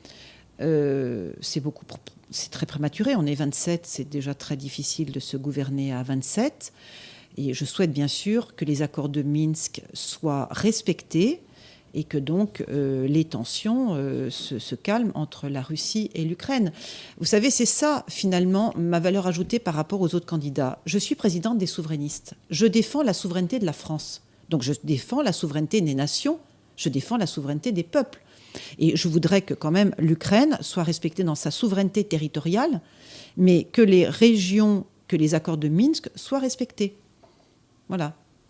Euh, c'est beaucoup, c'est très prématuré. On est vingt-sept, c'est déjà très difficile de se gouverner à vingt-sept. Et je souhaite bien sûr que les accords de Minsk soient respectés et que donc euh, les tensions euh, se, se calment entre la Russie et l'Ukraine. Vous savez, c'est ça finalement ma valeur ajoutée par rapport aux autres candidats. Je suis présidente des souverainistes. Je défends la souveraineté de la France. Donc je défends la souveraineté des nations, je défends la souveraineté des peuples. Et je voudrais que quand même l'Ukraine soit respectée dans sa souveraineté territoriale, mais que les régions, que les accords de Minsk soient respectés. Voilà.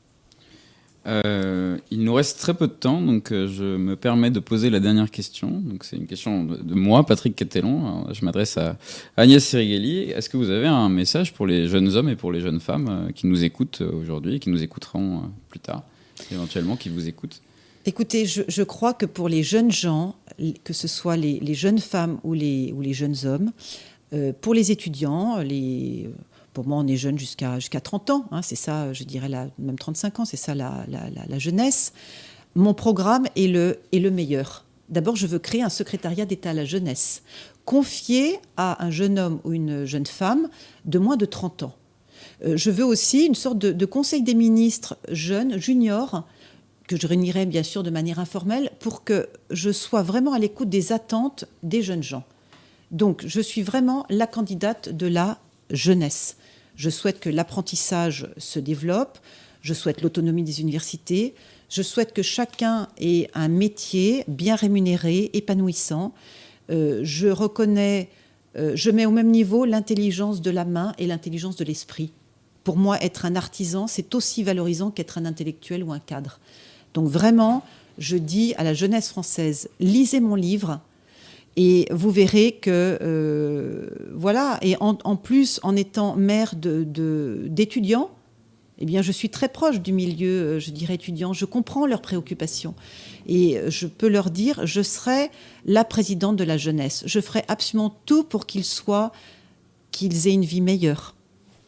Euh, il nous reste très peu de temps, donc euh, je me permets de poser la dernière question. Donc c'est une question de, de moi, Patrick Catellon. Alors, je m'adresse à Agnès Serigeli. Est-ce que vous avez un message pour les jeunes hommes et pour les jeunes femmes euh, qui nous écoutent aujourd'hui, qui nous écouteront euh, plus tard, éventuellement, qui vous écoutent? Écoutez, je, je crois que pour les jeunes gens, que ce soit les, les jeunes femmes ou les, ou les jeunes hommes, euh, pour les étudiants, les... Pour moi, on est jeune jusqu'à jusqu'à trente ans, hein, c'est ça, je dirais la, même trente-cinq ans, c'est ça la, la, la, la jeunesse. Mon programme est le, est le meilleur. D'abord, je veux créer un secrétariat d'État à la jeunesse, confié à un jeune homme ou une jeune femme de moins de trente ans. Euh, je veux aussi une sorte de, de conseil des ministres jeunes, juniors, que je réunirai bien sûr de manière informelle, pour que je sois vraiment à l'écoute des attentes des jeunes gens. Donc, je suis vraiment la candidate de la jeunesse. Je souhaite que l'apprentissage se développe, je souhaite l'autonomie des universités, je souhaite que chacun ait un métier bien rémunéré, épanouissant. Euh, je reconnais, euh, je mets au même niveau l'intelligence de la main et l'intelligence de l'esprit. Pour moi, être un artisan, c'est aussi valorisant qu'être un intellectuel ou un cadre. Donc vraiment, je dis à la jeunesse française, lisez mon livre, et vous verrez que, euh, voilà, et en, en plus, en étant mère de, de, d'étudiants, eh bien, je suis très proche du milieu, je dirais, étudiant. Je comprends leurs préoccupations. Et je peux leur dire, je serai la présidente de la jeunesse. Je ferai absolument tout pour qu'ils soient, qu'ils aient une vie meilleure.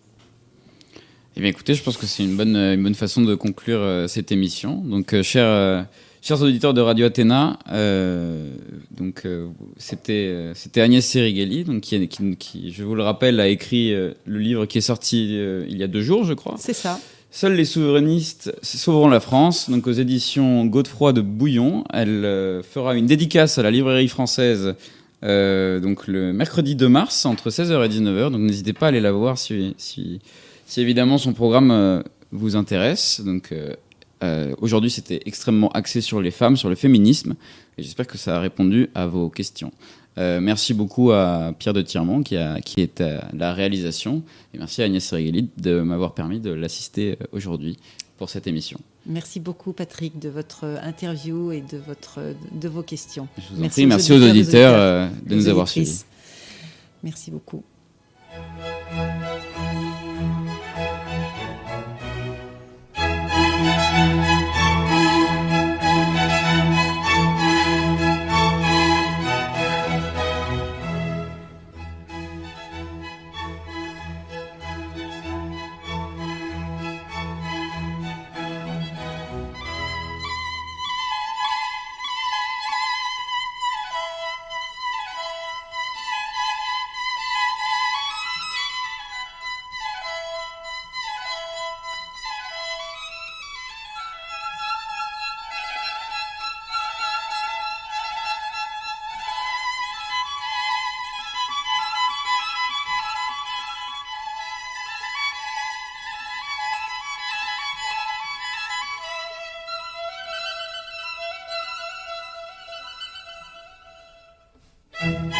Eh bien, écoutez, je pense que c'est une bonne, une bonne façon de conclure euh, cette émission. Donc, euh, chers... Euh Chers auditeurs de Radio Athéna, euh, donc euh, c'était euh, c'était Agnès Serigeli, donc qui, qui, qui, je vous le rappelle, a écrit euh, le livre qui est sorti euh, il y a deux jours, je crois. C'est ça. Seuls les souverainistes sauveront la France, donc aux éditions Godefroy de Bouillon. Elle euh, fera une dédicace à la librairie française, euh, donc le mercredi deux mars entre seize heures et dix-neuf heures. Donc n'hésitez pas à aller la voir si si, si évidemment son programme euh, vous intéresse. Donc euh, Euh, aujourd'hui, c'était extrêmement axé sur les femmes, sur le féminisme, et j'espère que ça a répondu à vos questions. Euh, merci beaucoup à Pierre de Tirmont qui, a, qui est à la réalisation, et merci à Agnès Serigeli de m'avoir permis de l'assister aujourd'hui pour cette émission. Merci beaucoup Patrick de votre interview et de, votre, de vos questions. Je vous en merci prie, aux merci aux auditeurs, aux auditeurs de nous avoir suivis. Merci beaucoup. Thank you.